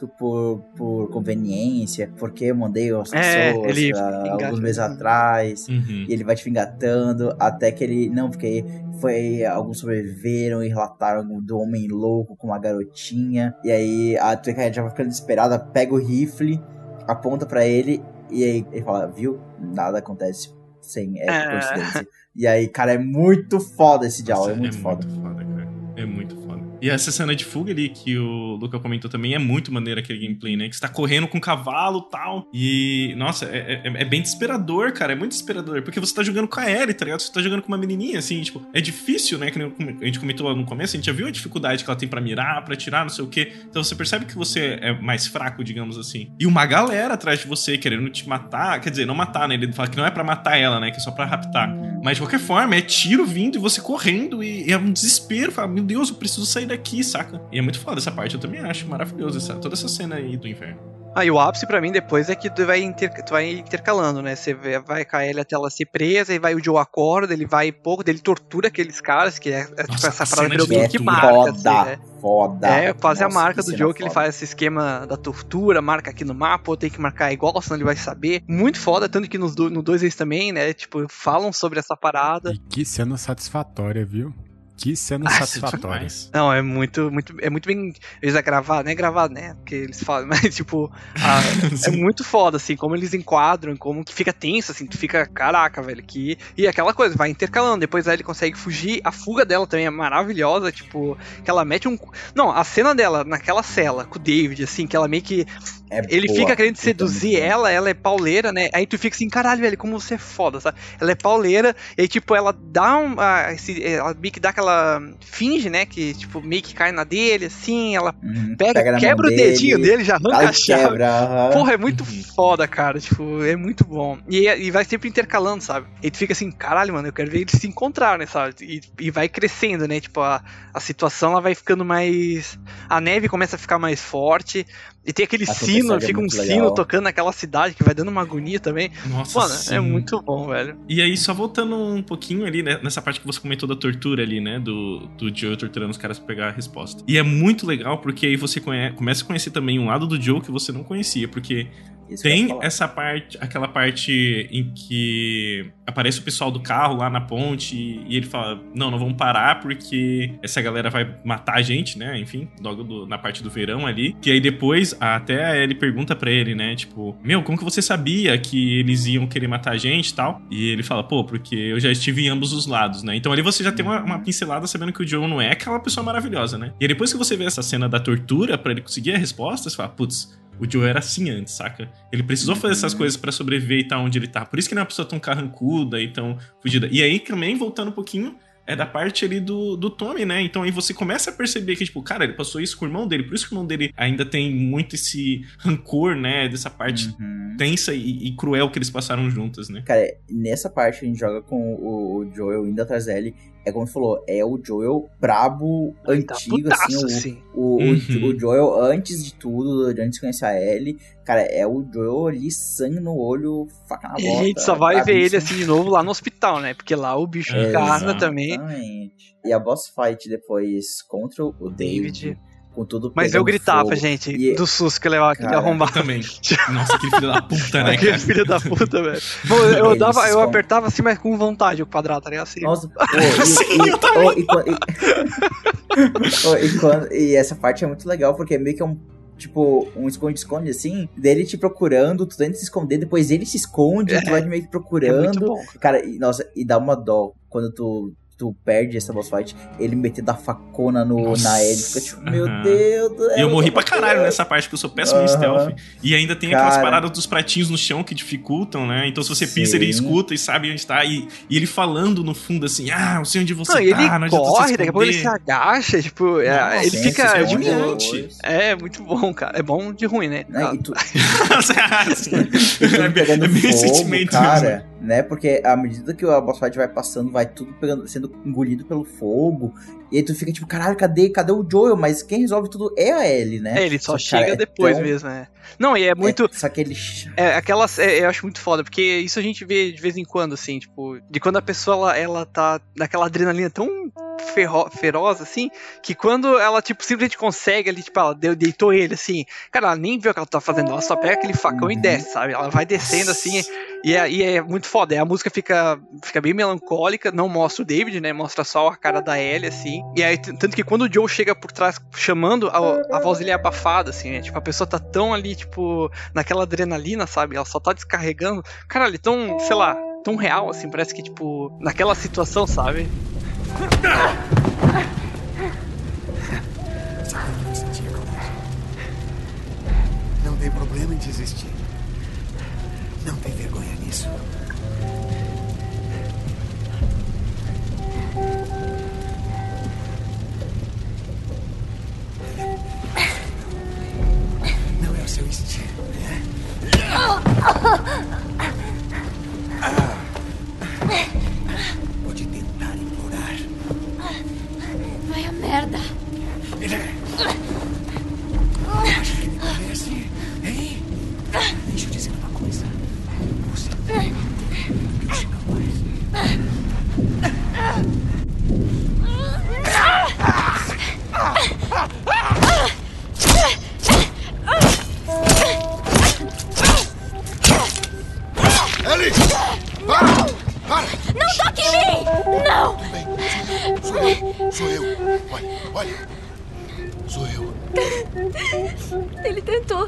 por conveniência, porque eu mandei as pessoas alguns meses atrás, e ele vai te engatando, até que ele, não, porque alguns sobreviveram e relataram do homem louco com uma garotinha, e aí a Tuca já vai ficando desesperada, pega o rifle, aponta pra ele, e aí ele fala, viu? Nada acontece sem coincidência. E aí, cara, é muito foda esse diálogo, é muito foda. Muito foda, cara. É muito foda. E essa cena de fuga ali que o Luca comentou também é muito maneira aquele gameplay, né? Que você tá correndo com o cavalo e tal. E, nossa, é bem desesperador, cara. É muito desesperador. Porque você tá jogando com a Ellie, tá ligado? Você tá jogando com uma menininha, assim, tipo... É difícil, né? Que a gente comentou lá no começo. A gente já viu a dificuldade que ela tem pra mirar, pra atirar, não sei o quê. Então você percebe que você é mais fraco, digamos assim. E uma galera atrás de você querendo te matar. Quer dizer, não matar, né? Ele fala que não é pra matar ela, né? Que é só pra raptar. Mas de qualquer forma, é tiro vindo e você correndo. E é um desespero. Fala, meu Deus, eu preciso sair daqui, saca? E é muito foda essa parte, eu também acho maravilhoso toda essa cena aí do inverno. E o ápice pra mim depois é que tu vai intercalando, né? Você vai com a Ellie até ela ser presa, e vai o Joe acorda, ele vai pouco, ele tortura aqueles caras, que tipo essa parada virou meio que marca. Foda. É, quase a marca do Joe, que ele faz esse esquema da tortura, marca aqui no mapa, ou tem que marcar igual, senão ele vai saber. Muito foda, tanto que no 2 eles também, né? Tipo, falam sobre essa parada. E que cena satisfatória, viu? Que cena satisfatória. Não, é muito bem. Eles gravado, não é gravado, né? Porque eles falam, mas tipo, é muito foda, assim, como eles enquadram, como que fica tenso, assim, tu fica, caraca, velho, que. E aquela coisa, vai intercalando, depois aí ele consegue fugir, a fuga dela também é maravilhosa, tipo, que ela mete um. Não, a cena dela naquela cela com o David, assim, que ela meio que. Ele fica querendo seduzir ela é pauleira, né? Aí tu fica assim, caralho, velho, como você é foda, sabe? Ela é pauleira, e aí, tipo, ela dá ela meio que dá aquela. Finge, né? Que, tipo, meio que cai na dele, assim, ela quebra o dedinho dele, já arranca a chave. Porra, é muito foda, cara. Tipo, é muito bom. E vai sempre intercalando, sabe? E tu fica assim, caralho, mano, eu quero ver eles se encontrarem, sabe? E vai crescendo, né? Tipo, a situação ela vai ficando mais. A neve começa a ficar mais forte. E tem aquele sino, fica um sino tocando naquela cidade que vai dando uma agonia também. Nossa, mano, sim. É muito bom, velho. E aí, só voltando um pouquinho ali, né, nessa parte que você comentou da tortura ali, né? Do Joe torturando os caras pra pegar a resposta. E é muito legal porque aí você começa a conhecer também um lado do Joe que você não conhecia, porque tem essa parte, aquela parte em que aparece o pessoal do carro lá na ponte e ele fala, não vamos parar porque essa galera vai matar a gente, né? Enfim, logo na parte do verão ali. Que aí depois até a Ellie pergunta pra ele, né? Tipo, como que você sabia que eles iam querer matar a gente e tal? E ele fala, porque eu já estive em ambos os lados, né? Então ali você já tem uma pincelada sabendo que o Joe não é aquela pessoa maravilhosa, né? E aí depois que você vê essa cena da tortura pra ele conseguir a resposta, você fala, putz, o Joe era assim antes, saca? Ele precisou fazer essas coisas pra sobreviver e tá onde ele tá. Por isso que ele é uma pessoa tão carrancuda e tão fugida. E aí também, voltando um pouquinho, é da parte ali do Tommy, né? Então aí você começa a perceber que, tipo, cara, ele passou isso com o irmão dele, por isso que o irmão dele ainda tem muito esse rancor, né? Dessa parte tensa e cruel que eles passaram juntas, né? Cara, nessa parte a gente joga com o Joel indo atrás dele. É como você falou, é o Joel brabo, antigo, tá putaço, assim. O Joel, antes de tudo, antes de conhecer a Ellie, cara, é o Joel ali, sangue no olho, faca na bota. E a gente só vai ver ele assim de novo lá no hospital, né? Porque lá o bicho encarna também. Exatamente. E a boss fight depois contra o David. com tudo. Mas eu gritava, fogo. gente, do susto que eu levava aquele arrombado. Também. Nossa, aquele filho da puta, né, Aquele cara? filho da puta, velho. Bom, eu apertava assim, mas com vontade o quadrado, tá ligado? Assim. Nossa, e essa parte é muito legal, porque é meio que um esconde-esconde, assim, dele te procurando, tu tenta se esconder, depois ele se esconde, tu vai meio que procurando. É muito bom. Cara, e dá uma dó quando tu perde essa boss fight, ele metendo a facona na Ellie, fica tipo, meu Deus do céu. E eu morri pra caralho nessa parte, porque eu sou péssimo em stealth. E ainda tem aquelas paradas dos pratinhos no chão que dificultam, né? Então se você pisa, ele escuta e sabe onde tá. E ele falando no fundo assim, eu sei onde você tá, ele não adianta corre, se daqui a pouco ele se agacha, tipo, Nossa, ele fica admirante. É muito bom, cara. É bom de ruim, né? E tu é pegando bem fogo, sentimento cara, mesmo. Né? Porque à medida que a boss fight vai passando, vai tudo sendo engolido pelo fogo. E aí tu fica tipo, caralho, cadê o Joel? Mas quem resolve tudo é a Ellie, né? Ele só chega depois mesmo, né? Não, e é muito... Só que ele... eu acho muito foda, porque isso a gente vê de vez em quando, assim, tipo... De quando a pessoa, ela tá naquela adrenalina tão feroz, assim, que quando ela, tipo, simplesmente consegue ali, tipo, ela deitou ele, assim... Cara, ela nem vê o que ela tá fazendo, ela só pega aquele facão e desce, sabe? Ela vai descendo, assim, e é muito foda. E a música fica bem melancólica, não mostra o David, né? Mostra só a cara da Ellie, assim. E aí, tanto que quando o Joe chega por trás chamando, a voz dele é abafada, assim, né? Tipo, a pessoa tá tão ali, tipo, naquela adrenalina, sabe? Ela só tá descarregando. Caralho, tão, sei lá, tão real, assim, parece que, tipo, naquela situação, sabe? Não tem problema em desistir. Não tem vergonha nisso. Não é o seu estilo, né? Pode tentar implorar. Vai a merda. Acho que me conhece, hein? Deixa eu dizer uma coisa. Você não mais. Ellie! Para! Não toque em mim! Não! Sou eu. Olha. Sou eu. Ele tentou.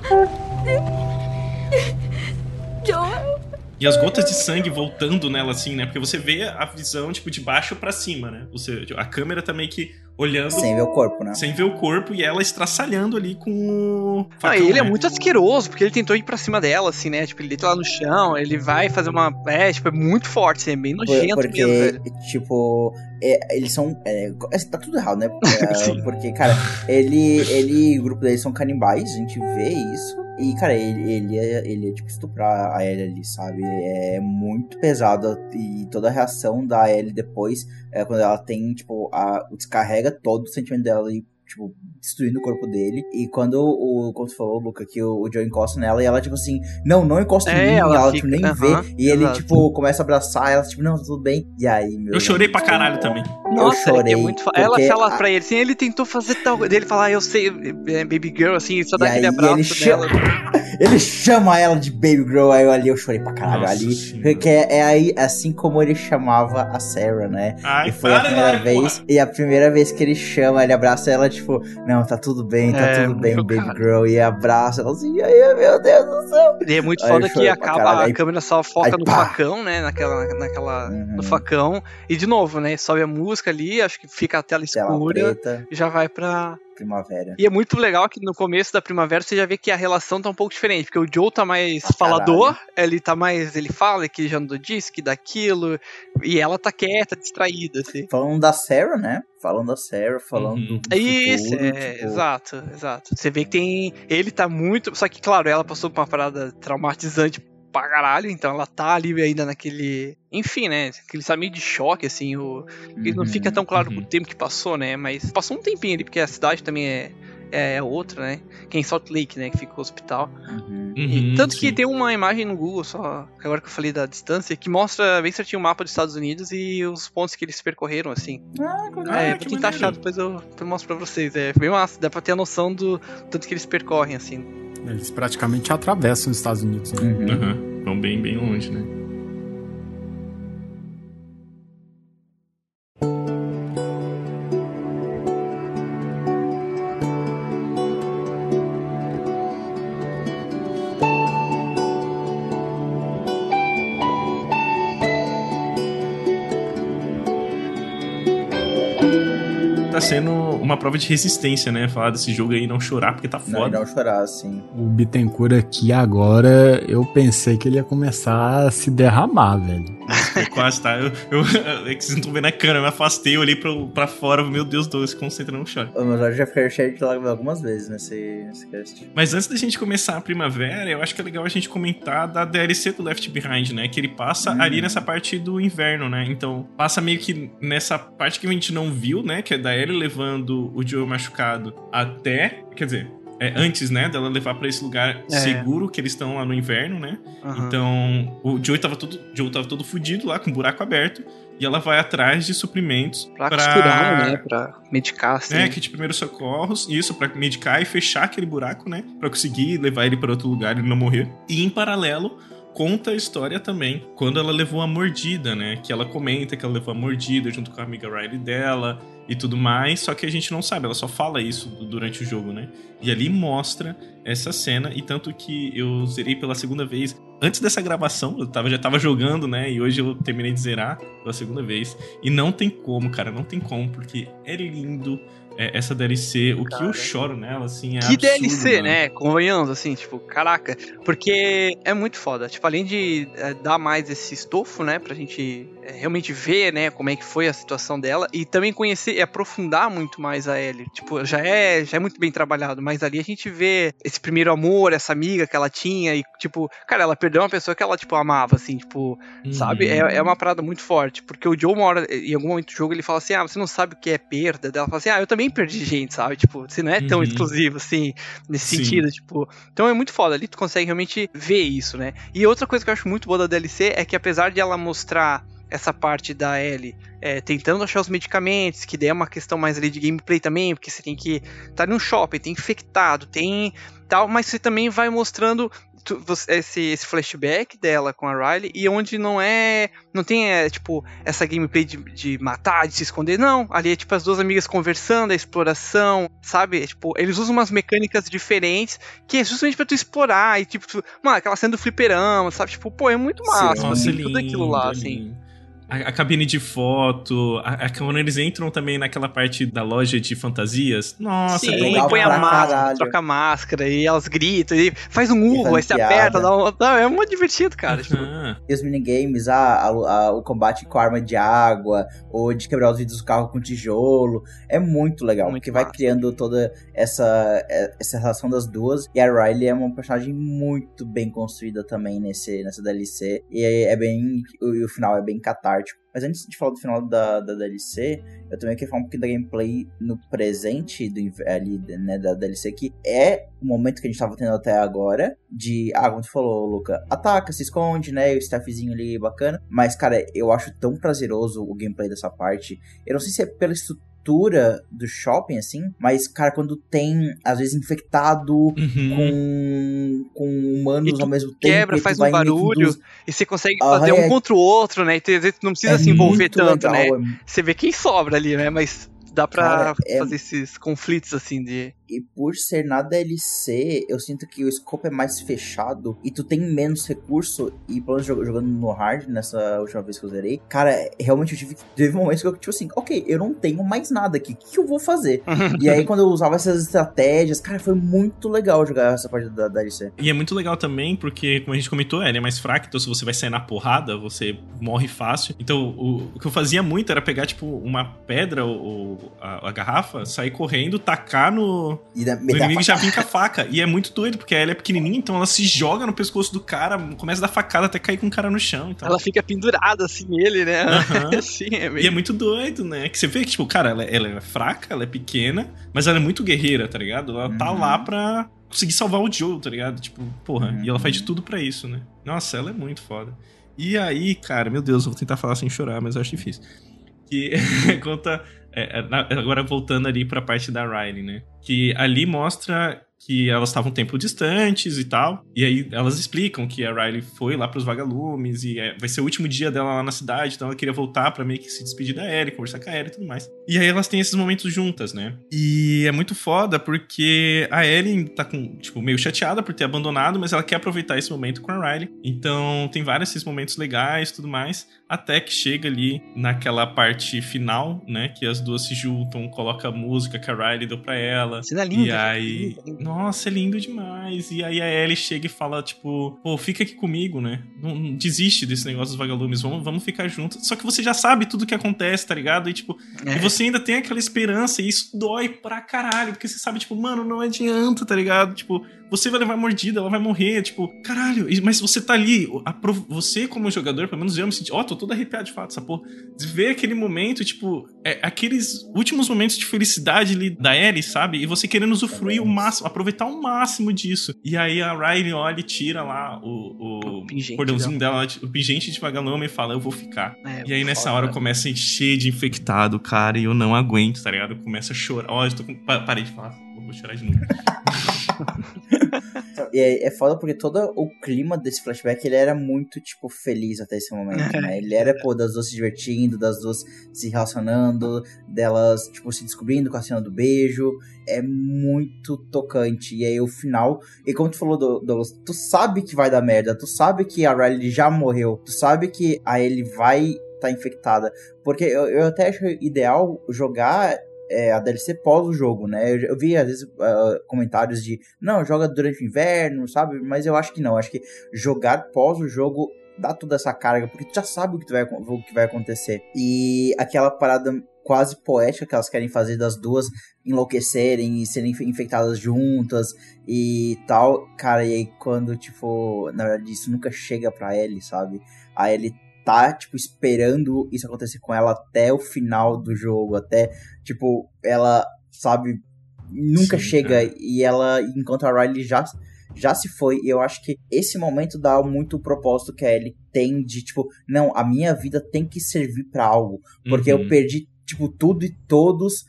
Joel. E as gotas de sangue voltando nela, assim, né? Porque você vê a visão, tipo, de baixo pra cima, né? Ou seja, a câmera tá meio que olhando... Sem ver o corpo, né? Sem ver o corpo e ela estraçalhando ali com o facão, ele é muito asqueroso, porque ele tentou ir pra cima dela, assim, né? Tipo, ele deita lá no chão, ele vai fazer uma... tipo, é muito forte, assim, é bem nojento porque, mesmo, velho. Tipo, eles são... tá tudo errado, né? Porque, cara, o grupo deles são canibais, a gente vê isso. E, cara, ele é tipo, estuprar a Ellie ali, sabe? É muito pesado. E toda a reação da Ellie depois, quando ela tem, tipo, descarrega todo o sentimento dela ali, tipo, destruindo o corpo dele. E quando como você falou, Luca, que o Joe encosta nela e ela, tipo assim, não encosta em mim, ela tipo, nem vê. E ele, tipo, começa a abraçar ela, tipo, não, tá tudo bem. E aí, eu chorei pra caralho também. Nossa, eu chorei. É muito ela fala pra ele assim, ele tentou fazer tal coisa. Ele fala, eu sei, baby girl, assim, só dá aquele abraço dela. Ele chama ela de baby girl, aí eu chorei pra caralho. Nossa, ali. Sim, porque é aí, assim como ele chamava a Sarah, né? Ai, e foi a primeira vez. Porra. E a primeira vez que ele chama, ele abraça ela, tipo, não, tá tudo bem, tudo bem, baby girl. E abraça ela assim, ai, meu Deus do céu. E é muito foda que a câmera só foca no facão, né? No facão. E de novo, né? Sobe a música ali, acho que fica a tela escura e já vai pra primavera. E é muito legal que no começo da primavera você já vê que a relação tá um pouco diferente, porque o Joe tá mais falador, ele fala que já andou disso, que daquilo, e ela tá quieta, distraída, assim. Falando da Sarah, né? Falando do futuro, isso, tipo... exato. Você vê que ele tá muito, só que claro, ela passou por uma parada traumatizante pra caralho, então ela tá ali ainda naquele... Enfim, né? Aquele meio de choque, assim. Ele não fica tão claro o tempo que passou, né? Mas passou um tempinho ali, porque a cidade também é é outra, né? Que é em Salt Lake, né? Que fica o hospital. E tanto que tem uma imagem no Google, só agora que eu falei da distância, que mostra bem certinho o mapa dos Estados Unidos e os pontos que eles percorreram, assim. Pra quem tá achado, depois eu mostro pra vocês. É bem massa, dá pra ter a noção do tanto que eles percorrem, assim. Eles praticamente atravessam os Estados Unidos, né? Vão bem, bem longe, né? Tá sendo uma prova de resistência, né? Falar desse jogo aí e não chorar, porque tá foda. Não chorar, sim. O Bittencourt aqui agora, eu pensei que ele ia começar a se derramar, velho. Quase, tá? É que vocês não estão vendo a câmera, eu me afastei, eu olhei pra fora, meu Deus, Douglas, se concentra, não chora. O meu olhos já ficaram cheios de lágrimas algumas vezes nesse cast. Mas antes da gente começar a primavera, eu acho que é legal a gente comentar da DLC do Left Behind, né? Que ele passa ali nessa parte do inverno, né? Então, passa meio que nessa parte que a gente não viu, né? Que é da Ellie levando o Joel machucado até... Quer dizer... antes, né, dela levar pra esse lugar seguro, que eles estão lá no inverno, né? Então, o Joel tava todo fudido lá, com o buraco aberto, e ela vai atrás de suprimentos pra costurar, né? Pra medicar, assim. Kit de primeiros socorros, isso, pra medicar e fechar aquele buraco, né? Pra conseguir levar ele pra outro lugar e não morrer. E, em paralelo, conta a história também, quando ela levou a mordida, né? Que ela comenta que ela levou a mordida junto com a amiga Riley dela e tudo mais, só que a gente não sabe, ela só fala isso durante o jogo, né? E ali mostra essa cena, e tanto que eu zerei pela segunda vez. Antes dessa gravação, eu já tava jogando, né? E hoje eu terminei de zerar pela segunda vez. E não tem como, cara, não tem como, porque é lindo essa DLC. O que eu choro nela, assim, é que absurdo, DLC, mano. né? Convenhamos, assim, tipo, caraca. Porque é muito foda. Tipo, além de dar mais esse estofo, né? Pra gente realmente ver, né? Como é que foi a situação dela. E também conhecer e aprofundar muito mais a Ellie. Tipo, já é muito bem trabalhado. Mas ali a gente vê esse primeiro amor, essa amiga que ela tinha. E, tipo, cara, ela perdeu uma pessoa que ela, tipo, amava, assim, tipo, sabe? É uma parada muito forte. Porque o Joe, uma hora, em algum momento do jogo, ele fala assim, você não sabe o que é perda. Ela fala assim, eu também perdi gente, sabe? Tipo, você não é tão exclusivo, assim, nesse sentido, tipo... Então é muito foda, ali tu consegue realmente ver isso, né? E outra coisa que eu acho muito boa da DLC é que apesar de ela mostrar essa parte da Ellie tentando achar os medicamentos, que daí é uma questão mais ali de gameplay também, porque você tem que estar num shopping, tem infectado, tem tal, mas você também vai mostrando esse flashback dela com a Riley, e onde não tem tipo, essa gameplay de matar, de se esconder, não, ali é tipo as duas amigas conversando, a exploração, sabe, tipo, eles usam umas mecânicas diferentes, que é justamente pra tu explorar, e tipo, mano, aquela cena do fliperama, sabe, tipo, pô, é muito massa, Nossa, assim, tudo aquilo lá, assim. A cabine de foto, quando eles entram também naquela parte da loja de fantasias. Nossa, sim, ele põe a máscara, troca a máscara, e elas gritam, e faz um urro, aí você aperta, é muito divertido, cara. Tipo. E os minigames, o combate com arma de água, ou de quebrar os vidros do carro com tijolo, é muito legal, porque vai criando toda essa relação das duas, e a Riley é uma personagem muito bem construída também nessa DLC, e o final é bem catártico. Mas antes de falar do final da DLC, eu também queria falar um pouquinho da gameplay no presente da DLC, que é o momento que a gente tava tendo até agora, de, como tu falou, Luca, ataca, se esconde, né, o staffzinho ali bacana, mas, cara, eu acho tão prazeroso o gameplay dessa parte. Eu não sei se é pela estrutura do shopping, assim, mas, cara, quando tem, às vezes, infectado com humanos ao mesmo tempo, quebra, faz um barulho, e você consegue fazer um contra o outro, né, e às vezes não precisa se envolver tanto, legal, né, você vê quem sobra ali, né, mas dá pra fazer esses conflitos, assim, de... E por ser na DLC, eu sinto que o scope é mais fechado e tu tem menos recurso. E pelo menos jogando no hard, nessa última vez que eu zerei, cara, realmente teve momentos que eu, tipo assim, ok, eu não tenho mais nada aqui, o que eu vou fazer? E aí quando eu usava essas estratégias, cara, foi muito legal jogar essa parte da DLC. E é muito legal também porque, como a gente comentou, ela é mais fraca, então se você vai sair na porrada, você morre fácil. Então o que eu fazia muito era pegar, tipo, uma pedra ou a garrafa, sair correndo, tacar no inimigo já vem com a faca. E é muito doido, porque a Ellie é pequenininha, então ela se joga no pescoço do cara, começa a dar facada até cair com o cara no chão. Então. Ela fica pendurada, assim, ele, né? Uhum. Assim, E é muito doido, né? Que você vê que, tipo, cara, ela é fraca, ela é pequena, mas ela é muito guerreira, tá ligado? Ela tá lá pra conseguir salvar o Joe, tá ligado? Tipo, porra, e ela faz de tudo pra isso, né? Nossa, ela é muito foda. E aí, cara, meu Deus, eu vou tentar falar sem chorar, mas eu acho difícil. Que conta... agora voltando ali pra parte da Riley, né? Que ali mostra que elas estavam um tempo distantes e tal. E aí elas explicam que a Riley foi lá pros vagalumes e vai ser o último dia dela lá na cidade, então ela queria voltar pra meio que se despedir da Ellie, conversar com a Ellie e tudo mais. E aí elas têm esses momentos juntas, né? E é muito foda porque a Ellie tá tipo, meio chateada por ter abandonado, mas ela quer aproveitar esse momento com a Riley. Então tem vários esses momentos legais e tudo mais, até que chega ali naquela parte final, né? Que as duas se juntam, coloca a música que a Riley deu pra ela. Cena linda. E aí... linda. Nossa, é lindo demais. E aí a Ellie chega e fala, tipo, pô, fica aqui comigo, né? Não desiste desse negócio dos vagalumes, vamos ficar juntos. Só que você já sabe tudo que acontece, tá ligado? E, tipo, e você ainda tem aquela esperança, e isso dói pra caralho, porque você sabe, tipo, mano, não adianta, tá ligado? Tipo, você vai levar mordida, ela vai morrer, tipo, caralho, mas você tá ali, você como jogador, pelo menos eu me senti, tô todo arrepiado de fato, essa porra, de ver aquele momento, tipo, aqueles últimos momentos de felicidade ali da Ellie, sabe? E você querendo usufruir o máximo, aproveitar o máximo disso. E aí a Riley olha e tira lá o cordãozinho dela, o pingente de vagalume e fala, eu vou ficar. E aí nessa hora começa a encher de infectado, cara, e eu não aguento, tá ligado? Eu começo a chorar. Eu tô com... Parei de falar, vou chorar de novo. É foda porque todo o clima desse flashback, ele era muito, tipo, feliz até esse momento, né? Ele era, pô, das duas se divertindo, das duas se relacionando, delas, tipo, se descobrindo com a cena do beijo. É muito tocante. E aí o final... E como tu falou, Douglas, tu sabe que vai dar merda, tu sabe que a Riley já morreu, tu sabe que a Ellie vai tá infectada. Porque eu até acho ideal jogar... a DLC pós o jogo, né? Eu vi, às vezes, comentários de não, joga durante o inverno, sabe? Mas eu acho que não. Acho que jogar pós o jogo dá toda essa carga, porque tu já sabe o que vai acontecer. E aquela parada quase poética que elas querem fazer das duas enlouquecerem e serem infectadas juntas e tal. Cara, e aí quando, tipo, na verdade isso nunca chega pra Ellie, sabe? A Ellie tá, tipo, esperando isso acontecer com ela até o final do jogo, até, tipo, ela, sabe, nunca chega, e ela, enquanto a Riley já se foi, e eu acho que esse momento dá muito o propósito que a Ellie tem de, tipo, não, a minha vida tem que servir pra algo, porque eu perdi, tipo, tudo e todos,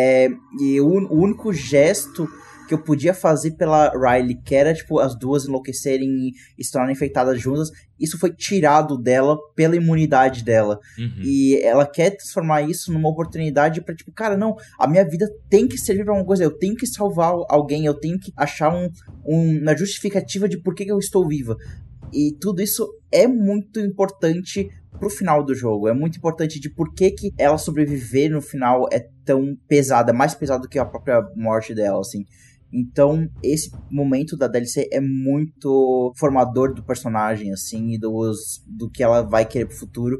e o único gesto que eu podia fazer pela Riley, que era, tipo, as duas enlouquecerem e se tornarem infectadas juntas, isso foi tirado dela pela imunidade dela. E ela quer transformar isso numa oportunidade pra, tipo, cara, não, a minha vida tem que servir pra alguma coisa, eu tenho que salvar alguém, eu tenho que achar uma justificativa de por que eu estou viva. E tudo isso é muito importante pro final do jogo, é muito importante de por que ela sobreviver no final é tão pesada, mais pesada do que a própria morte dela, assim. Então, esse momento da DLC é muito formador do personagem, assim, e do que ela vai querer pro futuro.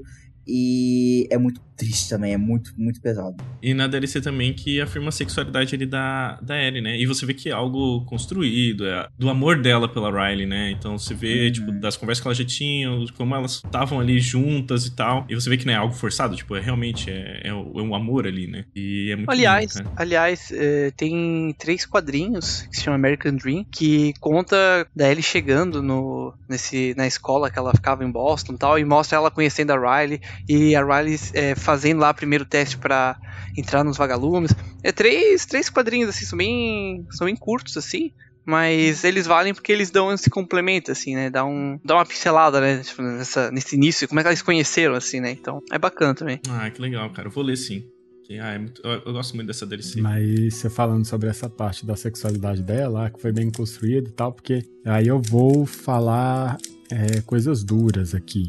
E é muito triste também, é muito, muito pesado. E na DLC também que afirma a sexualidade ali da Ellie, né? E você vê que é algo construído, do amor dela pela Riley, né? Então você vê, tipo, das conversas que elas já tinham, como elas estavam ali juntas e tal. E você vê que não é algo forçado, tipo, realmente um amor ali, né? E é muito lindo, Aliás, tem 3 quadrinhos que se chama American Dream, que conta da Ellie chegando na escola que ela ficava em Boston e tal, e mostra ela conhecendo a Riley, e a Riley fazendo lá o primeiro teste pra entrar nos vagalumes. É 3 quadrinhos, assim, são bem curtos, assim, mas eles valem porque eles dão esse complemento, assim, né, dá uma pincelada, né, tipo, nesse início, como é que eles conheceram, assim, né, então é bacana também. Ah, que legal, cara, eu vou ler sim. Eu gosto muito dessa DLC. Mas você falando sobre essa parte da sexualidade dela, que foi bem construída e tal, porque aí eu vou falar coisas duras aqui.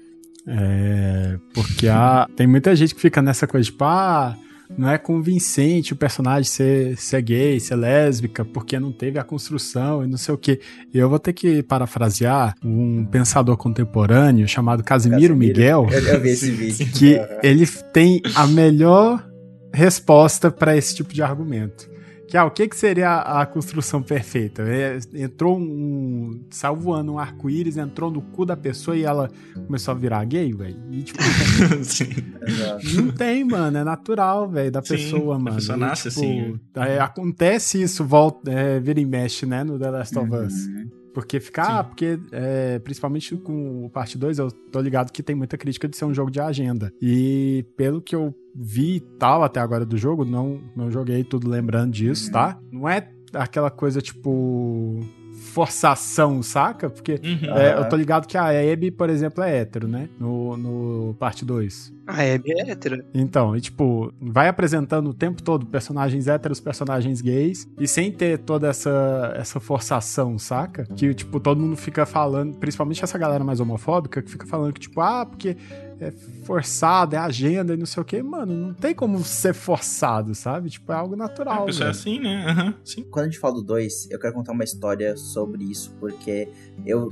Porque tem muita gente que fica nessa coisa, tipo, não é convincente o personagem ser gay, ser lésbica, porque não teve a construção e não sei o quê. Eu vou ter que parafrasear um pensador contemporâneo chamado Casimiro Miguel. Eu vi esse vídeo. Que ele tem a melhor resposta para esse tipo de argumento. Que o que seria a construção perfeita? Entrou saiu voando um arco-íris, entrou no cu da pessoa e ela começou a virar gay, velho. E tipo, Sim. não tem, mano, é natural, velho, da pessoa, mano. A pessoa nasce assim. Acontece isso, vira e mexe, né, no The Last of Us. Porque principalmente com o parte 2, eu tô ligado que tem muita crítica de ser um jogo de agenda. E pelo que eu vi tal até agora do jogo, não joguei tudo lembrando disso, tá? Não é aquela coisa tipo forçação, saca? Porque eu tô ligado que a Abby, por exemplo, é hétero, né? No parte 2. A Abby é hétero. Então, e tipo, vai apresentando o tempo todo personagens héteros, personagens gays, e sem ter toda essa forçação, saca? Que, tipo, todo mundo fica falando, principalmente essa galera mais homofóbica, que fica falando que, tipo, porque é forçado, é agenda e não sei o quê. Mano, não tem como ser forçado, sabe? Tipo, é algo natural. A pessoa é assim, né? Sim. Quando a gente fala do 2, eu quero contar uma história sobre isso, porque eu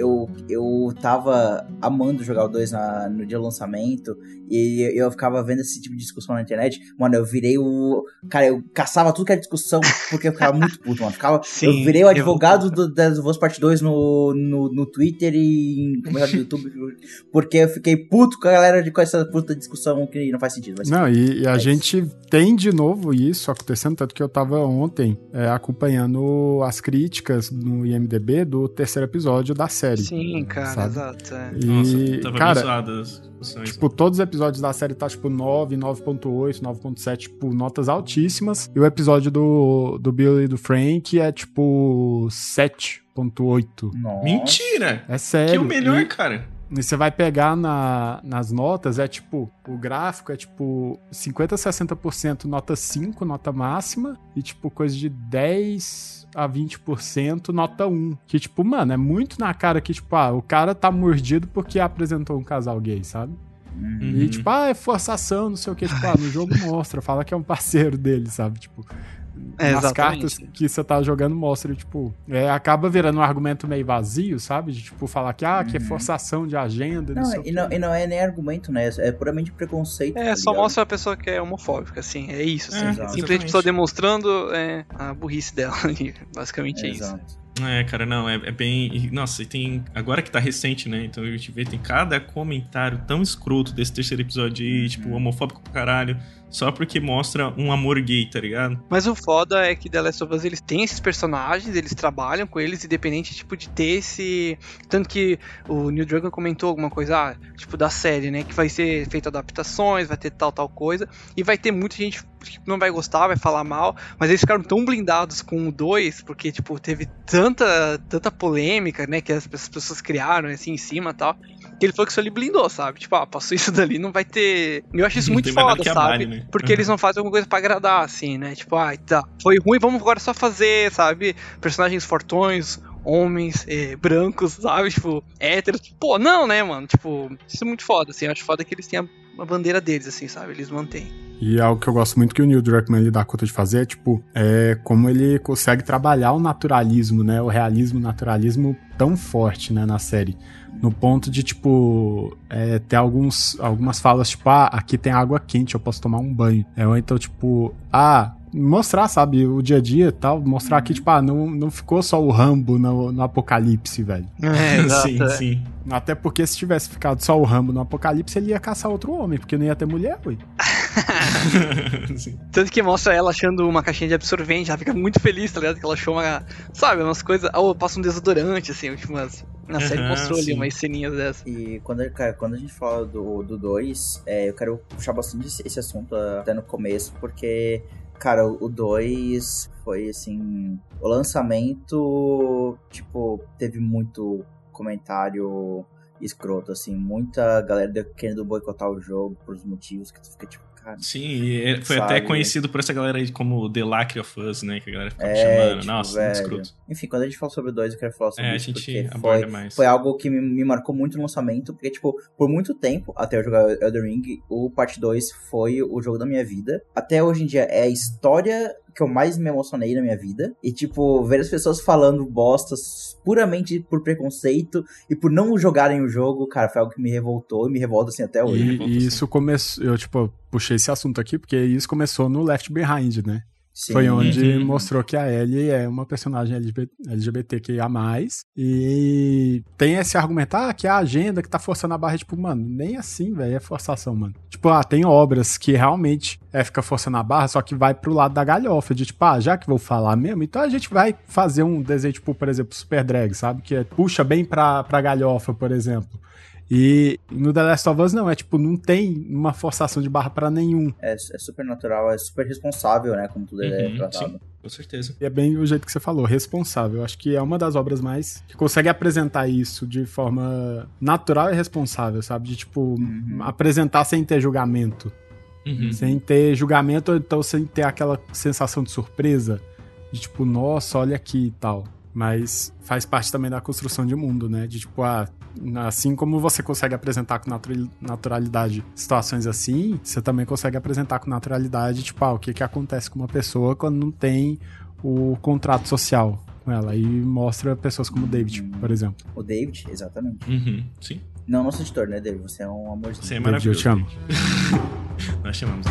tava amando jogar o 2 no dia do lançamento, e eu ficava vendo esse tipo de discussão na internet. Mano, eu virei Cara, eu caçava tudo que era discussão, porque eu ficava muito puto, mano. Eu virei o advogado do Voz Parte 2 no Twitter e no YouTube, porque eu fiquei puto com a galera com essa puta discussão que não faz sentido. Não, e a gente tem de novo isso acontecendo, tanto que eu tava ontem acompanhando as críticas no IMDb do terceiro episódio da série. Sim, cara, sabe? exato. E, tava cara, abençoadas. Tipo, todos os episódios da série tá, tipo, 9, 9.8, 9.7, tipo, notas altíssimas. E o episódio do Billy e do Frank é, tipo, 7.8. Mentira! É sério. Que é o melhor, cara. E você vai pegar nas notas, é tipo, o gráfico é tipo 50% a 60% nota 5, nota máxima, e tipo, coisa de 10 a 20% nota 1. Que tipo, mano, é muito na cara que tipo, o cara tá mordido porque apresentou um casal gay, sabe? E tipo, é forçação, não sei o que, tipo, no jogo mostra, fala que é um parceiro dele, sabe? Tipo, nas cartas que você tá jogando mostra, tipo, acaba virando um argumento meio vazio, sabe? De tipo, falar que é forçação de agenda. E não é nem argumento, né? É puramente preconceito. Só mostra a pessoa que é homofóbica, assim. É isso, assim. Simplesmente a pessoa demonstrando a burrice dela. Basicamente é isso. Cara, não, é bem... Nossa, e tem... Agora que tá recente, né? Então a gente vê, tem cada comentário tão escroto desse terceiro episódio aí, tipo, homofóbico pra caralho, só porque mostra um amor gay, tá ligado? Mas o foda é que The Last of Us, eles têm esses personagens, eles trabalham com eles, independente, tipo, de ter esse... Tanto que o Neil Druckmann comentou alguma coisa, tipo, da série, né? Que vai ser feito adaptações, vai ter tal coisa, e vai ter muita gente que não vai gostar, vai falar mal, mas eles ficaram tão blindados com o 2, porque, tipo, teve tanta polêmica, né, que as pessoas criaram, assim, em cima e tal, que ele falou que isso ali blindou, sabe? Tipo, passou isso dali, não vai ter... Eu acho isso muito foda, sabe? Né? Porque eles não fazem alguma coisa pra agradar, assim, né? Tipo, tá, foi ruim, vamos agora só fazer, sabe? Personagens fortões, homens, brancos, sabe? Tipo, héteros. Pô, não, né, mano? Tipo, isso é muito foda, assim. Eu acho foda que eles têm a bandeira deles, assim, sabe? Eles mantêm. E algo que eu gosto muito que o Neil Druckmann ele dá conta de fazer é, tipo, como ele consegue trabalhar o naturalismo, né? O realismo, o naturalismo tão forte, né, na série. No ponto de, tipo, ter algumas falas, tipo, aqui tem água quente, eu posso tomar um banho. Ou então, tipo, mostrar, sabe, o dia a dia e tal, mostrar que, tipo, não ficou só o Rambo no apocalipse, velho. Sim. Até porque se tivesse ficado só o Rambo no apocalipse, ele ia caçar outro homem, porque não ia ter mulher, ué. Tanto que mostra ela achando uma caixinha de absorvente, ela fica muito feliz, tá ligado? Que ela achou umas coisas, passa um desodorante, assim, tipo, na série mostrou ali umas ceninhas dessas. E quando a gente fala do 2, eu quero puxar bastante esse assunto até no começo, porque, cara, o 2 foi, assim, o lançamento, tipo, teve muito comentário escroto, assim, muita galera querendo boicotar o jogo por motivos que tu fica, tipo, cara... Sim, foi até conhecido por essa galera aí como The Lacre of Us, né, que a galera ficava chamando, tipo, nossa, muito escroto. Enfim, quando a gente fala sobre o 2, eu quero falar sobre isso, porque mais. Foi algo que me marcou muito no lançamento, porque, tipo, por muito tempo, até eu jogar Elden Ring, o Parte 2 foi o jogo da minha vida. Até hoje em dia, é a história que eu mais me emocionei na minha vida. E, tipo, ver as pessoas falando bostas puramente por preconceito e por não jogarem o jogo, cara, foi algo que me revoltou e me revolta, assim, até hoje. E isso começou... Eu, tipo, puxei esse assunto aqui porque isso começou no Left Behind, né? Sim. Foi onde mostrou que a Ellie é uma personagem LGBTQIA+, e tem esse argumento, que é a agenda que tá forçando a barra, tipo, mano, nem assim, velho, é forçação, mano. Tipo, tem obras que realmente fica forçando a barra, só que vai pro lado da galhofa, de tipo, já que vou falar mesmo, então a gente vai fazer um desenho, tipo, por exemplo, Super Drag, sabe? Que puxa bem pra galhofa, por exemplo. E no The Last of Us não, tipo, não tem uma forçação de barra pra nenhum. É super natural, é super responsável, né, como tudo é tratado. Sim, com certeza. E é bem o jeito que você falou, responsável. Eu acho que é uma das obras mais que consegue apresentar isso de forma natural e responsável, sabe? De, tipo, apresentar sem ter julgamento. Sem ter julgamento, ou então sem ter aquela sensação de surpresa. De, tipo, nossa, olha aqui e tal. Mas faz parte também da construção de mundo, né? De tipo, assim como você consegue apresentar com naturalidade situações assim, você também consegue apresentar com naturalidade, tipo, o que acontece com uma pessoa quando não tem o contrato social com ela. E mostra pessoas como o David, por exemplo. O David, exatamente. Sim. Não, nosso editor, né, David? Você é um amorzinho. Você é maravilhoso. David, eu te amo. Nós chamamos.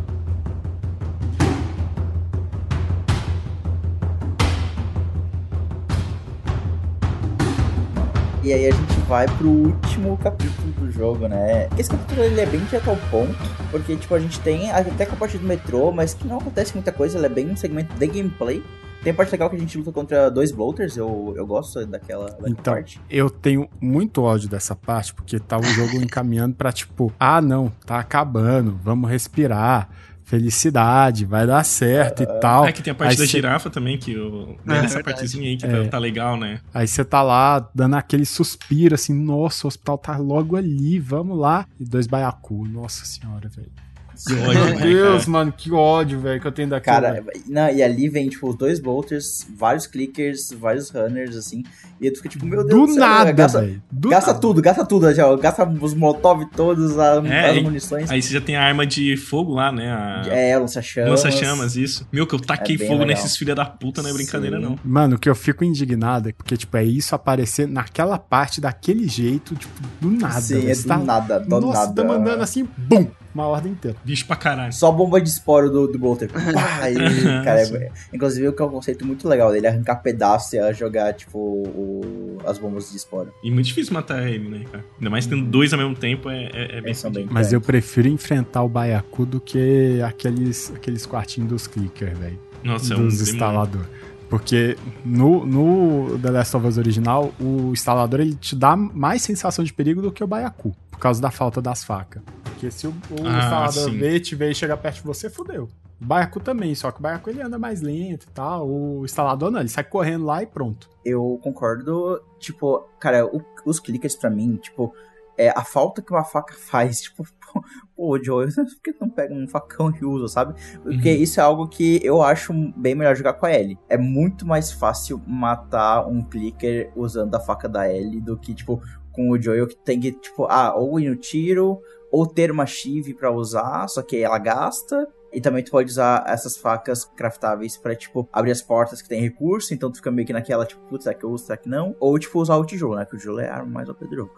E aí a gente vai pro último capítulo do jogo, né? Esse capítulo ele é bem direto ao ponto, porque tipo, a gente tem até com a parte do metrô, mas que não acontece muita coisa, ele é bem um segmento de gameplay. Tem a parte legal que a gente luta contra 2 bloaters, eu gosto daquela então, parte. Eu tenho muito ódio dessa parte, porque tá o jogo encaminhando pra tipo, não, tá acabando, vamos respirar. Felicidade, vai dar certo e tal. Que tem a parte da girafa também, que essa partezinha aí que tá legal, né? Aí você tá lá, dando aquele suspiro, assim, nossa, o hospital tá logo ali, vamos lá. E 2 baiacu, nossa senhora, velho. Meu Deus, mano, que ódio, velho, que eu tenho daquilo. Cara, e ali vem, tipo, os 2 bolters, vários clickers, vários runners, assim, e aí tu fica tipo, meu Deus do céu, nada, velho. Gasta tudo, já, gasta os molotov todos, as munições. Aí você já tem a arma de fogo lá, né? Lança-chamas. Lança-chamas, isso. Meu, que eu taquei fogo nesses filha da puta, não é brincadeira, não. Mano, o que eu fico indignado é porque, tipo, é isso aparecer naquela parte, daquele jeito, tipo, do nada. Sim, é do nada, Nossa, tá mandando assim, bum! Uma ordem inteira. Bicho pra caralho. Só bomba de esporo do Bolter. Cara, inclusive o que é um conceito muito legal dele, arrancar pedaço e jogar, tipo, as bombas de esporo. E muito difícil matar ele, né, cara? Ainda mais tendo 2 ao mesmo tempo, é bem... Mas eu prefiro enfrentar o baiacu do que aqueles quartinhos dos clickers, velho. Nossa, dos instaladores. Porque no The Last of Us original, o instalador ele te dá mais sensação de perigo do que o baiacu, por causa da falta das facas. Porque se o instalador te ver e chegar perto de você, fodeu. O baiacu também, só que o baiacu ele anda mais lento e tal. O instalador não, ele sai correndo lá e pronto. Eu concordo, tipo, cara, os clickers pra mim, tipo, a falta que uma faca faz, tipo, pô, Joe, por que não pega um facão e usa, sabe? Porque isso é algo que eu acho bem melhor jogar com a Ellie. É muito mais fácil matar um clicker usando a faca da Ellie do que, tipo, com o Joel que tem que, tipo, ou ir no tiro, ou ter uma chive pra usar, só que ela gasta. E também tu pode usar essas facas craftáveis pra, tipo, abrir as portas que tem recurso. Então tu fica meio que naquela, tipo, putz, será que eu uso, será que não? Ou, tipo, usar o tijolo, né? Que o tijolo é a arma mais OP do jogo.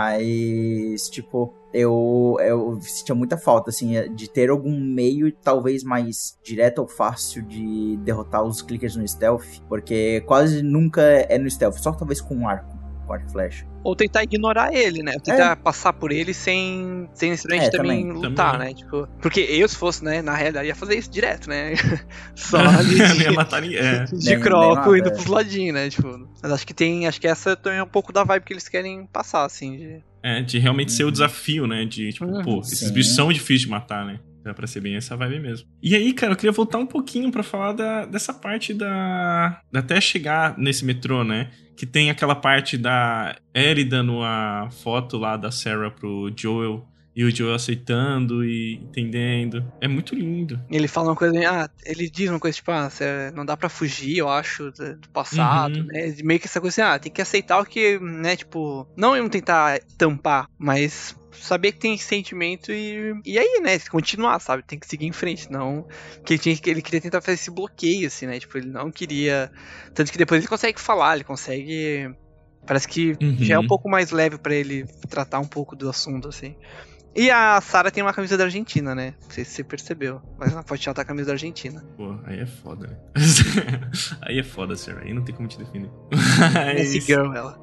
Mas, tipo, eu sentia muita falta, assim, de ter algum meio talvez mais direto ou fácil de derrotar os clickers no stealth. Porque quase nunca é no stealth, só talvez com um arco flecha. Ou tentar ignorar ele, né? Tentar passar por ele sem necessariamente também lutar, né? Tipo, porque eu, se fosse, né, na realidade, ia fazer isso direto, né? Só ali ia matar ninguém. De croco indo pros ladinhos, né? Tipo, mas acho que essa também é um pouco da vibe que eles querem passar, assim. De realmente ser o desafio, né? De, tipo, esses bichos são difíceis de matar, né? Dá pra ser bem essa vibe mesmo. E aí, cara, eu queria voltar um pouquinho pra falar dessa parte até chegar nesse metrô, né? Que tem aquela parte da Ellie dando a foto lá da Sarah pro Joel. E o Joel aceitando e entendendo. É muito lindo. Ele fala uma coisa, ele diz uma coisa tipo, não dá pra fugir, eu acho, do passado, né? Meio que essa coisa assim, tem que aceitar o que, né, tipo, não iam tentar tampar, mas saber que tem sentimento e aí, né, continuar, sabe? Tem que seguir em frente, não... Que ele queria tentar fazer esse bloqueio, assim, né? Tipo, ele não queria... Tanto que depois ele consegue falar, ele consegue... Parece que já é um pouco mais leve pra ele tratar um pouco do assunto, assim. E a Sarah tem uma camisa da Argentina, né? Não sei se você percebeu. Mas na fotinha ela tá com a camisa da Argentina. Pô, aí é foda, né? Aí é foda, Sarah. Aí não tem como te defender. Esse girl, ela.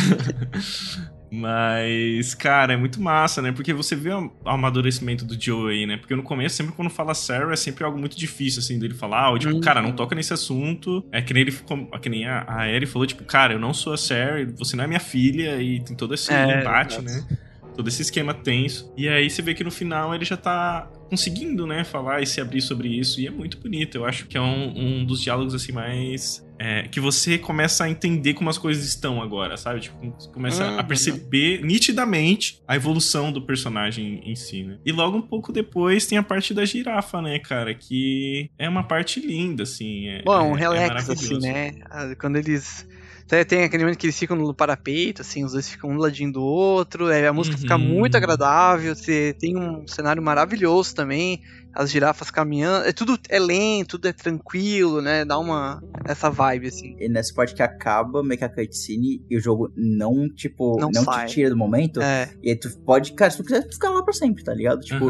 Mas, cara, é muito massa, né? Porque você vê o amadurecimento do Joe aí, né? Porque no começo, sempre quando fala Sarah, é sempre algo muito difícil, assim, dele falar. Ou, tipo, cara, não toca nesse assunto. É que nem ele ficou, que nem a Ellie falou, tipo, cara, eu não sou a Sarah, você não é minha filha. E tem todo esse embate, né? Todo esse esquema tenso. E aí você vê que no final ele já tá conseguindo, né, falar e se abrir sobre isso. E é muito bonito. Eu acho que é um dos diálogos, assim, mais... que você começa a entender como as coisas estão agora, sabe? Tipo, você começa a perceber nitidamente a evolução do personagem em si, né? E logo um pouco depois tem a parte da girafa, né, cara? Que é uma parte linda, assim. Bom, um relax, assim, né? Quando eles... Tem aquele momento que eles ficam no parapeito, assim, os dois ficam um ladinho do outro, a música fica muito agradável, você tem um cenário maravilhoso também, as girafas caminhando, tudo é lento, tudo é tranquilo, né, dá essa vibe, assim. E nessa parte que acaba meio que a cutscene e o jogo não te tira do momento, e aí tu pode, cara, se tu quiser ficar lá pra sempre, tá ligado? Tipo,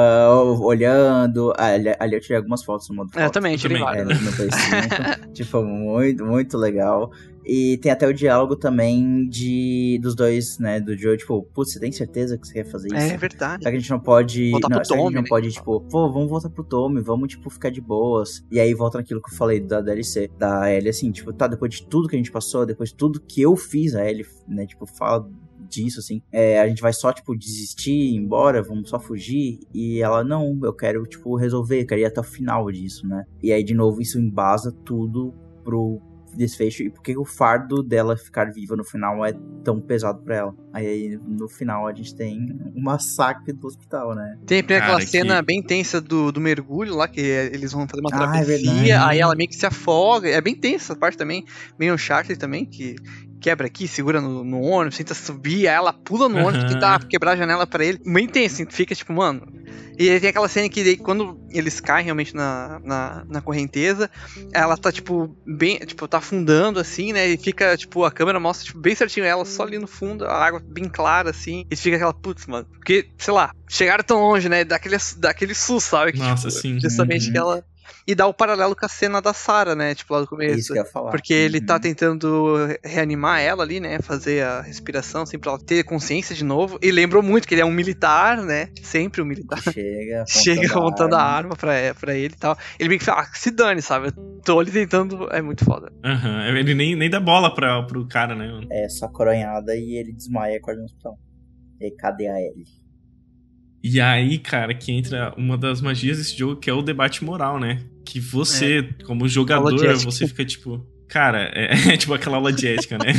olhando, ali eu tirei algumas fotos no modo foto. Eu também, tirei várias. No Play 5, tipo, muito, muito legal. E tem até o diálogo também dos dois, né, do Joe, tipo, putz, você tem certeza que você quer fazer isso? É verdade. Será que a gente não pode... Voltar pro Tommy, a gente não pode, tipo, pô, vamos voltar pro Tommy, vamos, tipo, ficar de boas. E aí volta naquilo que eu falei da DLC, da Ellie, assim, tipo, tá, depois de tudo que a gente passou, depois de tudo que eu fiz, a Ellie, né, tipo, fala disso, assim, a gente vai só, tipo, desistir, ir embora, vamos só fugir, e ela, não, eu quero, tipo, resolver, eu quero ir até o final disso, né, e aí, de novo, isso embasa tudo pro desfecho, e por que o fardo dela ficar viva no final é tão pesado pra ela. Aí no final a gente tem um massacre do hospital, né? Tem aquela cena bem tensa do mergulho lá, que eles vão fazer uma travessia, aí ela meio que se afoga, é bem tensa essa parte também, meio Uncharted também, que quebra aqui, segura no ônibus, tenta subir, aí ela pula no ônibus, tenta quebrar a janela pra ele, bem tenso, fica tipo, mano... E aí tem aquela cena que daí, quando eles caem realmente na correnteza, ela tá, tipo, bem, tipo, tá afundando, assim, né, e fica, tipo, a câmera mostra, tipo, bem certinho ela só ali no fundo, a água bem clara, assim, e fica aquela, putz, mano, porque, sei lá, chegaram tão longe, né, daquele susto, sabe? Que, nossa, tipo, sim. Justamente que ela... E dá o paralelo com a cena da Sarah, né? Tipo, lá do começo. Isso que eu ia falar. Porque ele tá tentando reanimar ela ali, né? Fazer a respiração, assim, pra ela ter consciência de novo. E lembrou muito que ele é um militar, né? Sempre um militar. Chega montando a arma pra ele e tal. Ele meio que fala, se dane, sabe? Eu tô ali tentando... É muito foda. Ele nem dá bola pro cara, né? É, só coronhada e ele desmaia e acorda no hospital. E aí, cadê a Ellie? E aí, cara, que entra uma das magias desse jogo, que é o debate moral, né? Que você, como jogador, você fica tipo... Cara, é tipo aquela aula de ética, né?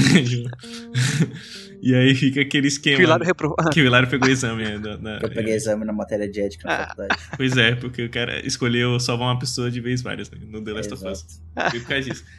E aí fica aquele esquema... Que o Hilário reprovou. Que o Hilário pegou o exame. Eu peguei exame na matéria de ética na faculdade. Pois é, porque o cara escolheu salvar uma pessoa de vez várias, né? No The Last of Us. E por causa disso.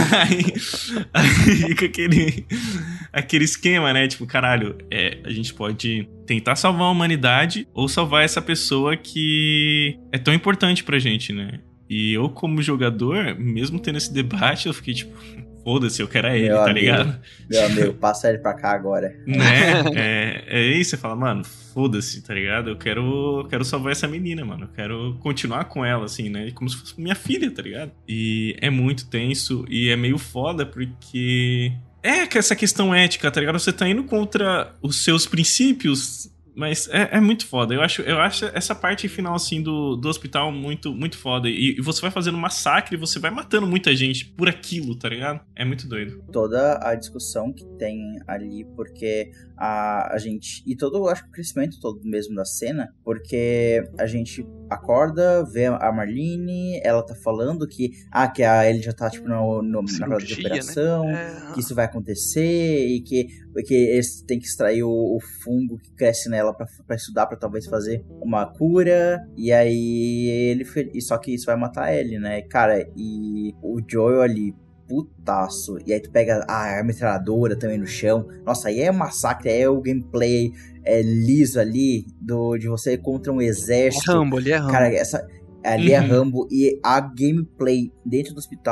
Aí fica aquele esquema, né? Tipo, caralho, a gente pode tentar salvar a humanidade ou salvar essa pessoa que é tão importante pra gente, né? E eu, como jogador, mesmo tendo esse debate, eu fiquei tipo... Foda-se, eu quero ele, meu tá amigo, ligado? Meu amigo, passa ele pra cá agora. Né? É isso, você fala, mano, foda-se, tá ligado? Eu quero salvar essa menina, mano. Eu quero continuar com ela, assim, né? Como se fosse minha filha, tá ligado? E é muito tenso e é meio foda porque... que essa questão ética, tá ligado? Você tá indo contra os seus princípios... Mas é muito foda. Eu acho essa parte final, assim, do hospital muito, muito foda. E você vai fazendo massacre, você vai matando muita gente por aquilo, tá ligado? É muito doido. Toda a discussão que tem ali, porque a gente... E todo, eu acho que o crescimento todo mesmo da cena, porque a gente acorda, vê a Marlene, ela tá falando que a Ellie já tá, tipo, na roda de operação, né? Que isso vai acontecer e que eles têm que extrair o fungo que cresce nela pra estudar, pra talvez fazer uma cura. E aí só que isso vai matar ele, né? Cara, e o Joel ali, putaço. E aí tu pega a metralhadora também no chão. Nossa, aí é um massacre, aí é o gameplay liso ali de você contra um exército. É Rambo, ali é Rambo. Cara, ali é Rambo. E a gameplay dentro do hospital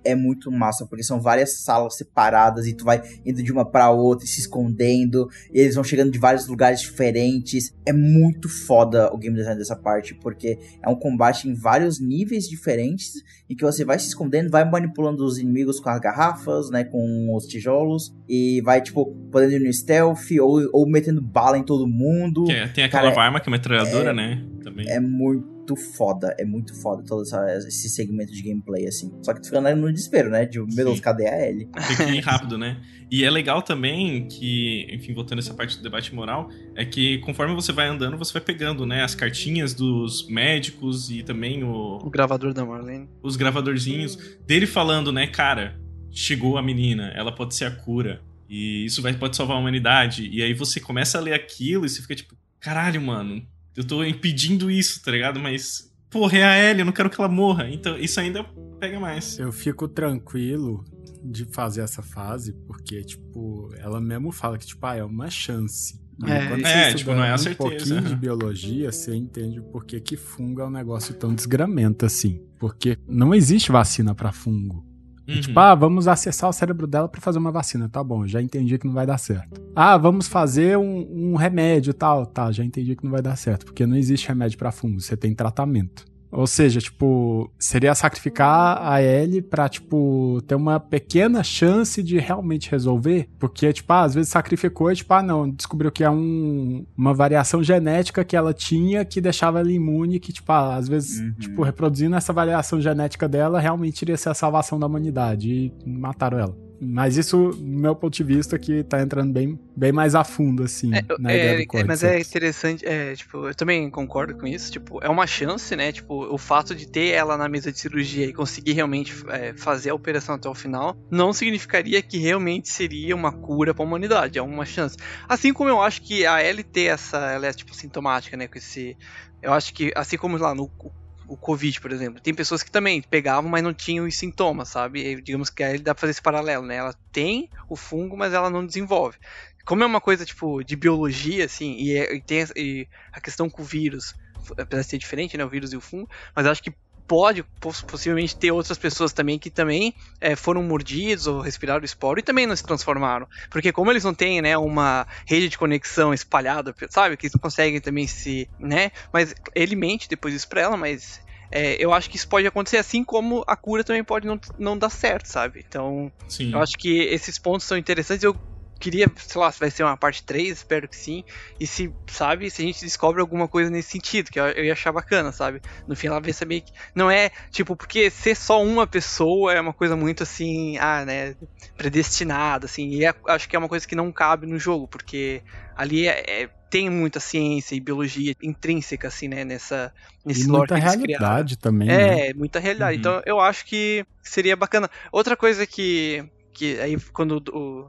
é muito massa, porque são várias salas separadas e tu vai indo de uma pra outra e se escondendo, e eles vão chegando de vários lugares diferentes. É muito foda o game design dessa parte, porque é um combate em vários níveis diferentes, em que você vai se escondendo, vai manipulando os inimigos com as garrafas, né, com os tijolos, e vai, tipo, podendo ir no stealth, ou metendo bala em todo mundo. Tem aquela arma que é metralhadora, né? Também. É muito foda todo esse segmento de gameplay, assim. Só que tu fica no desespero, né? De, meu Deus, cadê a Ellie? Tem que ir rápido, né? E é legal também que, enfim, voltando a essa parte do debate moral, é que conforme você vai andando, você vai pegando, né, as cartinhas dos médicos e também o gravador da Marlene. Os gravadorzinhos dele falando, né, cara, chegou a menina, ela pode ser a cura. E isso pode salvar a humanidade. E aí você começa a ler aquilo e você fica tipo, caralho, mano, eu tô impedindo isso, tá ligado? Mas, porra, é a Ellie, eu não quero que ela morra. Então isso ainda pega mais. Eu fico tranquilo de fazer essa fase, porque, tipo, ela mesmo fala que, tipo, é uma chance. Quando você tipo, não é a certeza. Pouquinho de biologia, você entende o porquê que fungo é um negócio tão desgramento assim. Porque não existe vacina pra fungo. Tipo, vamos acessar o cérebro dela pra fazer uma vacina. Tá bom, já entendi que não vai dar certo. Vamos fazer um remédio e tal. Tá, já entendi que não vai dar certo. Porque não existe remédio pra fungo, você tem tratamento. Ou seja, tipo, seria sacrificar a Ellie pra, tipo, ter uma pequena chance de realmente resolver. Porque, tipo, às vezes sacrificou e, tipo, não, descobriu que é uma variação genética que ela tinha que deixava ela imune, que, tipo, às vezes, tipo, reproduzindo essa variação genética dela, realmente iria ser a salvação da humanidade. E mataram ela. Mas isso, do meu ponto de vista, que tá entrando bem mais a fundo, assim, na ideia do Cordyceps. Mas é interessante, tipo, eu também concordo com isso, tipo, é uma chance, né, tipo, o fato de ter ela na mesa de cirurgia e conseguir realmente fazer a operação até o final, não significaria que realmente seria uma cura pra humanidade, é uma chance. Assim como eu acho que a Ellie ter ela é, tipo, sintomática, né, com esse... Eu acho que, assim como lá no... O Covid, por exemplo. Tem pessoas que também pegavam, mas não tinham os sintomas, sabe? E, digamos que aí dá pra fazer esse paralelo, né? Ela tem o fungo, mas ela não desenvolve. Como é uma coisa, tipo, de biologia, assim, e tem a questão com o vírus, apesar de ser diferente, né? O vírus e o fungo, mas eu acho que pode possivelmente ter outras pessoas também que também foram mordidos ou respiraram o esporo e também não se transformaram. Porque como eles não têm, né, uma rede de conexão espalhada, sabe? Que eles não conseguem também né? Mas ele mente depois isso pra ela, mas eu acho que isso pode acontecer, assim como a cura também pode não dar certo, sabe? Então, sim, eu acho que esses pontos são interessantes. Eu queria, sei lá, se vai ser uma parte 3, espero que sim. E se a gente descobre alguma coisa nesse sentido, que eu ia achar bacana, sabe? No fim ela vai saber que não é, tipo, porque ser só uma pessoa é uma coisa muito assim, né, predestinada, assim. E acho que é uma coisa que não cabe no jogo, porque ali tem muita ciência e biologia intrínseca, assim, né, nesse lore que eles criaram. Muita realidade também, né? Muita realidade. Então eu acho que seria bacana. Outra coisa que aí quando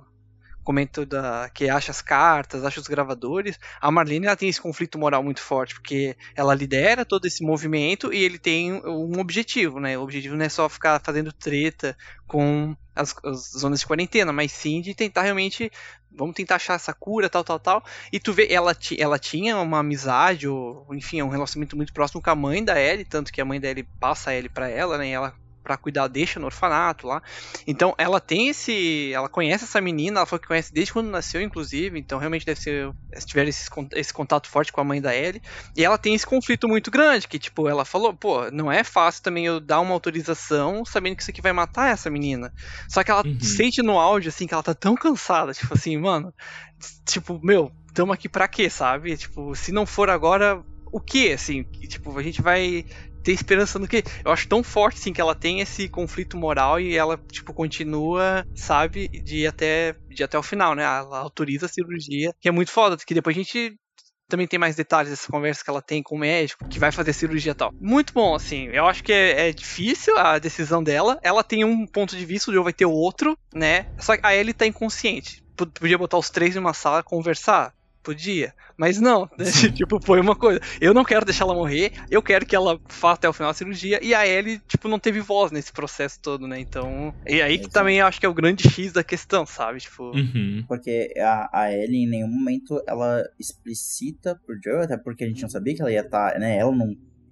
comento que acha as cartas, acha os gravadores, a Marlene ela tem esse conflito moral muito forte, porque ela lidera todo esse movimento e ele tem um objetivo, né? O objetivo não é só ficar fazendo treta com as zonas de quarentena, mas sim de tentar realmente, vamos tentar achar essa cura, tal. E tu vê, ela tinha uma amizade, ou enfim, um relacionamento muito próximo com a mãe da Ellie, tanto que a mãe da Ellie passa a Ellie pra ela, né? E ela, pra cuidar, deixa no orfanato lá. Então ela ela conhece essa menina, ela falou que conhece desde quando nasceu, inclusive, então realmente deve ser, se tiver esse contato forte com a mãe da Ellie, e ela tem esse conflito muito grande, que tipo, ela falou, pô, não é fácil também eu dar uma autorização sabendo que isso aqui vai matar essa menina. Só que ela sente no áudio, assim, que ela tá tão cansada, tipo assim, mano, tipo, meu, tamo aqui pra quê, sabe? Tipo, se não for agora, o quê, assim? Tipo, a gente vai ter esperança no quê? Eu acho tão forte, assim, que ela tem esse conflito moral e ela, tipo, continua, sabe, de ir até o final, né? Ela autoriza a cirurgia, que é muito foda, que depois a gente também tem mais detalhes dessa conversa que ela tem com o médico, que vai fazer a cirurgia e tal. Muito bom, assim, eu acho que é difícil a decisão dela, ela tem um ponto de vista, o Joe vai ter outro, né? Só que a Ellie tá inconsciente. Podia botar os três em uma sala, conversar? Podia, mas não, né? Tipo, foi uma coisa, eu não quero deixar ela morrer, eu quero que ela faça até o final da cirurgia, e a Ellie, tipo, não teve voz nesse processo todo, né, então, e aí que também eu acho que é o grande X da questão, sabe, tipo... Porque a Ellie, em nenhum momento, ela explicita pro Joe, até porque a gente não sabia que ela ia estar, né, ela não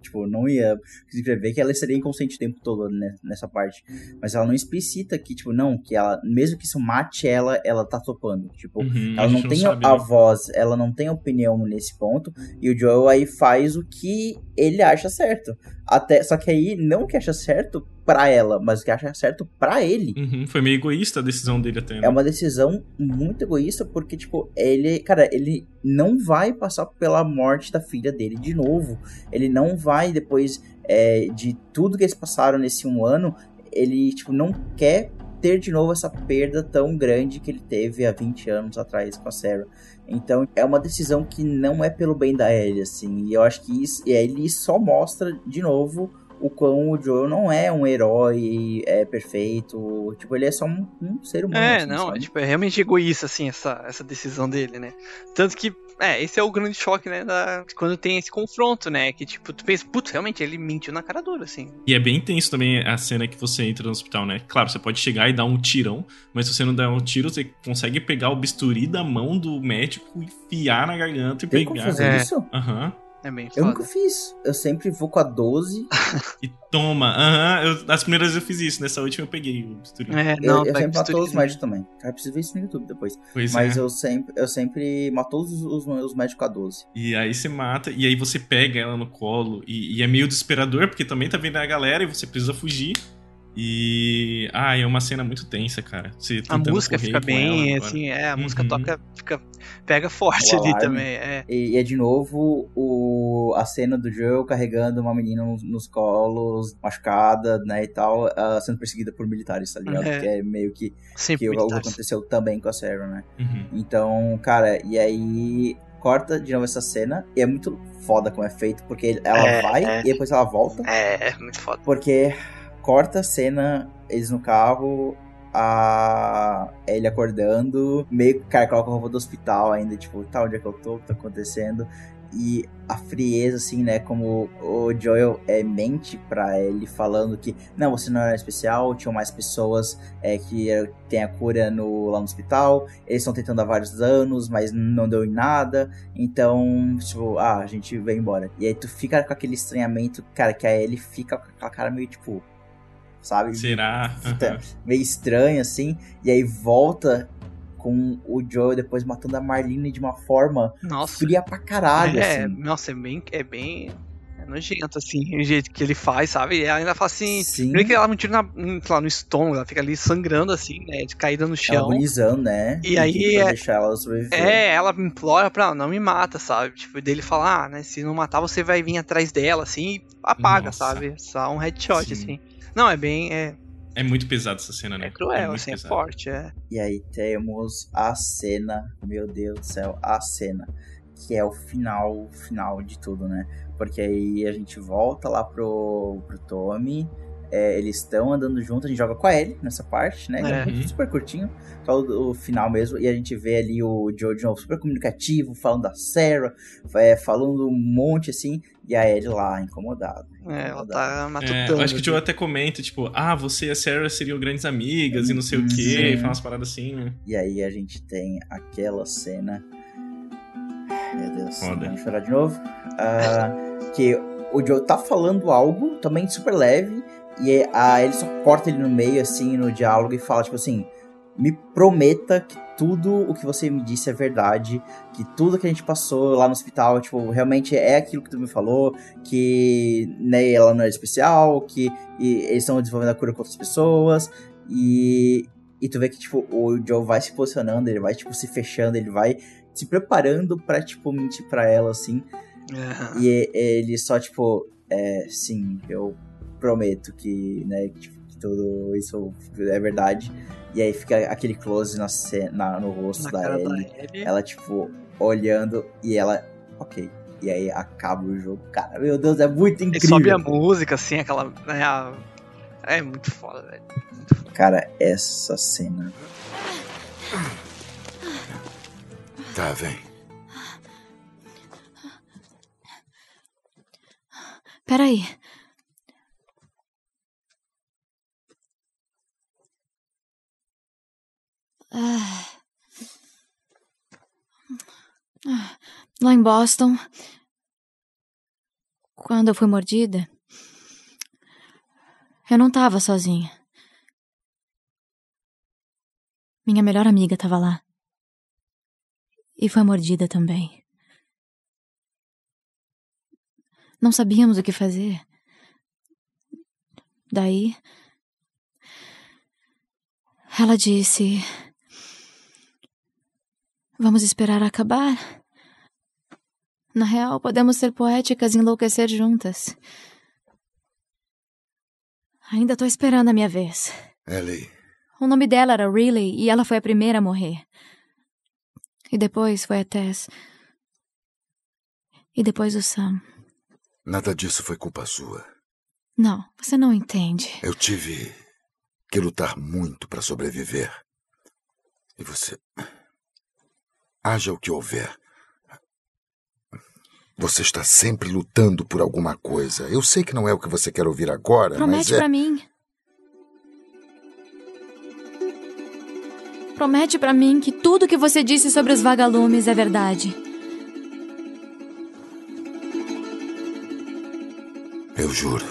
tipo, não ia escrever que ela estaria inconsciente o tempo todo, né, nessa parte. Mas ela não explicita que, tipo, não, que ela, mesmo que isso mate ela, ela tá topando. Tipo, ela não tem a voz, ela não tem opinião nesse ponto, e o Joel aí faz o que ele acha certo. Só que aí, não o que acha certo pra ela, mas o que acha certo pra ele. Foi meio egoísta a decisão dele até, né? É uma decisão muito egoísta, porque, tipo, ele não vai passar pela morte da filha dele de novo. Ele não vai, depois de tudo que eles passaram nesse 1 ano, ele, tipo, não quer ter de novo essa perda tão grande que ele teve há 20 anos atrás com a Sarah. Então, é uma decisão que não é pelo bem da Ellie, assim. E eu acho que ele só mostra, de novo, o quão o Joel não é um herói perfeito. Tipo, ele é só um ser humano. Assim, não, sabe? tipo, é realmente egoísta, assim, essa decisão dele, né? Tanto que, esse é o grande choque, né, quando tem esse confronto, né? Que, tipo, tu pensa, putz, realmente, ele mentiu na cara dura, assim. E é bem intenso também a cena que você entra no hospital, né? Claro, você pode chegar e dar um tirão, mas se você não der um tiro, você consegue pegar o bisturi da mão do médico, enfiar na garganta e Tem pegar. como fazer isso? Aham. É bem eu nunca fiz. Eu sempre vou com a 12. E toma. As primeiras vezes eu fiz isso. Nessa última eu peguei o bisturi. Eu sempre mato todos os médicos também. Eu preciso ver isso no YouTube depois. Mas eu sempre mato todos os médicos com a 12. E aí você mata, e aí você pega ela no colo. E é meio desesperador, porque também tá vindo a galera e você precisa fugir. E... é uma cena muito tensa, cara. Você a música fica bem, assim, a música toca, pega forte ali também. E é de novo a cena do Joel carregando uma menina nos colos, machucada, né, e tal, sendo perseguida por militares, tá ligado? Que é meio que o que aconteceu também com a Sarah, né? Então, cara, e aí... corta de novo essa cena, e é muito foda como é feito, porque ela vai e depois ela volta. É muito foda. Porque... corta a cena, eles no carro, ele acordando, meio que, cara, coloca a roupa do hospital ainda, tipo, tá, onde é que eu tô, o que tá acontecendo? E a frieza, assim, né, como o Joel mente pra ele, falando que, não, você não era especial, tinham mais pessoas que tem a cura lá no hospital, eles estão tentando há vários anos, mas não deu em nada, então, tipo, a gente veio embora. E aí tu fica com aquele estranhamento, cara, que a Ellie fica com aquela cara meio, tipo... sabe? Será? Meio estranho, assim. E aí volta com o Joel depois matando a Marlene de uma forma fria pra caralho, assim. Nossa, é bem nojento, assim, o jeito que ele faz, sabe? E ela ainda fala assim... primeiro que ela não tira no estômago, ela fica ali sangrando, assim, né? De caída no chão. Ela agonizando, né? E aí... pra deixar ela sobreviver. Ela implora pra ela, não me mata, sabe? Tipo, dele falar, né? Se não matar, você vai vir atrás dela, assim, e apaga, sabe? Só um headshot, assim. Não, é bem... É muito pesado essa cena, né? É cruel, assim, pesado. É forte, E aí temos a cena, meu Deus do céu, a cena, que é o final de tudo, né? Porque aí a gente volta lá pro Tommy, eles estão andando juntos, a gente joga com a Ellie nessa parte, né? Super curtinho, só o final mesmo, e a gente vê ali o Joe de novo super comunicativo, falando da Sarah, falando um monte assim, e a Ellie lá, incomodada. Ela tá matutando. Eu acho que o Joe até comenta, tipo, você e a Sarah seriam grandes amigas e não sei o quê, fala umas paradas assim, né? E aí a gente tem aquela cena... Meu Deus, foda. Vamos chorar de novo. Que o Joe tá falando algo, também super leve, e ele só corta ele no meio, assim, no diálogo, e fala, tipo assim, me prometa que tudo o que você me disse é verdade, que tudo que a gente passou lá no hospital, tipo, realmente é aquilo que tu me falou, que, né, ela não é especial, que eles estão desenvolvendo a cura com outras pessoas, e tu vê que, tipo, o Joe vai se posicionando, ele vai, tipo, se fechando, ele vai se preparando pra, tipo, mentir pra ela, assim, e ele só, tipo, sim, eu prometo que, né, que tudo isso é verdade. E aí fica aquele close no rosto da Ellie. Ela, tipo, olhando e ela... ok. E aí acaba o jogo. Cara, meu Deus, é muito incrível. E sobe a música, assim, aquela... É muito foda, velho. Cara, essa cena... Tá, vem. Peraí. Lá em Boston, Quando eu fui mordida, eu não tava sozinha. Minha melhor amiga tava lá. E foi mordida também. Não sabíamos o que fazer. Daí, ela disse: vamos esperar acabar. Na real, podemos ser poéticas e enlouquecer juntas. Ainda tô esperando a minha vez. Ellie. O nome dela era Riley e ela foi a primeira a morrer. E depois foi a Tess. E depois o Sam. Nada disso foi culpa sua. Não, você não entende. Eu tive que lutar muito para sobreviver. E você... Haja o que houver. Você está sempre lutando por alguma coisa. Eu sei que não é o que você quer ouvir agora, Promete mas pra mim. Promete pra mim que tudo que você disse sobre os vagalumes é verdade. Eu juro.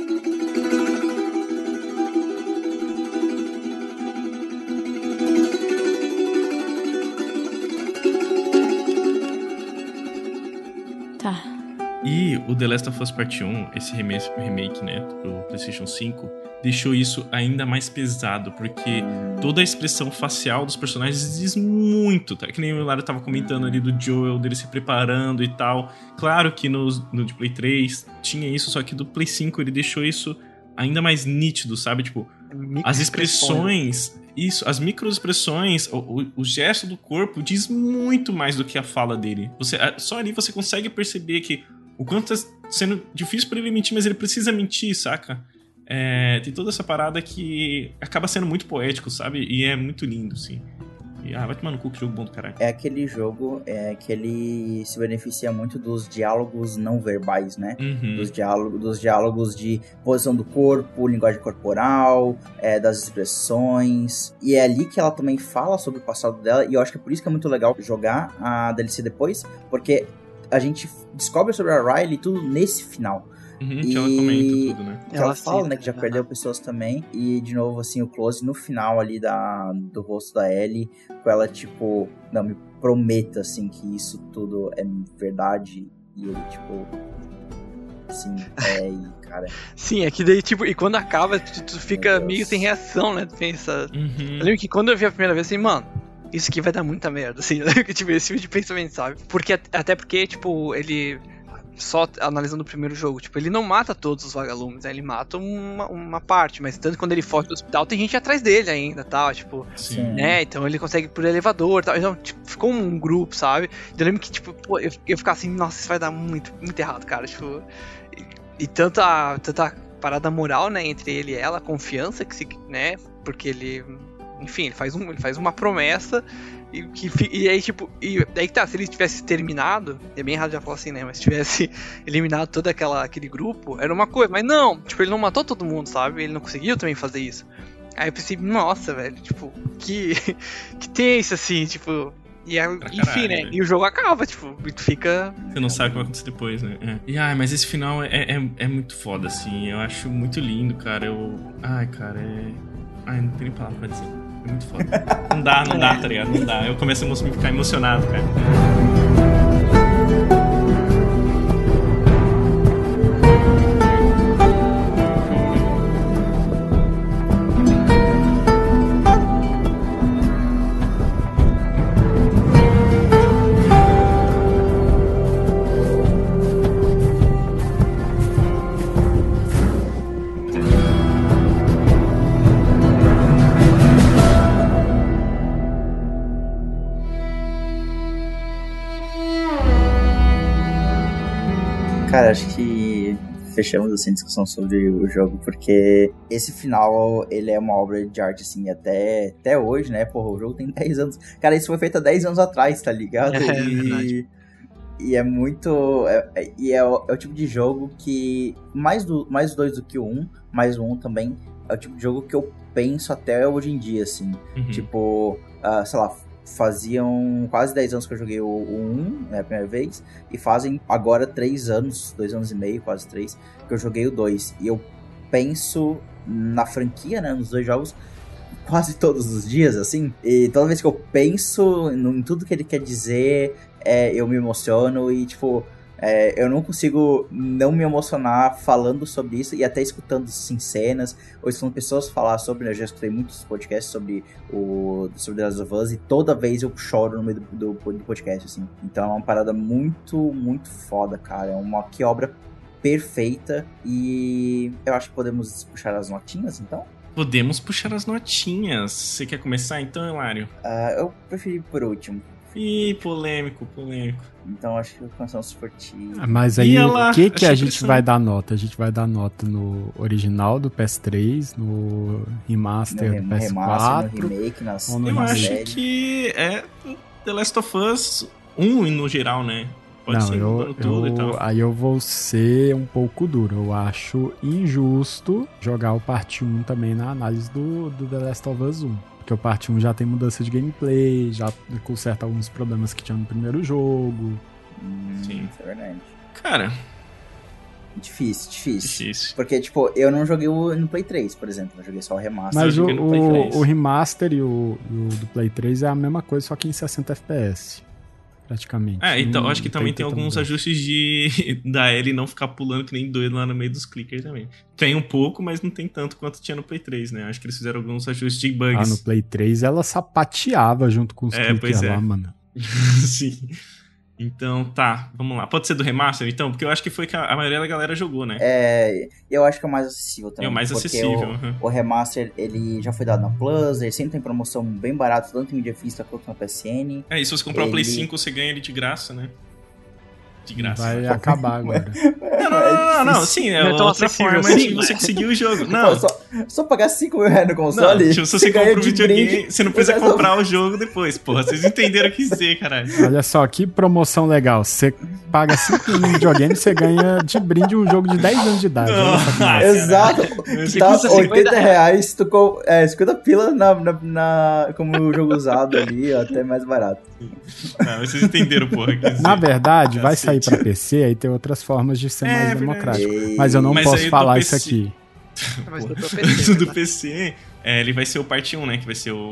Tá. E o The Last of Us Part 1, esse remake, né, pro PlayStation 5, deixou isso ainda mais pesado, porque toda a expressão facial dos personagens diz muito, tá? Que nem o Lara tava comentando ali do Joel, dele se preparando e tal. Claro que no de Play 3 tinha isso, só que do Play 5 ele deixou isso ainda mais nítido, sabe? Tipo, as expressões... Isso, as microexpressões, o gesto do corpo diz muito mais do que a fala dele. Só ali você consegue perceber que o quanto tá sendo difícil pra ele mentir, mas ele precisa mentir, saca? Tem toda essa parada que acaba sendo muito poético, sabe? E é muito lindo, sim. E, vai tomar no cu, que jogo bom do caralho. É aquele jogo que ele se beneficia muito dos diálogos não verbais, né? Uhum. Dos diálogos de posição do corpo, linguagem corporal, das expressões. E é ali que ela também fala sobre o passado dela. E eu acho que é por isso que é muito legal jogar a DLC depois, porque a gente descobre sobre a Riley tudo nesse final. Uhum, que ela comenta tudo, né? Que ela fala, né, que já perdeu pessoas também. E, de novo, assim, o close no final ali do rosto da Ellie, com ela, tipo, não, me prometa, assim, que isso tudo é verdade. E ele, tipo... Assim, e, cara... Sim, é que daí, tipo, e quando acaba, tu fica meio sem reação, né? Tu pensa... Uhum. Eu lembro que quando eu vi a primeira vez, assim, mano... Isso aqui vai dar muita merda, assim, tipo, esse tipo de pensamento, sabe? Até porque, tipo, ele... Só analisando o primeiro jogo, tipo, ele não mata todos os vagalumes, né? Ele mata uma parte, mas tanto quando ele foge do hospital, tem gente atrás dele ainda, tal, tipo, sim, né? Então ele consegue ir por elevador, tal. Então, tipo, ficou um grupo, sabe? Eu lembro que, tipo, pô, eu ficava assim, nossa, isso vai dar muito, muito errado, cara, tipo... E tanta parada moral, né, entre ele e ela, a confiança que se, né, porque ele... Enfim, ele faz uma promessa e aí, tipo, e aí que tá, se ele tivesse terminado, é bem errado já falar assim, né, mas se tivesse eliminado todo aquele grupo, era uma coisa, mas não, tipo, ele não matou todo mundo, sabe, ele não conseguiu também fazer isso. Aí eu pensei, nossa, velho, tipo, que tenso, assim, tipo... E aí, enfim, né? Velho. E o jogo acaba, tipo, e tu fica... Você não sabe o que vai acontecer depois, né? E, mas esse final é muito foda, assim. Eu acho muito lindo, cara. Cara, não tem nem palavra pra dizer. É muito foda. Não dá, tá ligado? Não dá. Eu começo a ficar emocionado, cara. Cara, acho que fechamos assim a discussão sobre o jogo, porque esse final, ele é uma obra de arte, assim, até hoje, né? Porra, o jogo tem 10 anos. Cara, isso foi feito há 10 anos atrás, tá ligado? E é muito... É o tipo de jogo que... Mais os dois do que o 1, mais o 1 também, é o tipo de jogo que eu penso até hoje em dia, assim. Uhum. Tipo, sei lá, faziam quase 10 anos que eu joguei o 1, né, a primeira vez, e fazem agora 3 anos, 2 anos e meio, quase 3, que eu joguei o 2. E eu penso na franquia, né, nos dois jogos, quase todos os dias, assim. E toda vez que eu penso em tudo que ele quer dizer, eu me emociono e, tipo... eu não consigo não me emocionar falando sobre isso e até escutando assim, cenas ou escutando pessoas falar sobre, né? Eu já escutei muitos podcasts sobre The Last of Us e toda vez eu choro no meio do podcast, assim. Então é uma parada muito, muito foda, cara. É uma obra perfeita e eu acho que podemos puxar as notinhas, então? Podemos puxar as notinhas. Você quer começar então, Hilário? Eu preferi por último. Ih, polêmico. Então acho que começamos por ti. Mas aí, o que a gente vai dar nota? A gente vai dar nota no original do PS3, no remaster do PS4, no remake, ou no Eu remake? acho que é The Last of Us 1 no geral, né? Pode ser mudando tudo e tal. Aí eu vou ser um pouco duro. Eu acho injusto jogar o parte 1 também na análise do The Last of Us 1. Porque o parte 1 já tem mudança de gameplay, já conserta alguns problemas que tinha no primeiro jogo. Sim, isso é verdade. Cara... Difícil. Porque, tipo, eu não joguei no Play 3, por exemplo. Eu joguei só o remaster. Mas o remaster e o do Play 3 é a mesma coisa, só que em 60 FPS. Praticamente. Então, acho que também tem alguns ajustes da Ellie não ficar pulando que nem doido lá no meio dos clickers também. Tem um pouco, mas não tem tanto quanto tinha no Play 3, né? Acho que eles fizeram alguns ajustes de bugs. No Play 3 ela sapateava junto com os clickers lá, mano. Sim. Então, tá, vamos lá. Pode ser do remaster, então? Porque eu acho que foi que a maioria da galera jogou, né? Eu acho que é o mais acessível também. É o mais acessível. O remaster, ele já foi dado na Plus, ele sempre tem promoção bem barata, tanto em mídia física quanto na PSN. E se você comprar o Play 5, você ganha ele de graça, né? De graça. Vai acabar agora. Não, sim, é outra forma de você conseguir o jogo. Não. Só pagar 5 mil reais no console? Não, tipo, se você compra o videogame, você não precisa comprar o jogo depois, porra. Vocês entenderam o que dizer, caralho. Olha só, que promoção legal. Você paga 5 mil no videogame, você ganha de brinde um jogo de 10 anos de idade. Exato. Tá 80 reais, 50 pila como jogo usado ali, até mais barato. Não, vocês entenderam, porra. Na verdade, vai sair pra PC, aí tem outras formas de ser mais democrático. Mas eu não posso falar isso aqui. Mas do PC, ele vai ser o parte 1, né? Que vai ser o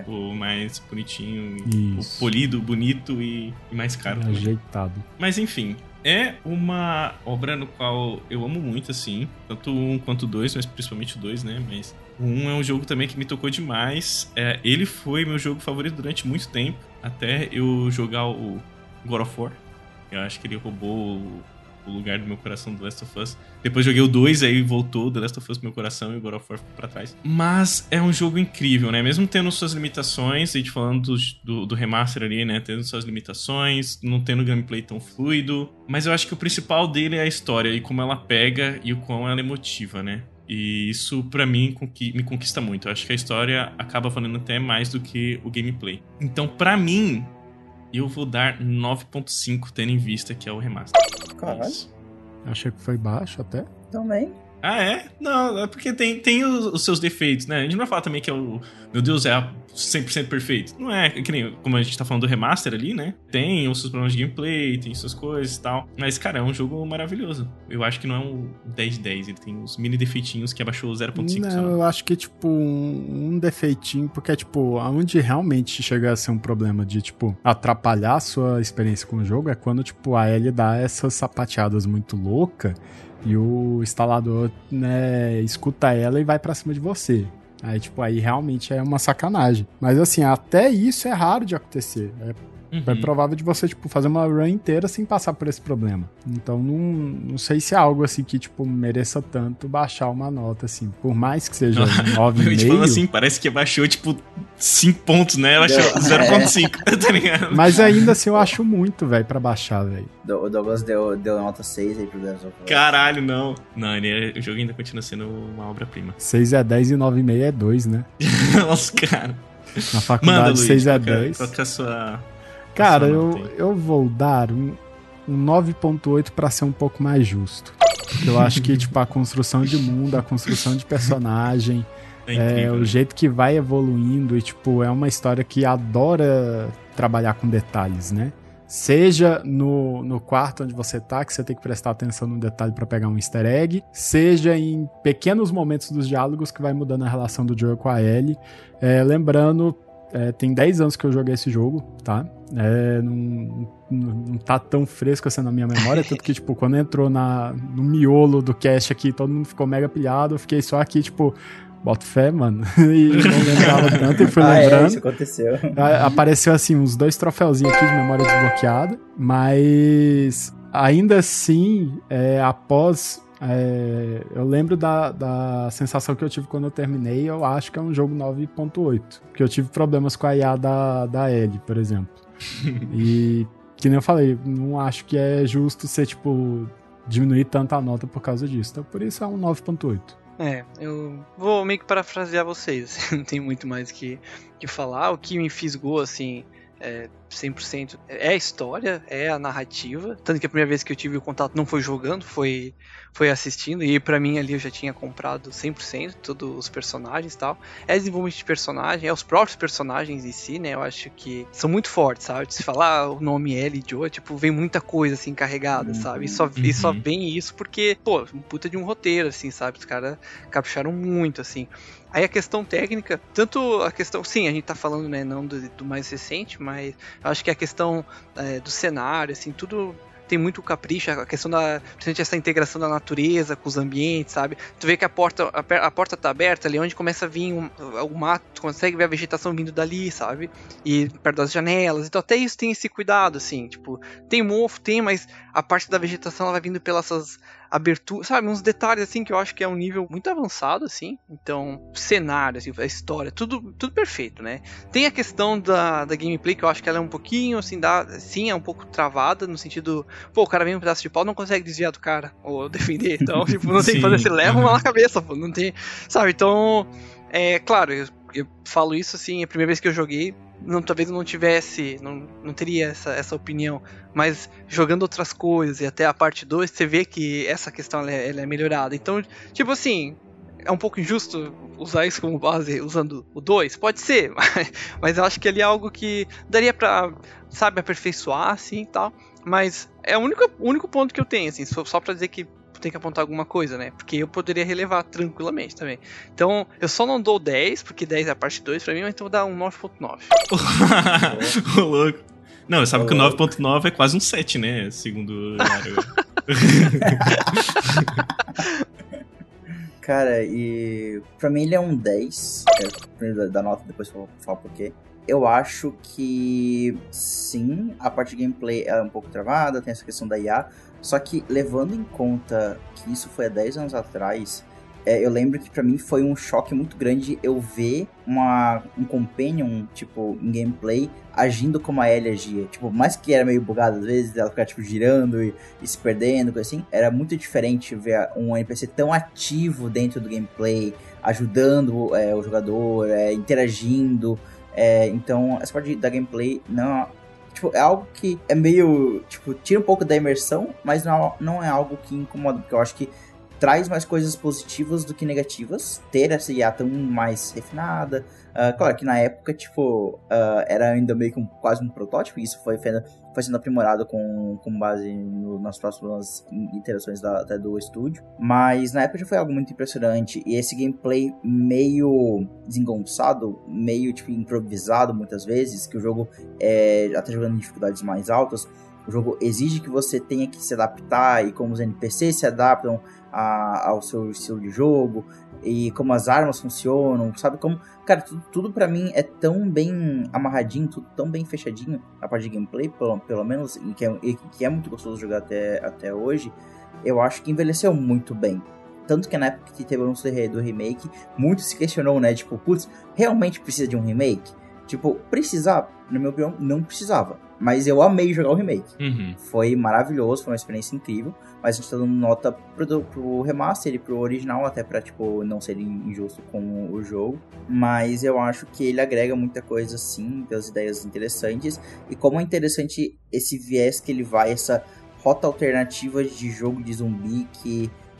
mais bonitinho, o polido, bonito e mais caro. Ajeitado. Mas enfim, é uma obra no qual eu amo muito, assim. Tanto o 1 quanto o 2, mas principalmente o 2, né? Mas o 1 é um jogo também que me tocou demais. Ele foi meu jogo favorito durante muito tempo. Até eu jogar o God of War. Eu acho que ele roubou o lugar do meu coração do The Last of Us. Depois joguei o 2, aí voltou The Last of Us pro meu coração e o God of War ficou pra trás. Mas é um jogo incrível, né? Mesmo tendo suas limitações, a gente falando do remaster ali, né? Tendo suas limitações, não tendo gameplay tão fluido. Mas eu acho que o principal dele é a história e como ela pega e o quão ela é emotiva, né? E isso, pra mim, me conquista muito. Eu acho que a história acaba valendo até mais do que o gameplay. Então, pra mim, eu vou dar 9.5, tendo em vista que é o remaster. Caralho. Achei que foi baixo até. Também. Ah, é? Não, é porque tem os seus defeitos, né? A gente não vai falar também que é meu Deus, é 100% perfeito. Não é, que nem como a gente tá falando do remaster ali, né? Tem os seus problemas de gameplay, tem suas coisas e tal. Mas, cara, é um jogo maravilhoso. Eu acho que não é um 10/10, ele tem uns mini defeitinhos que abaixou 0.5. Não, eu acho que, tipo, um defeitinho, porque, tipo, onde realmente chega a ser um problema de, tipo, atrapalhar a sua experiência com o jogo é quando, tipo, a Ellie dá essas sapateadas muito loucas e o instalador, né, escuta ela e vai pra cima de você. Aí, tipo, aí realmente é uma sacanagem. Mas, assim, até isso é raro de acontecer. É provável de você, tipo, fazer uma run inteira sem passar por esse problema. Então, não sei se é algo, assim, que, tipo, mereça tanto baixar uma nota, assim. Por mais que seja 9,5... Tipo, assim, parece que baixou, tipo, 5 pontos, né? Ela achou 0,5, tá ligado? Mas ainda assim, eu acho muito, velho, pra baixar, velho. O Douglas deu nota 6 aí pro The Last of Us. Caralho, não. Não, o jogo ainda continua sendo uma obra-prima. 6 é 10 e 9,5 é 2, né? Nossa, cara. Na faculdade, manda, Luiz, 6 é 10. Qual que é a sua... Cara, eu vou dar um 9.8 pra ser um pouco mais justo. Eu acho que, tipo, a construção de mundo, a construção de personagem, É incrível, o jeito que vai evoluindo e, tipo, é uma história que adora trabalhar com detalhes, né? Seja no quarto onde você tá, que você tem que prestar atenção no detalhe pra pegar um easter egg, seja em pequenos momentos dos diálogos que vai mudando a relação do Joel com a Ellie. Lembrando, tem 10 anos que eu joguei esse jogo, tá? Não tá tão fresco assim na minha memória, tanto que, tipo, quando entrou no miolo do cast aqui, todo mundo ficou mega pilhado, eu fiquei só aqui, tipo... Boto fé, mano. E não lembrava tanto e fui lembrando. Isso aconteceu. Apareceu, assim, uns 2 troféuzinhos aqui de memória desbloqueada. Mas, ainda assim, após... eu lembro da sensação que eu tive quando eu terminei. Eu acho que é um jogo 9.8. Porque eu tive problemas com a IA da Ellie, por exemplo. E, que nem eu falei, não acho que é justo ser, tipo, diminuir tanto a nota por causa disso. Então, por isso é um 9.8. Eu vou meio que parafrasear vocês, assim, não tem muito mais que falar. O que me fisgou, assim, 100% é a história, é a narrativa. Tanto que a primeira vez que eu tive o contato não foi jogando, foi assistindo. E pra mim ali eu já tinha comprado 100% todos os personagens e tal. É desenvolvimento de personagem, é os próprios personagens em si, né? Eu acho que são muito fortes, sabe? Se falar o nome Ellie e Joel, tipo, vem muita coisa assim carregada, sabe? E só vem isso porque, pô, um puta de um roteiro, assim, sabe? Os caras capricharam muito, assim. Aí a questão técnica, tanto a questão... Sim, a gente tá falando, né, não do mais recente, mas eu acho que a questão do cenário, assim, tudo tem muito capricho, a questão principalmente essa integração da natureza com os ambientes, sabe? Tu vê que a porta tá aberta ali, onde começa a vir o mato, tu consegue ver a vegetação vindo dali, sabe? E perto das janelas, então até isso tem esse cuidado, assim, tipo, tem mofo, mas a parte da vegetação ela vai vindo pelas essas aberturas, sabe? Uns detalhes, assim, que eu acho que é um nível muito avançado, assim. Então, cenário, assim, a história, tudo perfeito, né? Tem a questão da gameplay, que eu acho que ela é um pouquinho, assim, sim, é um pouco travada, no sentido, pô, o cara vem um pedaço de pau, não consegue desviar do cara, ou defender, então, tipo, não tem que fazer, você leva uma na cabeça, pô, não tem, sabe? Então, claro, eu falo isso, assim, a primeira vez que eu joguei, talvez eu não tivesse, não teria essa opinião, mas jogando outras coisas e até a parte 2, você vê que essa questão ela é melhorada. Então, tipo assim, é um pouco injusto usar isso como base usando o 2? Pode ser, mas eu acho que ali é algo que daria pra, sabe, aperfeiçoar, assim, e tal, mas é o único ponto que eu tenho, assim, só pra dizer que tem que apontar alguma coisa, né? Porque eu poderia relevar tranquilamente também. Então, eu só não dou 10, porque 10 é a parte 2 pra mim, mas então eu vou dar um 9.9. Ô, louco. Não, sabe que o 9.9 é quase um 7, né? Segundo o Mário. Cara, e pra mim ele é um 10. Primeiro da nota, depois eu vou falar por quê. Eu acho que sim, a parte de gameplay é um pouco travada, tem essa questão da IA. Só que, levando em conta que isso foi há 10 anos atrás, eu lembro que pra mim foi um choque muito grande eu ver um companion, tipo, em gameplay, agindo como a Ellie agia. Tipo, mais que era meio bugado às vezes, ela ficava, tipo, girando e se perdendo, coisa assim. Era muito diferente ver um NPC tão ativo dentro do gameplay, ajudando o jogador, interagindo. Então, essa parte da gameplay não... Tipo, é algo que é meio... Tipo, tira um pouco da imersão, mas não é algo que incomoda. Porque eu acho que traz mais coisas positivas do que negativas. Ter essa IA tão mais refinada. Claro que na época, tipo... era ainda meio que quase um protótipo. E isso foi sendo aprimorado com base nas próximas interações até do estúdio. Mas na época já foi algo muito impressionante. E esse gameplay meio desengonçado, meio tipo improvisado muitas vezes, que o jogo, até jogando em dificuldades mais altas, o jogo exige que você tenha que se adaptar, e como os NPCs se adaptam ao seu estilo de jogo, e como as armas funcionam, sabe? Como, cara, tudo pra mim é tão bem amarradinho, tudo tão bem fechadinho, a parte de gameplay, pelo menos, e que é muito gostoso jogar até hoje. Eu acho que envelheceu muito bem. Tanto que na época que teve o anúncio do remake, muito se questionou, né? Tipo, putz, realmente precisa de um remake? Tipo, precisar, na minha opinião, não precisava. Mas eu amei jogar o remake. Uhum. Foi maravilhoso, foi uma experiência incrível. Mas a gente tá dando nota pro remaster e pro original, até pra, tipo, não ser injusto com o jogo. Mas eu acho que ele agrega muita coisa, sim, tem as ideias interessantes. E como é interessante esse viés que ele vai, essa rota alternativa de jogo de zumbi que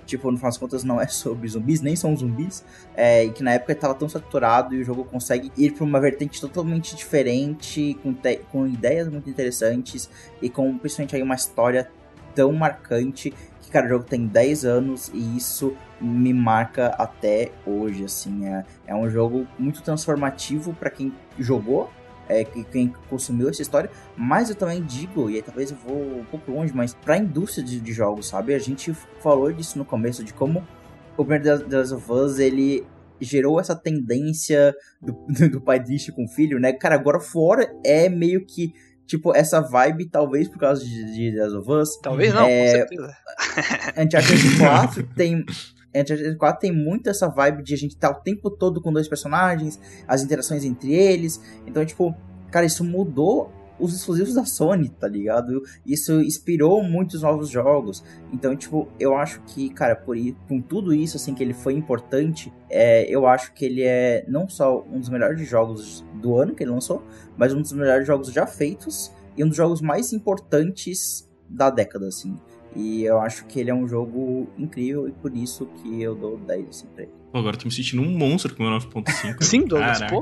tipo, no final das contas não é sobre zumbis, nem são zumbis, e que na época tava tão saturado e o jogo consegue ir pra uma vertente totalmente diferente, com ideias muito interessantes e com principalmente aí uma história tão marcante que, cara, o jogo tem 10 anos e isso me marca até hoje, assim, é um jogo muito transformativo pra quem jogou, quem consumiu essa história, mas eu também digo, e aí talvez eu vou um pouco longe, mas pra indústria de jogos, sabe? A gente falou disso no começo, de como o primeiro The Last of Us, ele gerou essa tendência do pai triste com o filho, né? Cara, agora fora é meio que, tipo, essa vibe, talvez por causa de The Last of Us. Talvez não, com certeza. Uncharted 4 tem... Uncharted 4 tem muito essa vibe de a gente estar o tempo todo com dois personagens, as interações entre eles. Então, tipo, cara, isso mudou os exclusivos da Sony, tá ligado? Isso inspirou muitos novos jogos. Então, tipo, eu acho que, cara, com tudo isso, assim, que ele foi importante, eu acho que ele é não só um dos melhores jogos do ano que ele lançou, mas um dos melhores jogos já feitos e um dos jogos mais importantes da década, assim. E eu acho que ele é um jogo incrível e por isso que eu dou 10 assim pra ele. Pô, agora eu tô me sentindo um monstro com o meu 9.5. Sim, Douglas, pô.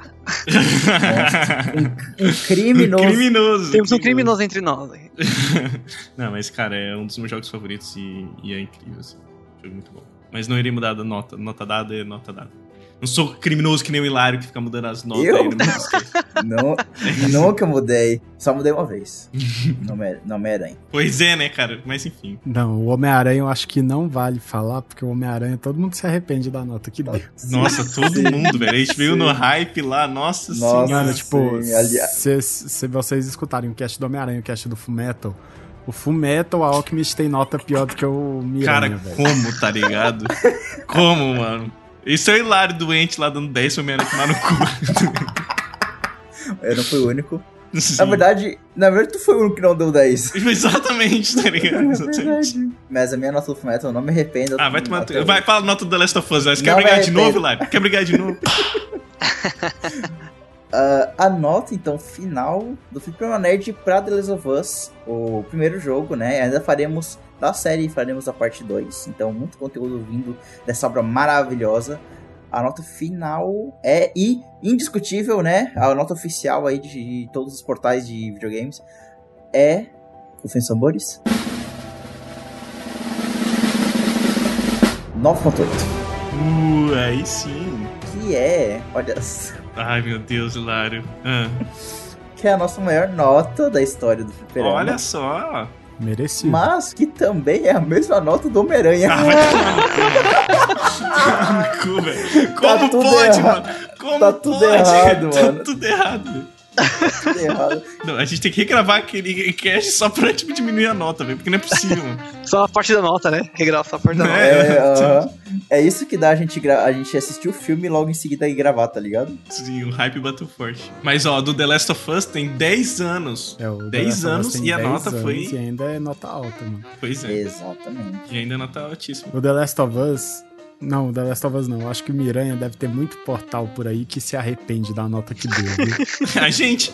Um criminoso. Temos um criminoso entre nós. Não, mas, cara, é um dos meus jogos favoritos e é incrível, assim. Jogo muito bom. Mas não irei mudar da nota. Nota dada é nota dada. Não sou criminoso que nem o Hilário que fica mudando as notas aí no Nunca mudei. Só mudei uma vez. No Homem-Aranha. Pois é, né, cara? Mas enfim. Não, o Homem-Aranha eu acho que não vale falar, porque o Homem-Aranha, todo mundo se arrepende da nota que deu. Nossa, todo mundo, velho. A gente veio no hype lá, nossa senhora. Mano, tipo, se vocês escutarem o cast do Homem-Aranha e o cast do Fullmetal, o Fullmetal, a Alchemist tem nota pior do que o Miranha, cara, velho. como, tá ligado? Como, mano? Esse é o Hilário doente lá dando 10 Homem-Aranha tomar no cu. Eu não fui o único. Sim. Na verdade, tu foi o único que não deu 10. Exatamente, tá ligado? Exatamente. Mas a minha nota do Fullmetal, eu não me arrependo. Vai tomar... Vai, fala a nota do The Last of Us. Você quer brigar de novo, Hilário? Quer brigar de novo? A nota, então, final do Fliperama Nerd pra The Last of Us, o primeiro jogo, né? Ainda faremos da série, faremos a parte 2. Então, muito conteúdo vindo dessa obra maravilhosa. A nota final é indiscutível, né? A nota oficial aí de todos os portais de videogames é... Rufem sabores. 9.8. Aí sim. Que é... Olha só. Ai, meu Deus, Hilário. Que é a nossa maior nota da história do Fliperama. Olha só. Merecido. Mas que também é a mesma nota do Homem-Aranha. Vai tomar no cu, velho. Como pode, mano? Como tá tudo pode? Errado, mano. Tá tudo errado, velho. Tudo errado. Não, a gente tem que regravar aquele cast só pra, tipo, diminuir a nota, velho. Porque não é possível, mano. Só a parte da nota, né? Regravar só a parte da nota. É isso que dá a gente assistir o filme e logo em seguida ir gravar, tá ligado? Sim, o hype bateu forte. Mas, ó, do The Last of Us tem 10 anos. 10 anos e a nota foi... E ainda é nota alta, mano. Pois é. Exatamente. E ainda é nota altíssima. O The Last of Us... Não, The Last of Us não. Acho que o Miranha deve ter muito portal por aí que se arrepende da nota que deu, viu? A gente.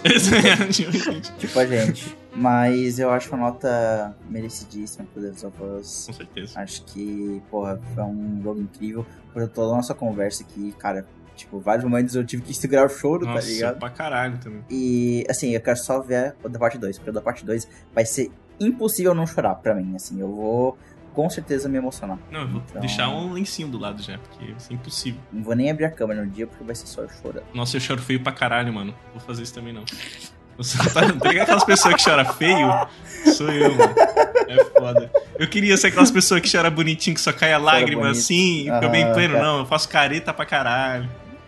Tipo a gente. Mas eu acho uma nota merecidíssima pro The Last of Us. Com certeza. Acho que, porra, foi um jogo incrível. Por toda a nossa conversa aqui, cara, tipo, vários momentos eu tive que segurar o choro, nossa, tá ligado? Pra caralho também. E, assim, eu quero só ver o da parte 2, porque o da parte 2 vai ser impossível não chorar pra mim, assim, eu vou... com certeza me emocionar. Não, eu vou deixar um lencinho do lado já, porque vai ser impossível. Não vou nem abrir a câmera no dia, porque vai ser só eu chorando. Nossa, eu choro feio pra caralho, mano. Vou fazer isso também, não. Você tá ligado aquelas pessoas que choram feio? Sou eu, mano. É foda. Eu queria ser aquelas pessoas que choram bonitinho, que só cai a lágrima assim, e fica bem pleno. Não, eu faço careta pra caralho.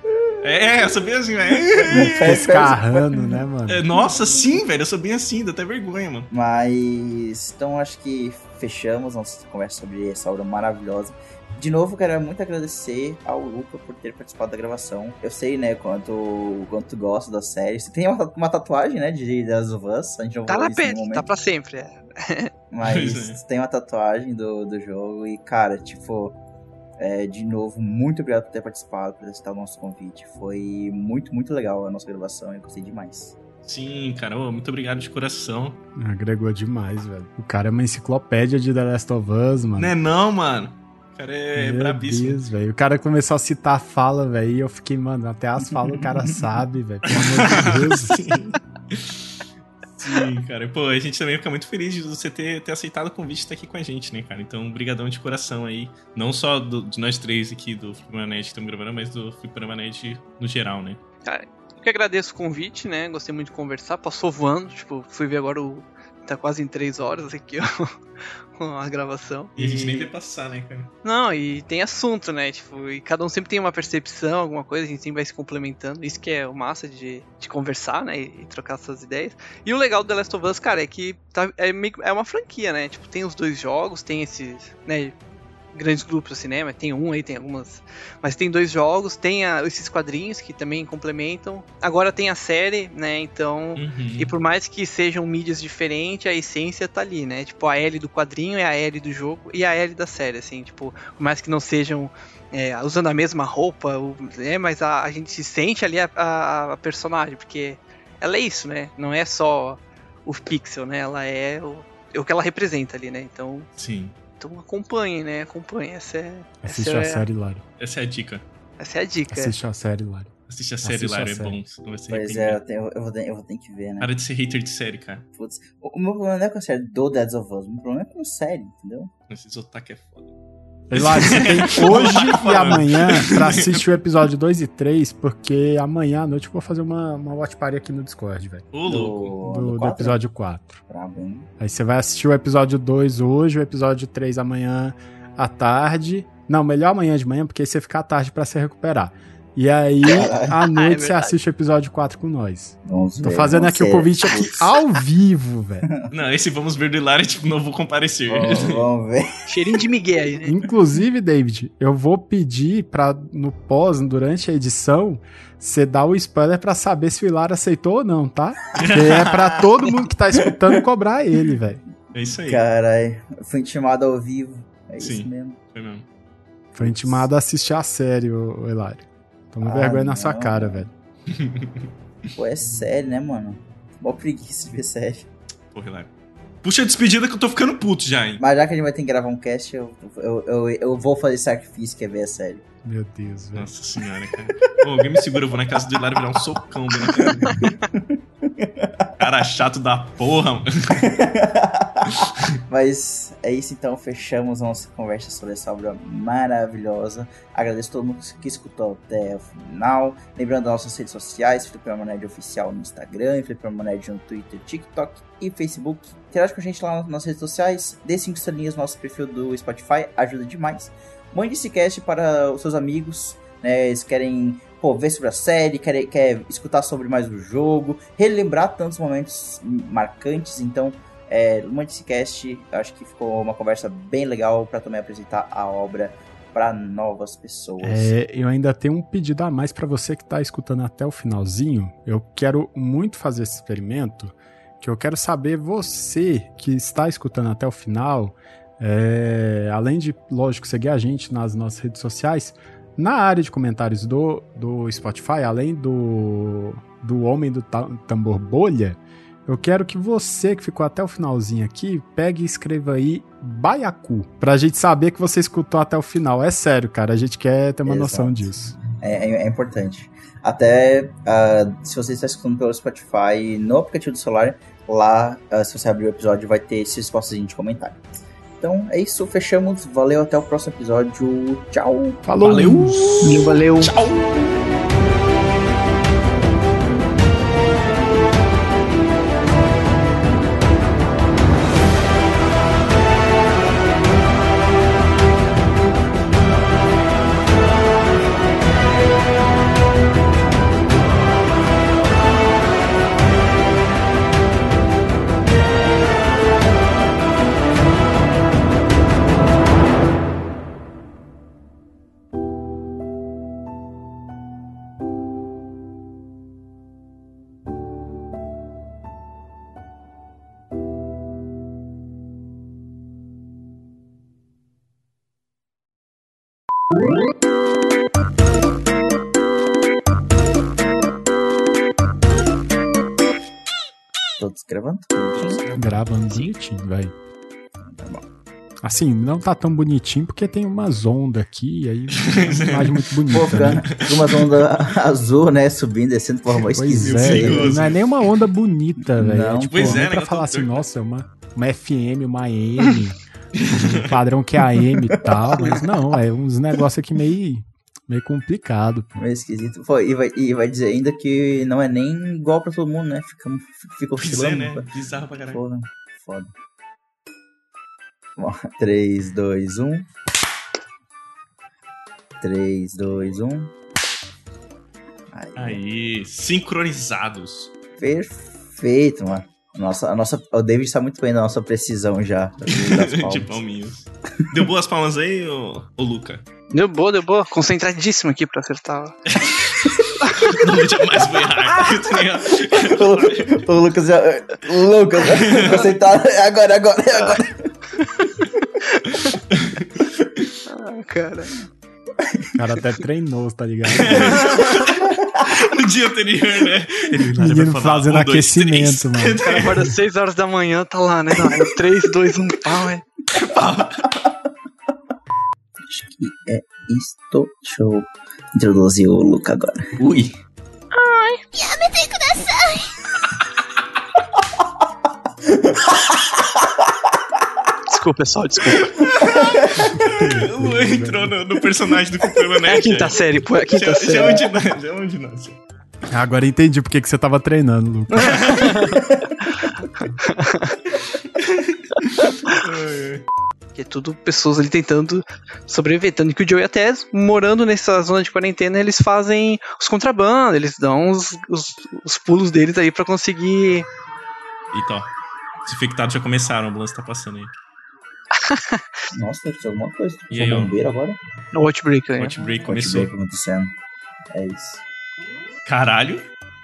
Eu sou bem assim, velho. Escarrando, né, mano? Nossa, sim, velho. Eu sou bem assim, dá até vergonha, mano. Mas, então acho que fechamos nossa conversa sobre essa obra maravilhosa. De novo, quero muito agradecer ao Luca por ter participado da gravação. Eu sei, né, quanto tu gosta da série. Você tem uma tatuagem, né, de The Last of Us. A gente não tá na pele, tá pra sempre. Mas tem uma tatuagem do jogo e, cara, tipo... de novo, muito obrigado por ter participado, por aceitar o nosso convite. Foi muito, muito legal a nossa gravação. Eu gostei demais. Sim, cara, muito obrigado de coração. Agregou demais, velho. O cara é uma enciclopédia de The Last of Us, mano. Não é não, mano. O cara é Meu brabíssimo. Deus, velho. O cara começou a citar a fala, velho, e eu fiquei, mano, até as falas o cara sabe, velho. Pelo amor de Deus. Sim, cara. Pô, a gente também fica muito feliz de você ter aceitado o convite e estar aqui com a gente, né, cara? Então, brigadão de coração aí. Não só de nós três aqui do Fliperama Nerd que estamos gravando, mas do Fliperama Nerd no geral, né? Cara, eu que agradeço o convite, né? Gostei muito de conversar. Passou voando, tipo, fui ver agora tá quase em 3 horas aqui, ó, a gravação. E a gente nem vê passar, né, cara? Não, e tem assunto, né? Tipo, e cada um sempre tem uma percepção, alguma coisa, a gente sempre vai se complementando. Isso que é o massa de conversar, né? E trocar essas ideias. E o legal do The Last of Us, cara, é que é uma franquia, né? Tipo, tem os 2 jogos, tem esses, né? Grandes grupos assim, né? Mas tem um aí, tem algumas. Mas tem 2 jogos, tem esses quadrinhos que também complementam. Agora tem a série, né? Então. E por mais que sejam mídias diferentes, a essência tá ali, né? Tipo, a Ellie do quadrinho é a Ellie do jogo e a Ellie da série, assim. Tipo, por mais que não sejam usando a mesma roupa, mas a gente se sente ali a personagem, porque ela é isso, né? Não é só o pixel, né? Ela é o que ela representa ali, né? Então. Sim. Então acompanhem, né? Acompanhem. Assiste a série, Lário. Essa é a dica. Essa é a dica. Assiste a série, Lário. Assiste a série, Lário, é bom. Não vai se Pois arrepender. eu vou ter que ver, né? Para de ser hater de série, cara. Putz, o meu problema não é com a série do Dead of Us, o meu problema é com a série, entendeu? Esses otaku é foda. Lário, você tem hoje e amanhã pra assistir o episódio 2 e 3, porque amanhã à noite eu vou fazer uma watch party aqui no Discord, velho. Ô, louco. Do episódio 4. Brabo, hein? Aí você vai assistir o episódio 2 hoje, o episódio 3 amanhã à tarde. Não, melhor amanhã de manhã, porque aí você fica à tarde pra se recuperar. E aí, à noite, você assiste o episódio 4 com nós. Tô fazendo aqui o convite aqui ao vivo, velho. Não, esse vamos ver do Hilário, tipo, não vou comparecer. Vamos ver. Cheirinho de Miguel aí, né? Inclusive, David, eu vou pedir pra, no pós, durante a edição, você dar o spoiler pra saber se o Hilário aceitou ou não, tá? Porque é pra todo mundo que tá escutando cobrar ele, velho. É isso aí. Caralho, fui intimado ao vivo. É Sim, isso mesmo. Foi mesmo. Foi intimado a assistir a série, o Hilário. Toma vergonha na sua cara, velho. Pô, é sério, né, mano? Mó preguiça de ver série. Porra, Hilário. Puxa a despedida que eu tô ficando puto já, hein? Mas já que a gente vai ter que gravar um cast, eu vou fazer sacrifício, que é ver a série. Meu Deus, velho. Nossa senhora, cara. Pô, alguém me segura, eu vou na casa do Hilário virar um socão dele na cara. Cara chato da porra, mano. Mas é isso, então. Fechamos a nossa conversa sobre essa obra maravilhosa. Agradeço a todo mundo que escutou até o final. Lembrando das nossas redes sociais: Fliperama Nerd Oficial no Instagram, Fliperama Nerd no Twitter, TikTok e Facebook. Interage com a gente lá nas redes sociais. Dê 5 estrelinhas no nosso perfil do Spotify, ajuda demais. Mande esse cast para os seus amigos, né? Eles querem ver sobre a série, quer escutar sobre mais o jogo, relembrar tantos momentos marcantes. Então, mande esse cast. Eu acho que ficou uma conversa bem legal para também apresentar a obra para novas pessoas. Eu ainda tenho um pedido a mais para você que está escutando até o finalzinho. Eu quero muito fazer esse experimento, que eu quero saber você que está escutando até o final, além de, lógico, seguir a gente nas nossas redes sociais, na área de comentários do Spotify, além do Homem do Tambor Bolha, eu quero que você que ficou até o finalzinho aqui, pegue e escreva aí Baiacu, pra gente saber que você escutou até o final. É sério, cara, a gente quer ter uma noção disso. É importante. Até se você está escutando pelo Spotify, no aplicativo do celular, lá, se você abrir o episódio, vai ter esse espaço de comentário. Então é isso, fechamos. Valeu, até o próximo episódio. Tchau. Falou. Valeu. Tchau. Todos gravando? Gravando bonitinho, vai. Tá bom. Assim, não tá tão bonitinho porque tem umas ondas aqui, aí uma imagem muito bonita. Pô, né? umas ondas azul, né? Subindo, descendo de forma esquisita. Não é nem uma onda bonita, velho. Não, tipo, pois é, pra né? falar assim, nossa, é uma FM, uma AM, um padrão que é AM e tal, mas não, é uns negócios aqui meio complicado. Pô. Meio esquisito. Pô, e vai dizer ainda que não é nem igual pra todo mundo, né? Fica oscilando. Pois é, né? Bizarro pra caralho. Porra, foda. Bom, 3, 2, 1. 3, 2, 1. Aí, sincronizados. Perfeito, mano. O David está muito bem na nossa precisão já. De palminhos. Deu boas palmas aí, ô Luca? Deu boa. Concentradíssimo aqui pra acertar. Não, jamais vou errar. O Lucas já... concentrado. É agora. Cara. O cara até treinou, tá ligado? No dia anterior, né? O menino fazendo aquecimento, mano. O cara acorda 6 horas da manhã, tá lá, né? Não, é 3, 2, 1, pau, é. Acho que é isto. Deixa eu introduzir o Luca agora. Ui. Ai, yamete kudasai. Desculpa, pessoal, desculpa. O Lu entrou no personagem do Fliperama Nerd. É a quinta série, pô, é a quinta série. Chama de nós. Agora entendi por que você tava treinando, Lucas. Que é tudo pessoas ali tentando sobreviver. Tanto que o Joe e a Tess, morando nessa zona de quarentena, eles fazem os contrabandos, eles dão os pulos deles aí pra conseguir... Então, os infectados já começaram, a ambulância tá passando aí. Nossa, deve ser alguma coisa. E aí, bombeiro agora? O Outbreak, né? Outbreak começou. Outbreak acontecendo. É isso. Caralho.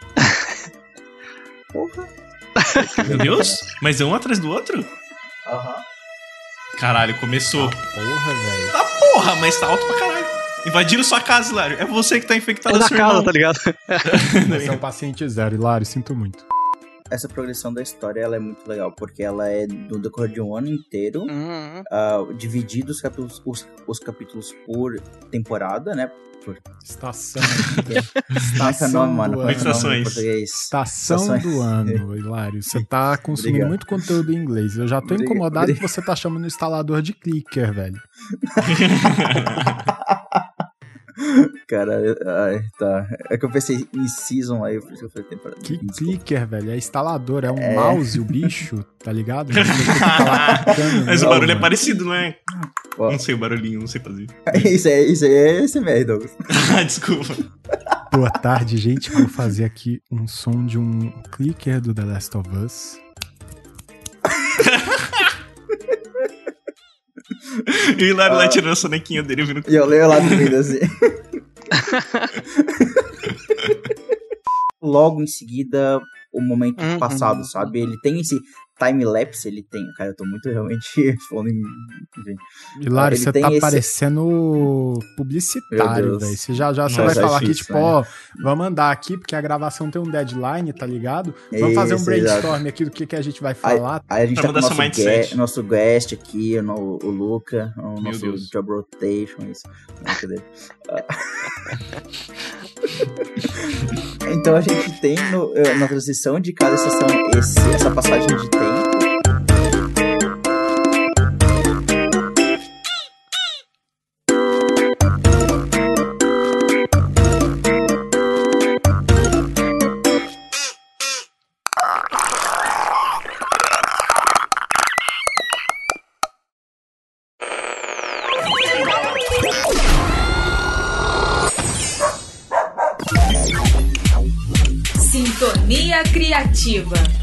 Porra. Meu Deus, mas é um atrás do outro? Aham. Caralho, começou. Porra, velho. Tá porra, mas tá alto pra caralho. Invadiram sua casa, Hilário. É você que tá infectado. É da casa, tá ligado? Você é o paciente zero, Hilário, sinto muito. Essa progressão da história ela é muito legal, porque ela é no decorrer de um ano inteiro, dividido os capítulos por temporada, né? Por estação. Estação do ano. Estação do ano, Hilário. Você tá consumindo muito conteúdo em inglês. Eu já tô incomodado que você tá chamando o instalador de clicker, velho. Cara, tá. É que eu pensei em season, aí eu falei temporada. Que clicker, velho? É instalador, é um mouse, o bicho, tá ligado? Mas o barulho é parecido, não é? Não sei o barulhinho, não sei fazer. Isso é SMR, Douglas. Desculpa. Boa tarde, gente. Vou fazer aqui um som de um clicker do The Last of Us. E o Hilário lá tirando a sonequinha dele vindo. E eu leio lá no meio assim. Logo em seguida, o momento passado, sabe? Ele tem esse time-lapse, ele tem... Cara, eu tô muito realmente falando em... Hilário, você tá parecendo publicitário, velho. Você já você vai falar aqui, tipo, ó, vamos andar aqui, porque a gravação tem um deadline, tá ligado? Vamos fazer um brainstorm aqui do que a gente vai falar. Aí a gente tá com o nosso guest aqui, o Luca, o nosso job rotation, isso. Então a gente tem na transição de cada sessão essa passagem de tempo. Sintonia Criativa.